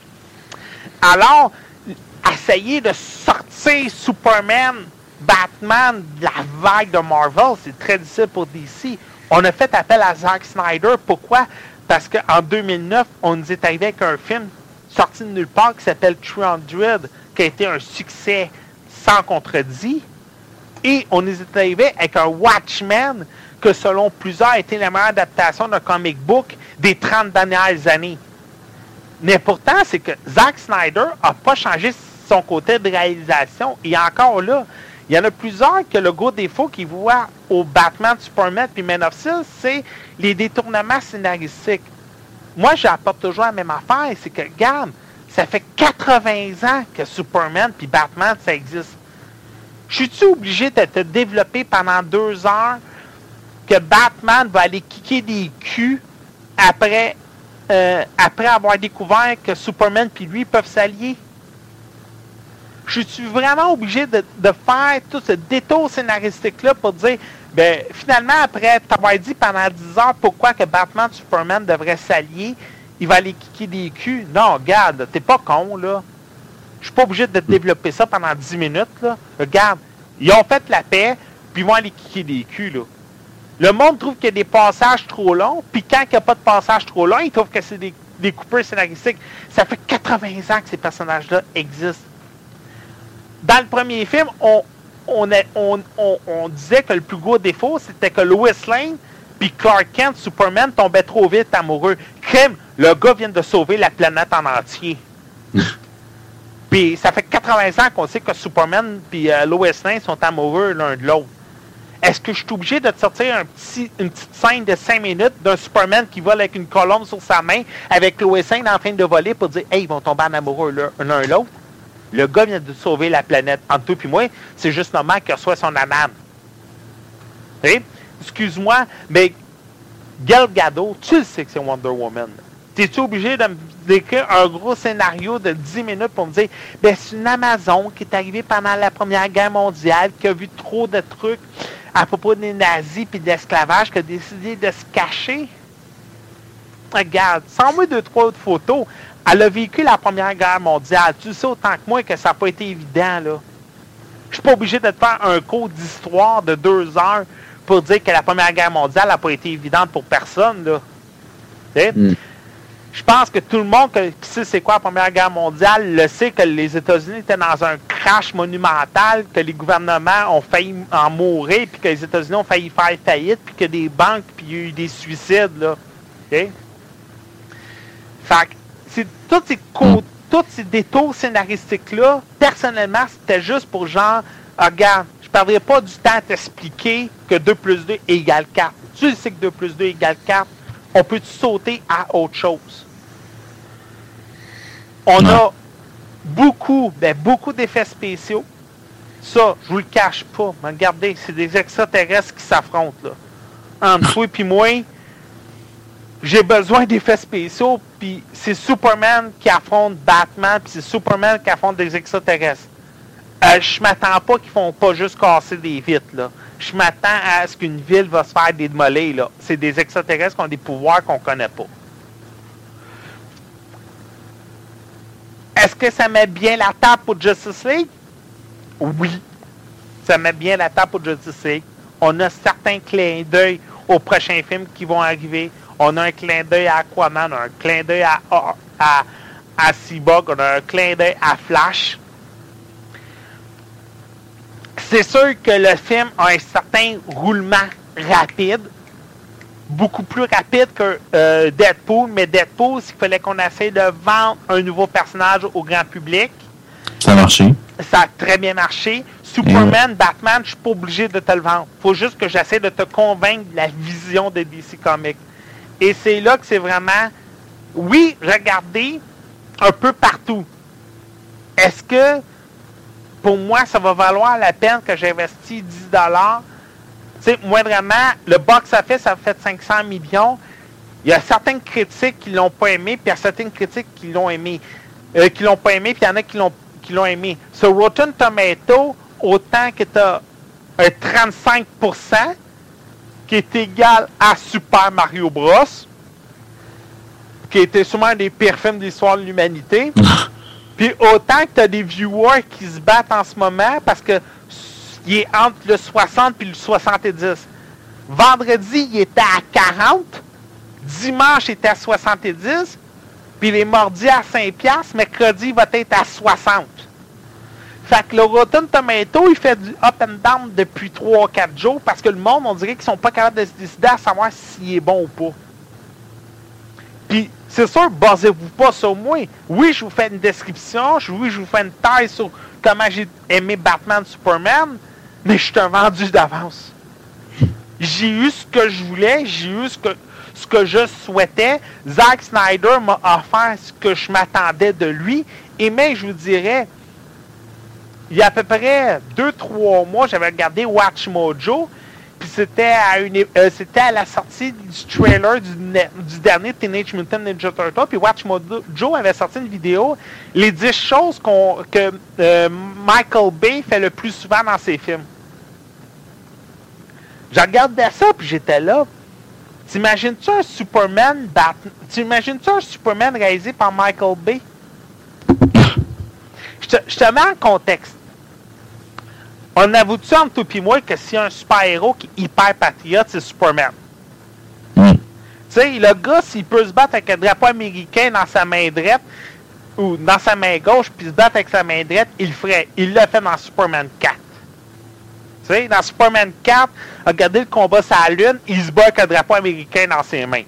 Alors, essayer de sortir Superman, Batman de la vague de Marvel, c'est très difficile pour DC. On a fait appel à Zack Snyder. Pourquoi? Parce qu'en 2009, on nous est arrivé avec un film sorti de nulle part qui s'appelle 300, qui a été un succès sans contredit. Et on nous est arrivé avec un Watchmen que, selon plusieurs, a été la meilleure adaptation d'un comic book des 30 dernières années. Mais pourtant, c'est que Zack Snyder n'a pas changé son côté de réalisation. Il est encore là. Il y en a plusieurs que le gros défaut qu'ils voient au Batman, Superman puis Man of Steel, c'est les détournements scénaristiques. Moi, j'apporte toujours la même affaire. C'est que, regarde, ça fait 80 ans que Superman puis Batman, ça existe. Je suis-tu obligé de te développer pendant 2 heures que Batman va aller kicker des culs après avoir découvert que Superman puis lui peuvent s'allier? Je suis vraiment obligé de faire tout ce détour scénaristique-là pour dire, ben finalement, après t'avoir dit pendant 10 heures pourquoi que Batman et Superman devraient s'allier, il va aller kicker des culs. Non, regarde, t'es pas con, là. Je suis pas obligé de développer ça pendant 10 minutes, là. Regarde, ils ont fait la paix, puis ils vont aller kicker des culs, là. Le monde trouve qu'il y a des passages trop longs, puis quand il n'y a pas de passage trop long, ils trouvent que c'est des coupures scénaristiques. Ça fait 80 ans que ces personnages-là existent. Dans le premier film, on disait que le plus gros défaut, c'était que Lois Lane puis Clark Kent, Superman, tombaient trop vite amoureux. Crème, le gars vient de sauver la planète en entier. Puis ça fait 80 ans qu'on sait que Superman puis Lois Lane sont amoureux l'un de l'autre. Est-ce que je suis obligé de te sortir une petite scène de 5 minutes d'un Superman qui vole avec une colombe sur sa main, avec Lois Lane en train de voler pour dire « Hey, ils vont tomber en amoureux l'un l'autre ». Le gars vient de sauver la planète. Entre toi et moi, c'est juste normal qu'il reçoit son amende. Excuse-moi, mais Gal Gadot, tu le sais que c'est Wonder Woman. T'es-tu obligé de me décrire un gros scénario de 10 minutes pour me dire ben c'est une Amazon qui est arrivée pendant la Première Guerre mondiale, qui a vu trop de trucs à propos des nazis et de l'esclavage, qui a décidé de se cacher? Regarde, sans moi 2-3 autres photos, elle a vécu la Première Guerre mondiale. Tu sais autant que moi que ça n'a pas été évident, là. Je suis pas obligé de te faire un cours d'histoire de 2 heures pour dire que la Première Guerre mondiale n'a pas été évidente pour personne, là. Je pense que tout le monde qui sait c'est quoi la Première Guerre mondiale le sait que les États-Unis étaient dans un crash monumental, que les gouvernements ont failli en mourir, puis que les États-Unis ont failli faire faillite, puis que des banques, puis il y a eu des suicides, là. OK? Fait que c'est tous ces détours scénaristiques-là, personnellement, c'était juste pour genre, regarde, je ne perdrai pas du temps à t'expliquer que 2 plus 2 égale 4. Tu sais que 2 plus 2 égale 4. On peut sauter à autre chose? On a beaucoup d'effets spéciaux. Ça, je vous le cache pas. Mais regardez, c'est des extraterrestres qui s'affrontent, là. Entre toi et moi, j'ai besoin d'effets spéciaux, puis c'est Superman qui affronte Batman, puis c'est Superman qui affronte des extraterrestres. Je m'attends pas qu'ils font pas juste casser des vitres, là. Je m'attends à ce qu'une ville va se faire démolir, là. C'est des extraterrestres qui ont des pouvoirs qu'on connaît pas. Est-ce que ça met bien la table pour Justice League? Oui. Ça met bien la table pour Justice League. On a certains clins d'œil aux prochains films qui vont arriver. On a un clin d'œil à Aquaman, on a un clin d'œil à Cyborg, on a un clin d'œil à Flash. C'est sûr que le film a un certain roulement rapide, beaucoup plus rapide que Deadpool, mais Deadpool, s'il fallait qu'on essaie de vendre un nouveau personnage au grand public. Ça a marché. Ça a très bien marché. Superman, Batman, je suis pas obligé de te le vendre. Faut juste que j'essaie de te convaincre de la vision de DC Comics. Et c'est là que c'est vraiment, oui, regardez un peu partout. Est-ce que pour moi, ça va valoir la peine que j'investis 10$. Tu sais, moindrement, le box-office, ça a fait 500 millions. Il y a certaines critiques qui l'ont pas aimé, puis il y a certaines critiques qui l'ont aimé. Qui l'ont pas aimé, puis il y en a qui l'ont aimé. Sur Rotten Tomato, autant que tu as un 35%, qui est égal à Super Mario Bros., qui était sûrement un des pires films de l'histoire de l'humanité. Puis autant que tu as des viewers qui se battent en ce moment parce que il est entre le 60 et le 70. Vendredi, il était à 40. Dimanche, il était à 70. Puis il est mordi à 5$. Mercredi, il va être à 60. Fait que le Rotten Tomato, il fait du up and down depuis 3-4 jours parce que le monde, on dirait qu'ils sont pas capables de se décider à savoir s'il est bon ou pas. Puis, c'est sûr, basez-vous pas sur moi. Oui, je vous fais une description. Oui, je vous fais une taille sur comment j'ai aimé Batman, Superman. Mais je suis un vendu d'avance. J'ai eu ce que je voulais. J'ai eu ce que je souhaitais. Zack Snyder m'a offert ce que je m'attendais de lui. Et même, je vous dirais, il y a à peu près 2-3 mois, j'avais regardé Watch Mojo. Puis c'était à la sortie du trailer du dernier Teenage Mutant Ninja Turtle. Puis Watch Mojo avait sorti une vidéo, les 10 choses que Michael Bay fait le plus souvent dans ses films. Je regardais ça, puis j'étais là. T'imagines-tu un Superman réalisé par Michael Bay? Je te mets en contexte. On avoue-tu entre toi et moi que s'il y a un super-héros qui est hyper patriote, c'est Superman? Tu sais, le gars, s'il peut se battre avec un drapeau américain dans sa main droite ou dans sa main gauche, puis se battre avec sa main droite, il le ferait. Il l'a fait dans Superman 4. Tu sais, dans Superman 4, regardez le combat sur la Lune, il se bat avec un drapeau américain dans ses mains.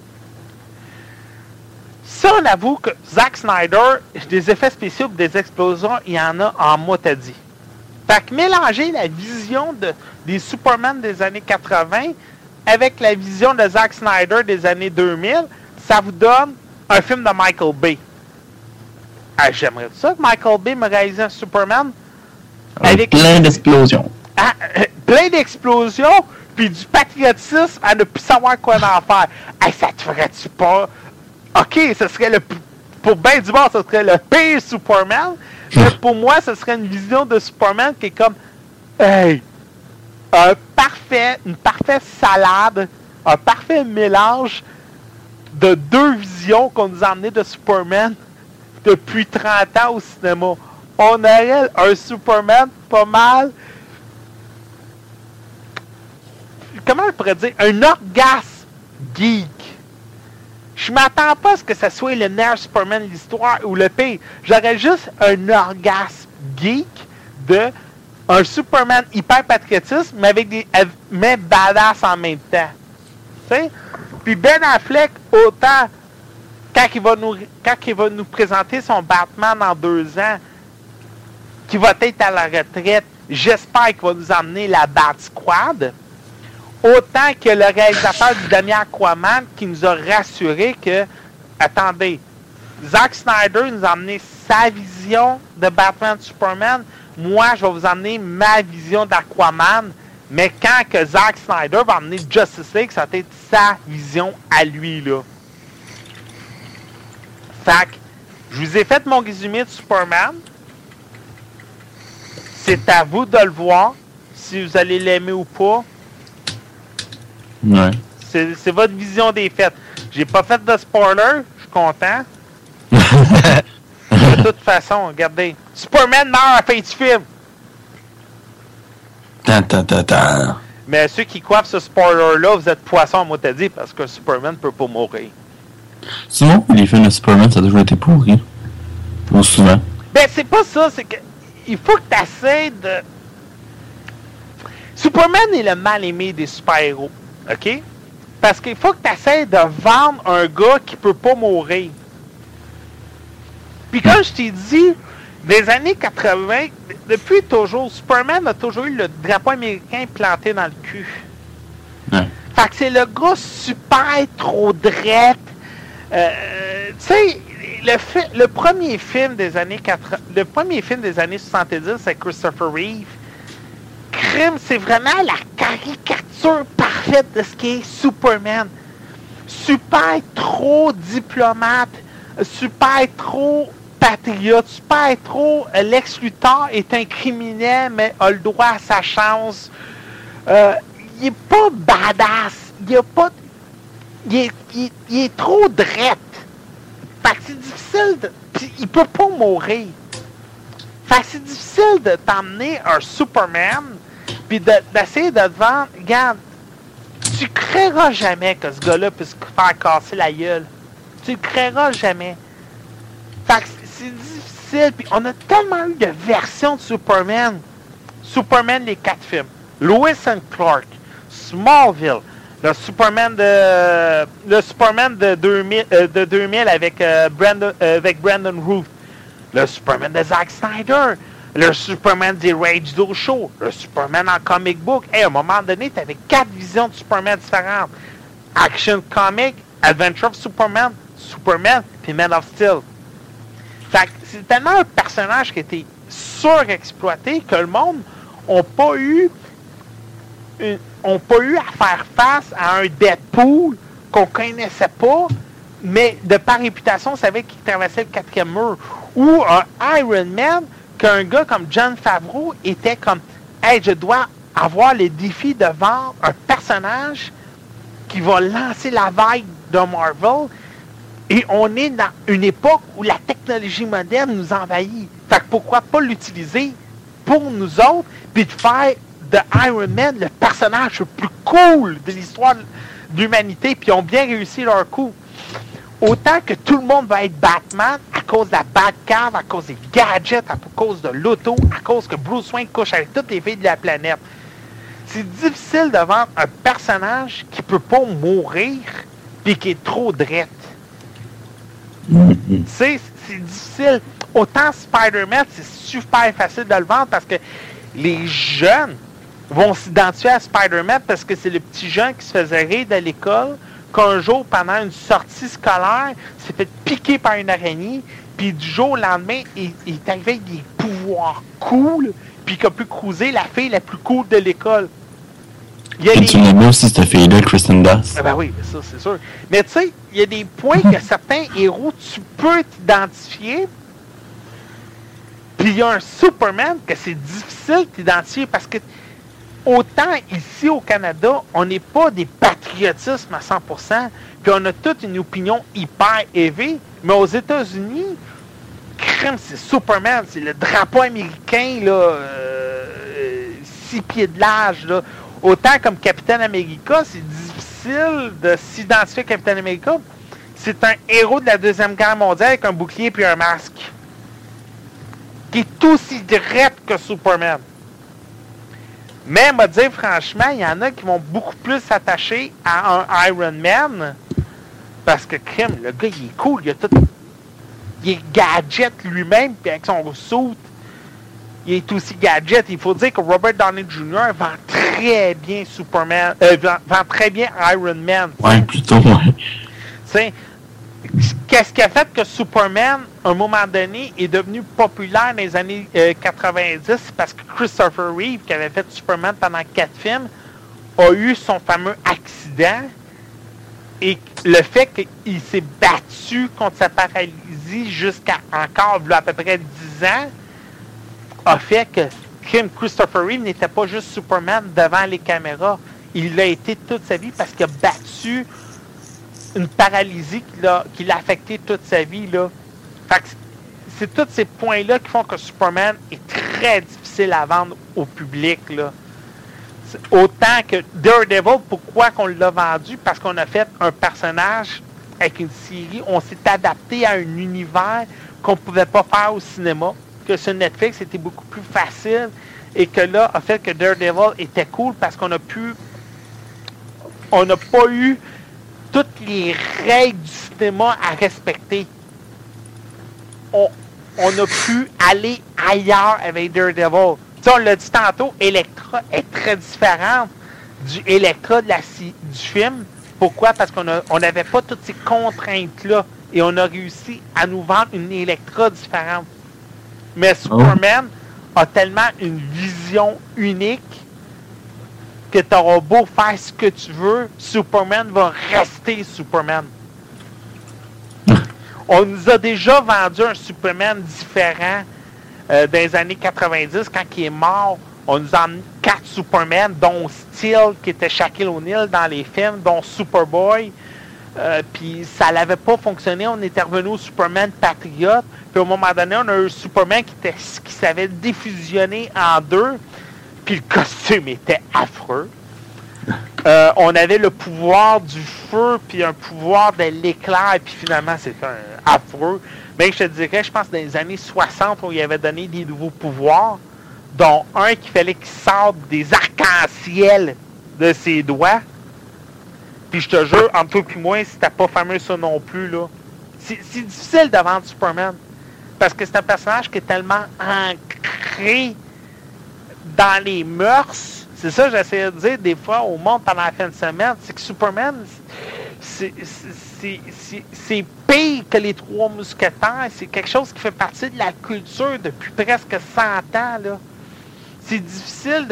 Ça, on avoue que Zack Snyder, des effets spéciaux et des explosions, il y en a en motadie. Fait que mélanger la vision des Superman des années 80 avec la vision de Zack Snyder des années 2000, ça vous donne un film de Michael Bay. Ah, j'aimerais ça que Michael Bay me réalise un Superman avec plein d'explosions. Plein d'explosions, puis du patriotisme à ne plus savoir quoi en faire. Hey, ça te ferait-tu pas? OK, ce serait pour ben du bord, ce serait le pire Superman. Mais pour moi, ce serait une vision de Superman qui est comme, hey, une parfaite salade, un parfait mélange de deux visions qu'on nous a emmenées de Superman depuis 30 ans au cinéma. On aurait un Superman pas mal, comment on pourrait dire, un orgasme geek. Je je m'attends pas à ce que ça soit le meilleur Superman de l'histoire ou le pire. J'aurais juste un orgasme geek de un Superman hyper patriotiste, mais mais badass en même temps. Tu sais? Puis Ben Affleck, autant quand il va nous présenter son Batman dans 2 ans, qui va être à la retraite, j'espère qu'il va nous emmener la Bat Squad. Autant que le réalisateur du dernier Aquaman qui nous a rassuré que, attendez, Zack Snyder nous a emmené sa vision de Batman Superman. Moi, je vais vous emmener ma vision d'Aquaman. Mais quand que Zack Snyder va emmener Justice League, ça va être sa vision à lui, là. Fait que, je vous ai fait mon résumé de Superman. C'est à vous de le voir, si vous allez l'aimer ou pas. Ouais. C'est votre vision des faits. J'ai pas fait de spoiler, je suis content. De toute façon, regardez. Superman meurt à la fin du film. Mais ceux qui coiffent ce spoiler-là, vous êtes poissons, moi t'as dit, parce que Superman peut pas mourir. Sinon, les films de Superman, ça a toujours été pourri. Ou souvent. Ben, c'est pas ça, c'est que il faut que tu essaies de... Superman est le mal-aimé des super-héros, OK? Parce qu'il faut que tu essaies de vendre un gars qui peut pas mourir. Puis comme je t'ai dit, des années 80, depuis toujours, Superman a toujours eu le drapeau américain planté dans le cul. Ouais. Fait que c'est le gars super trop drette. Tu sais, le premier film des années 80, le premier film des années 70, c'est Christopher Reeve. Crime, c'est vraiment la caricature parfaite de ce qu'est Superman. Super trop diplomate, super trop patriote, super trop Lex Luthor est un criminel mais a le droit à sa chance. Il est pas badass, il est trop drette. Fait que c'est difficile de... Pis il peut pas mourir. Fait que c'est difficile de t'emmener un Superman pis d'essayer de te vendre... Regarde, tu créeras jamais que ce gars-là puisse faire casser la gueule. Tu le créeras jamais. Fait que c'est difficile. Pis on a tellement eu de versions de Superman. Superman, les 4 films. Lois and Clark. Smallville. Le Superman de 2000 avec Brandon Routh. Le Superman de Zack Snyder. Le Superman des Rage Do Show. Le Superman en comic book. Hey, à un moment donné, tu avais 4 visions de Superman différentes. Action Comic, Adventure of Superman, puis Man of Steel. Fait que c'est tellement un personnage qui était surexploité que le monde n'a pas eu à faire face à un Deadpool qu'on connaissait pas, mais de par réputation, on savait qu'il traversait le 4e mur. Ou un Iron Man, qu'un gars comme Jon Favreau était comme « Hey, je dois avoir le défi de vendre un personnage qui va lancer la vague de Marvel. » Et on est dans une époque où la technologie moderne nous envahit. Fait que pourquoi pas l'utiliser pour nous autres, puis de faire de Iron Man le personnage le plus cool de l'histoire de l'humanité, puis ils ont bien réussi leur coup. Autant que tout le monde va être Batman à cause de la Batcave, à cause des gadgets, à cause de l'auto, à cause que Bruce Wayne couche avec toutes les filles de la planète. C'est difficile de vendre un personnage qui peut pas mourir puis qui est trop drette. Tu sais, c'est difficile. Autant Spider-Man, c'est super facile de le vendre parce que les jeunes vont s'identifier à Spider-Man parce que c'est le petit jeune qui se faisait rire de l'école, qu'un jour, pendant une sortie scolaire, s'est fait piquer par une araignée, puis du jour au lendemain, il est arrivé avec des pouvoirs cool, puis qu'il a pu cruiser la fille la plus cool de l'école. Tu l'aimais aussi, cette fille-là, Kristen Dunst. Ah ben oui, ça, c'est sûr. Mais tu sais, il y a des points que certains héros, tu peux t'identifier, puis il y a un Superman que c'est difficile de t'identifier parce que autant ici au Canada, on n'est pas des patriotismes à 100%, puis on a toute une opinion hyper élevée, mais aux États-Unis, crème, c'est Superman, c'est le drapeau américain, là, 6 pieds de large, là. Autant comme Captain America, c'est difficile de s'identifier à Captain America. c'est un héros de la Deuxième Guerre mondiale avec un bouclier puis un masque. Qui est aussi direct que Superman. Mais, m'a dit franchement, il y en a qui vont beaucoup plus s'attacher à un Iron Man. Parce que, crème, le gars, il est cool. Il a tout. Il est gadget lui-même, puis avec son suit, il est aussi gadget. Il faut dire que Robert Downey Jr. vend très bien Superman. Vend très bien Iron Man. Ouais, plutôt, ouais. T'sais, qu'est-ce qui a fait que Superman, à un moment donné, est devenu populaire dans les années 90? Parce que Christopher Reeve, qui avait fait Superman pendant 4 films, a eu son fameux accident. Et le fait qu'il s'est battu contre sa paralysie jusqu'à encore, à peu près 10 ans, a fait que Christopher Reeve n'était pas juste Superman devant les caméras. Il l'a été toute sa vie parce qu'il a battu une paralysie qui l'a affecté toute sa vie, là. Fait que c'est tous ces points-là qui font que Superman est très difficile à vendre au public, là. Autant que Daredevil, pourquoi qu'on l'a vendu? Parce qu'on a fait un personnage avec une série, on s'est adapté à un univers qu'on pouvait pas faire au cinéma, que sur Netflix, c'était beaucoup plus facile, et que là, a fait que Daredevil était cool parce qu'on n'a pas eu toutes les règles du cinéma à respecter. On a pu aller ailleurs avec Daredevil. T'sais, on l'a dit tantôt, Elektra est très différente du Elektra du film. Pourquoi? Parce qu'on n'avait pas toutes ces contraintes-là. Et on a réussi à nous vendre une Elektra différente. Mais Superman a tellement une vision unique que tu auras beau faire ce que tu veux, Superman va rester Superman. On nous a déjà vendu un Superman différent dans les années 90, quand il est mort. On nous a emmené 4 Superman, dont Steel, qui était Shaquille O'Neal dans les films, dont Superboy. Puis ça n'avait pas fonctionné. On était revenu au Superman Patriot. Puis au moment donné, on a eu Superman qui s'avait défusionné en 2. Puis le costume était affreux. On avait le pouvoir du feu, puis un pouvoir de l'éclair, puis finalement, c'était affreux. Mais je te dirais, je pense dans les années 60, où il avait donné des nouveaux pouvoirs, dont un qu'il fallait qu'il sorte des arcs-en-ciel de ses doigts. Puis je te jure, entre toi et moi, c'était pas fameux ça non plus, là. C'est difficile de vendre Superman, parce que c'est un personnage qui est tellement ancré dans les mœurs. C'est ça que j'essayais de dire des fois au monde pendant la fin de semaine, c'est que Superman, c'est pire que les 3 mousquetaires. C'est quelque chose qui fait partie de la culture depuis presque 100 ans, là. C'est difficile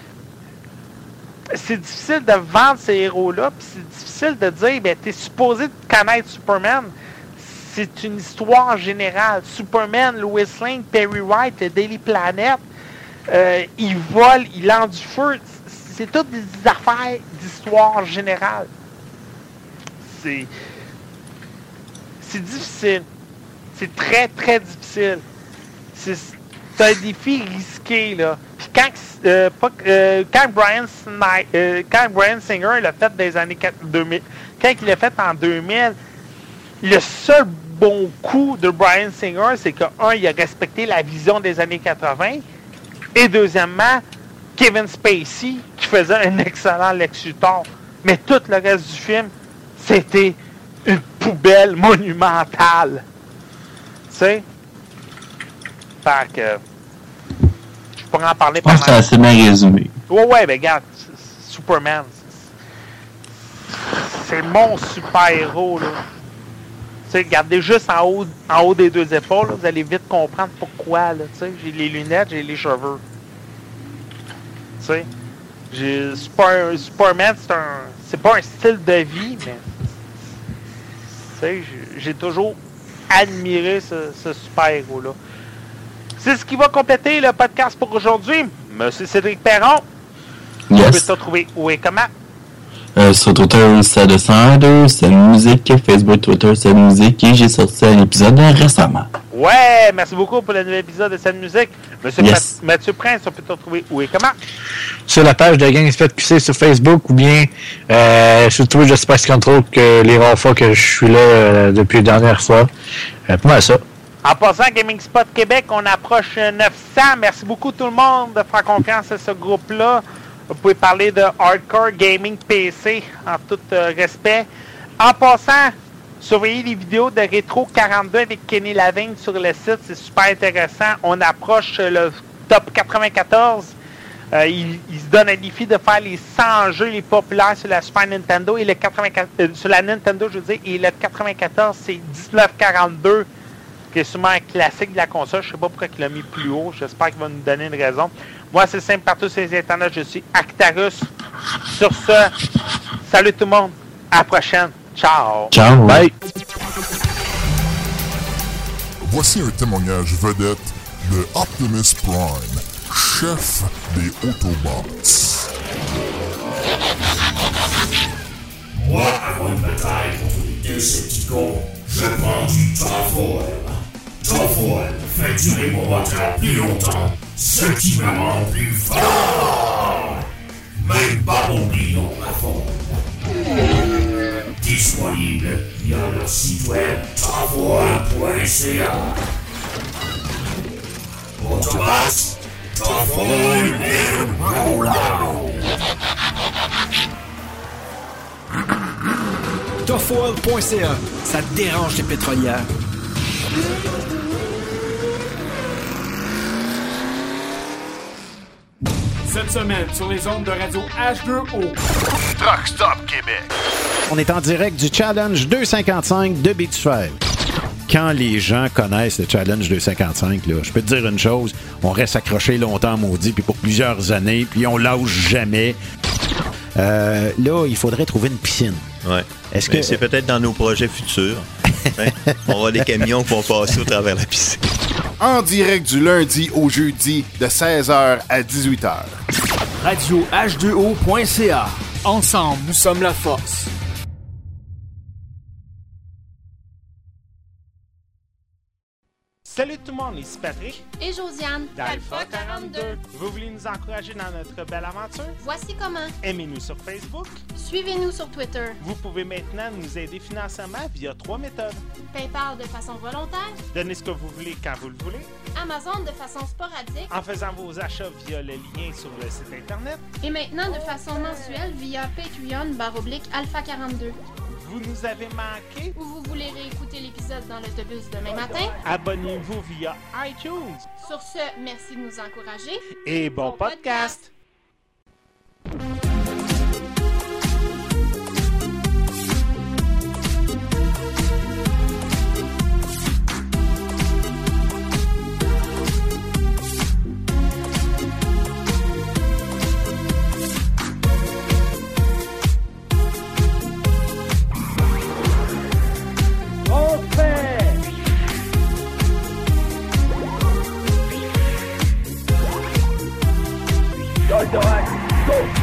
de vendre ces héros-là, puis c'est difficile de dire, ben, t'es supposé connaître Superman. C'est une histoire générale. Superman, Lois Lane, Perry White, le Daily Planet, il vole, il lance du feu. C'est toutes des affaires d'histoire générale. C'est difficile. C'est très, très difficile. C'est un défi risqué, là. Puis quand Bryan Singer l'a fait dans les années 2000, quand il l'a fait en 2000, le seul bon coup de Bryan Singer, c'est que, il a respecté la vision des années 80, et deuxièmement, Kevin Spacey, qui faisait un excellent Lex Luthor. Mais tout le reste du film, c'était une poubelle monumentale. Tu sais? Fait que... je pourrais en parler pendant... c'est assez bien résumé. Ouais, ben regarde, Superman, c'est mon super-héros, là. Tu sais, regardez juste en haut des 2 épaules, là, vous allez vite comprendre pourquoi, là, tu sais. J'ai les lunettes, j'ai les cheveux. Tu sais, Superman, c'est pas un style de vie, mais tu sais, j'ai toujours admiré ce super-héros-là. C'est ce qui va compléter le podcast pour aujourd'hui. Monsieur Cédric Perron, on peut te retrouver où et comment? Sur Twitter, c'est de 102, c'est musique, Facebook, Twitter, c'est musique, et j'ai sorti un épisode récemment. Ouais, merci beaucoup pour le nouvel épisode de Scène Musique. Monsieur Yes. Mathieu Prince, on peut te retrouver où et comment? Sur la page de GameSpot QC sur Facebook ou bien sur Twitch de Spice Control, que les rares fois que je suis là depuis la dernière fois. Pour moi, ça. En passant, Gaming Spot Québec, on approche 900. Merci beaucoup tout le monde de faire confiance à ce groupe-là. Vous pouvez parler de Hardcore Gaming PC en tout respect. En passant, surveillez les vidéos de Rétro 42 avec Kenny Lavigne sur le site. C'est super intéressant. On approche le top 94. Il se donne un défi de faire les 100 jeux les populaires sur la Super Nintendo et le 84, sur la Nintendo, je veux dire, et le 94, c'est 1942, qui est sûrement un classique de la console. Je sais pas pourquoi il l'a mis plus haut. J'espère qu'il va nous donner une raison. Moi, c'est simple partout sur les internets. Je suis Actarus. Sur ce, salut tout le monde. À la prochaine. Ciao. Ciao. Bye. Voici un témoignage vedette de Optimus Prime, chef des Autobots. Moi, avant une bataille contre les Decepticons, je prends du Tough-Oil. Tough-Oil fait durer mon moteur plus longtemps, ce qui me rend plus fort. Même Bumblebee non ma forme. Disponible via leur site web toughfoil.ca. Autobots, Tough-Oil and roll out. Toughfoil.ca, ça dérange les pétrolières. Cette semaine, sur les ondes de radio H2O. Truck Stop Québec. On est en direct du Challenge 255 de Beachfire. Quand les gens connaissent le Challenge 255, là, je peux te dire une chose, on reste accroché longtemps, maudit, puis pour plusieurs années, puis on lâche jamais. Là, il faudrait trouver une piscine. Ouais. Est-ce que c'est peut-être dans nos projets futurs? Hein? On aura des camions qui vont passer au travers de la piscine. En direct du lundi au jeudi de 16h à 18h. Radio H2O.ca. Ensemble, nous sommes la force. Salut tout le monde, ici Patrick et Josiane d'Alpha 42. Vous voulez nous encourager dans notre belle aventure? Voici comment. Aimez-nous sur Facebook. Suivez-nous sur Twitter. Vous pouvez maintenant nous aider financièrement via 3 méthodes. PayPal de façon volontaire. Donnez ce que vous voulez quand vous le voulez. Amazon de façon sporadique. En faisant vos achats via le lien sur le site internet. Et maintenant de façon mensuelle via Patreon/Alpha 42. Vous nous avez manqué ou vous voulez réécouter l'épisode dans l'autobus demain matin, abonnez-vous via iTunes. Sur ce, merci de nous encourager et bon podcast. Go!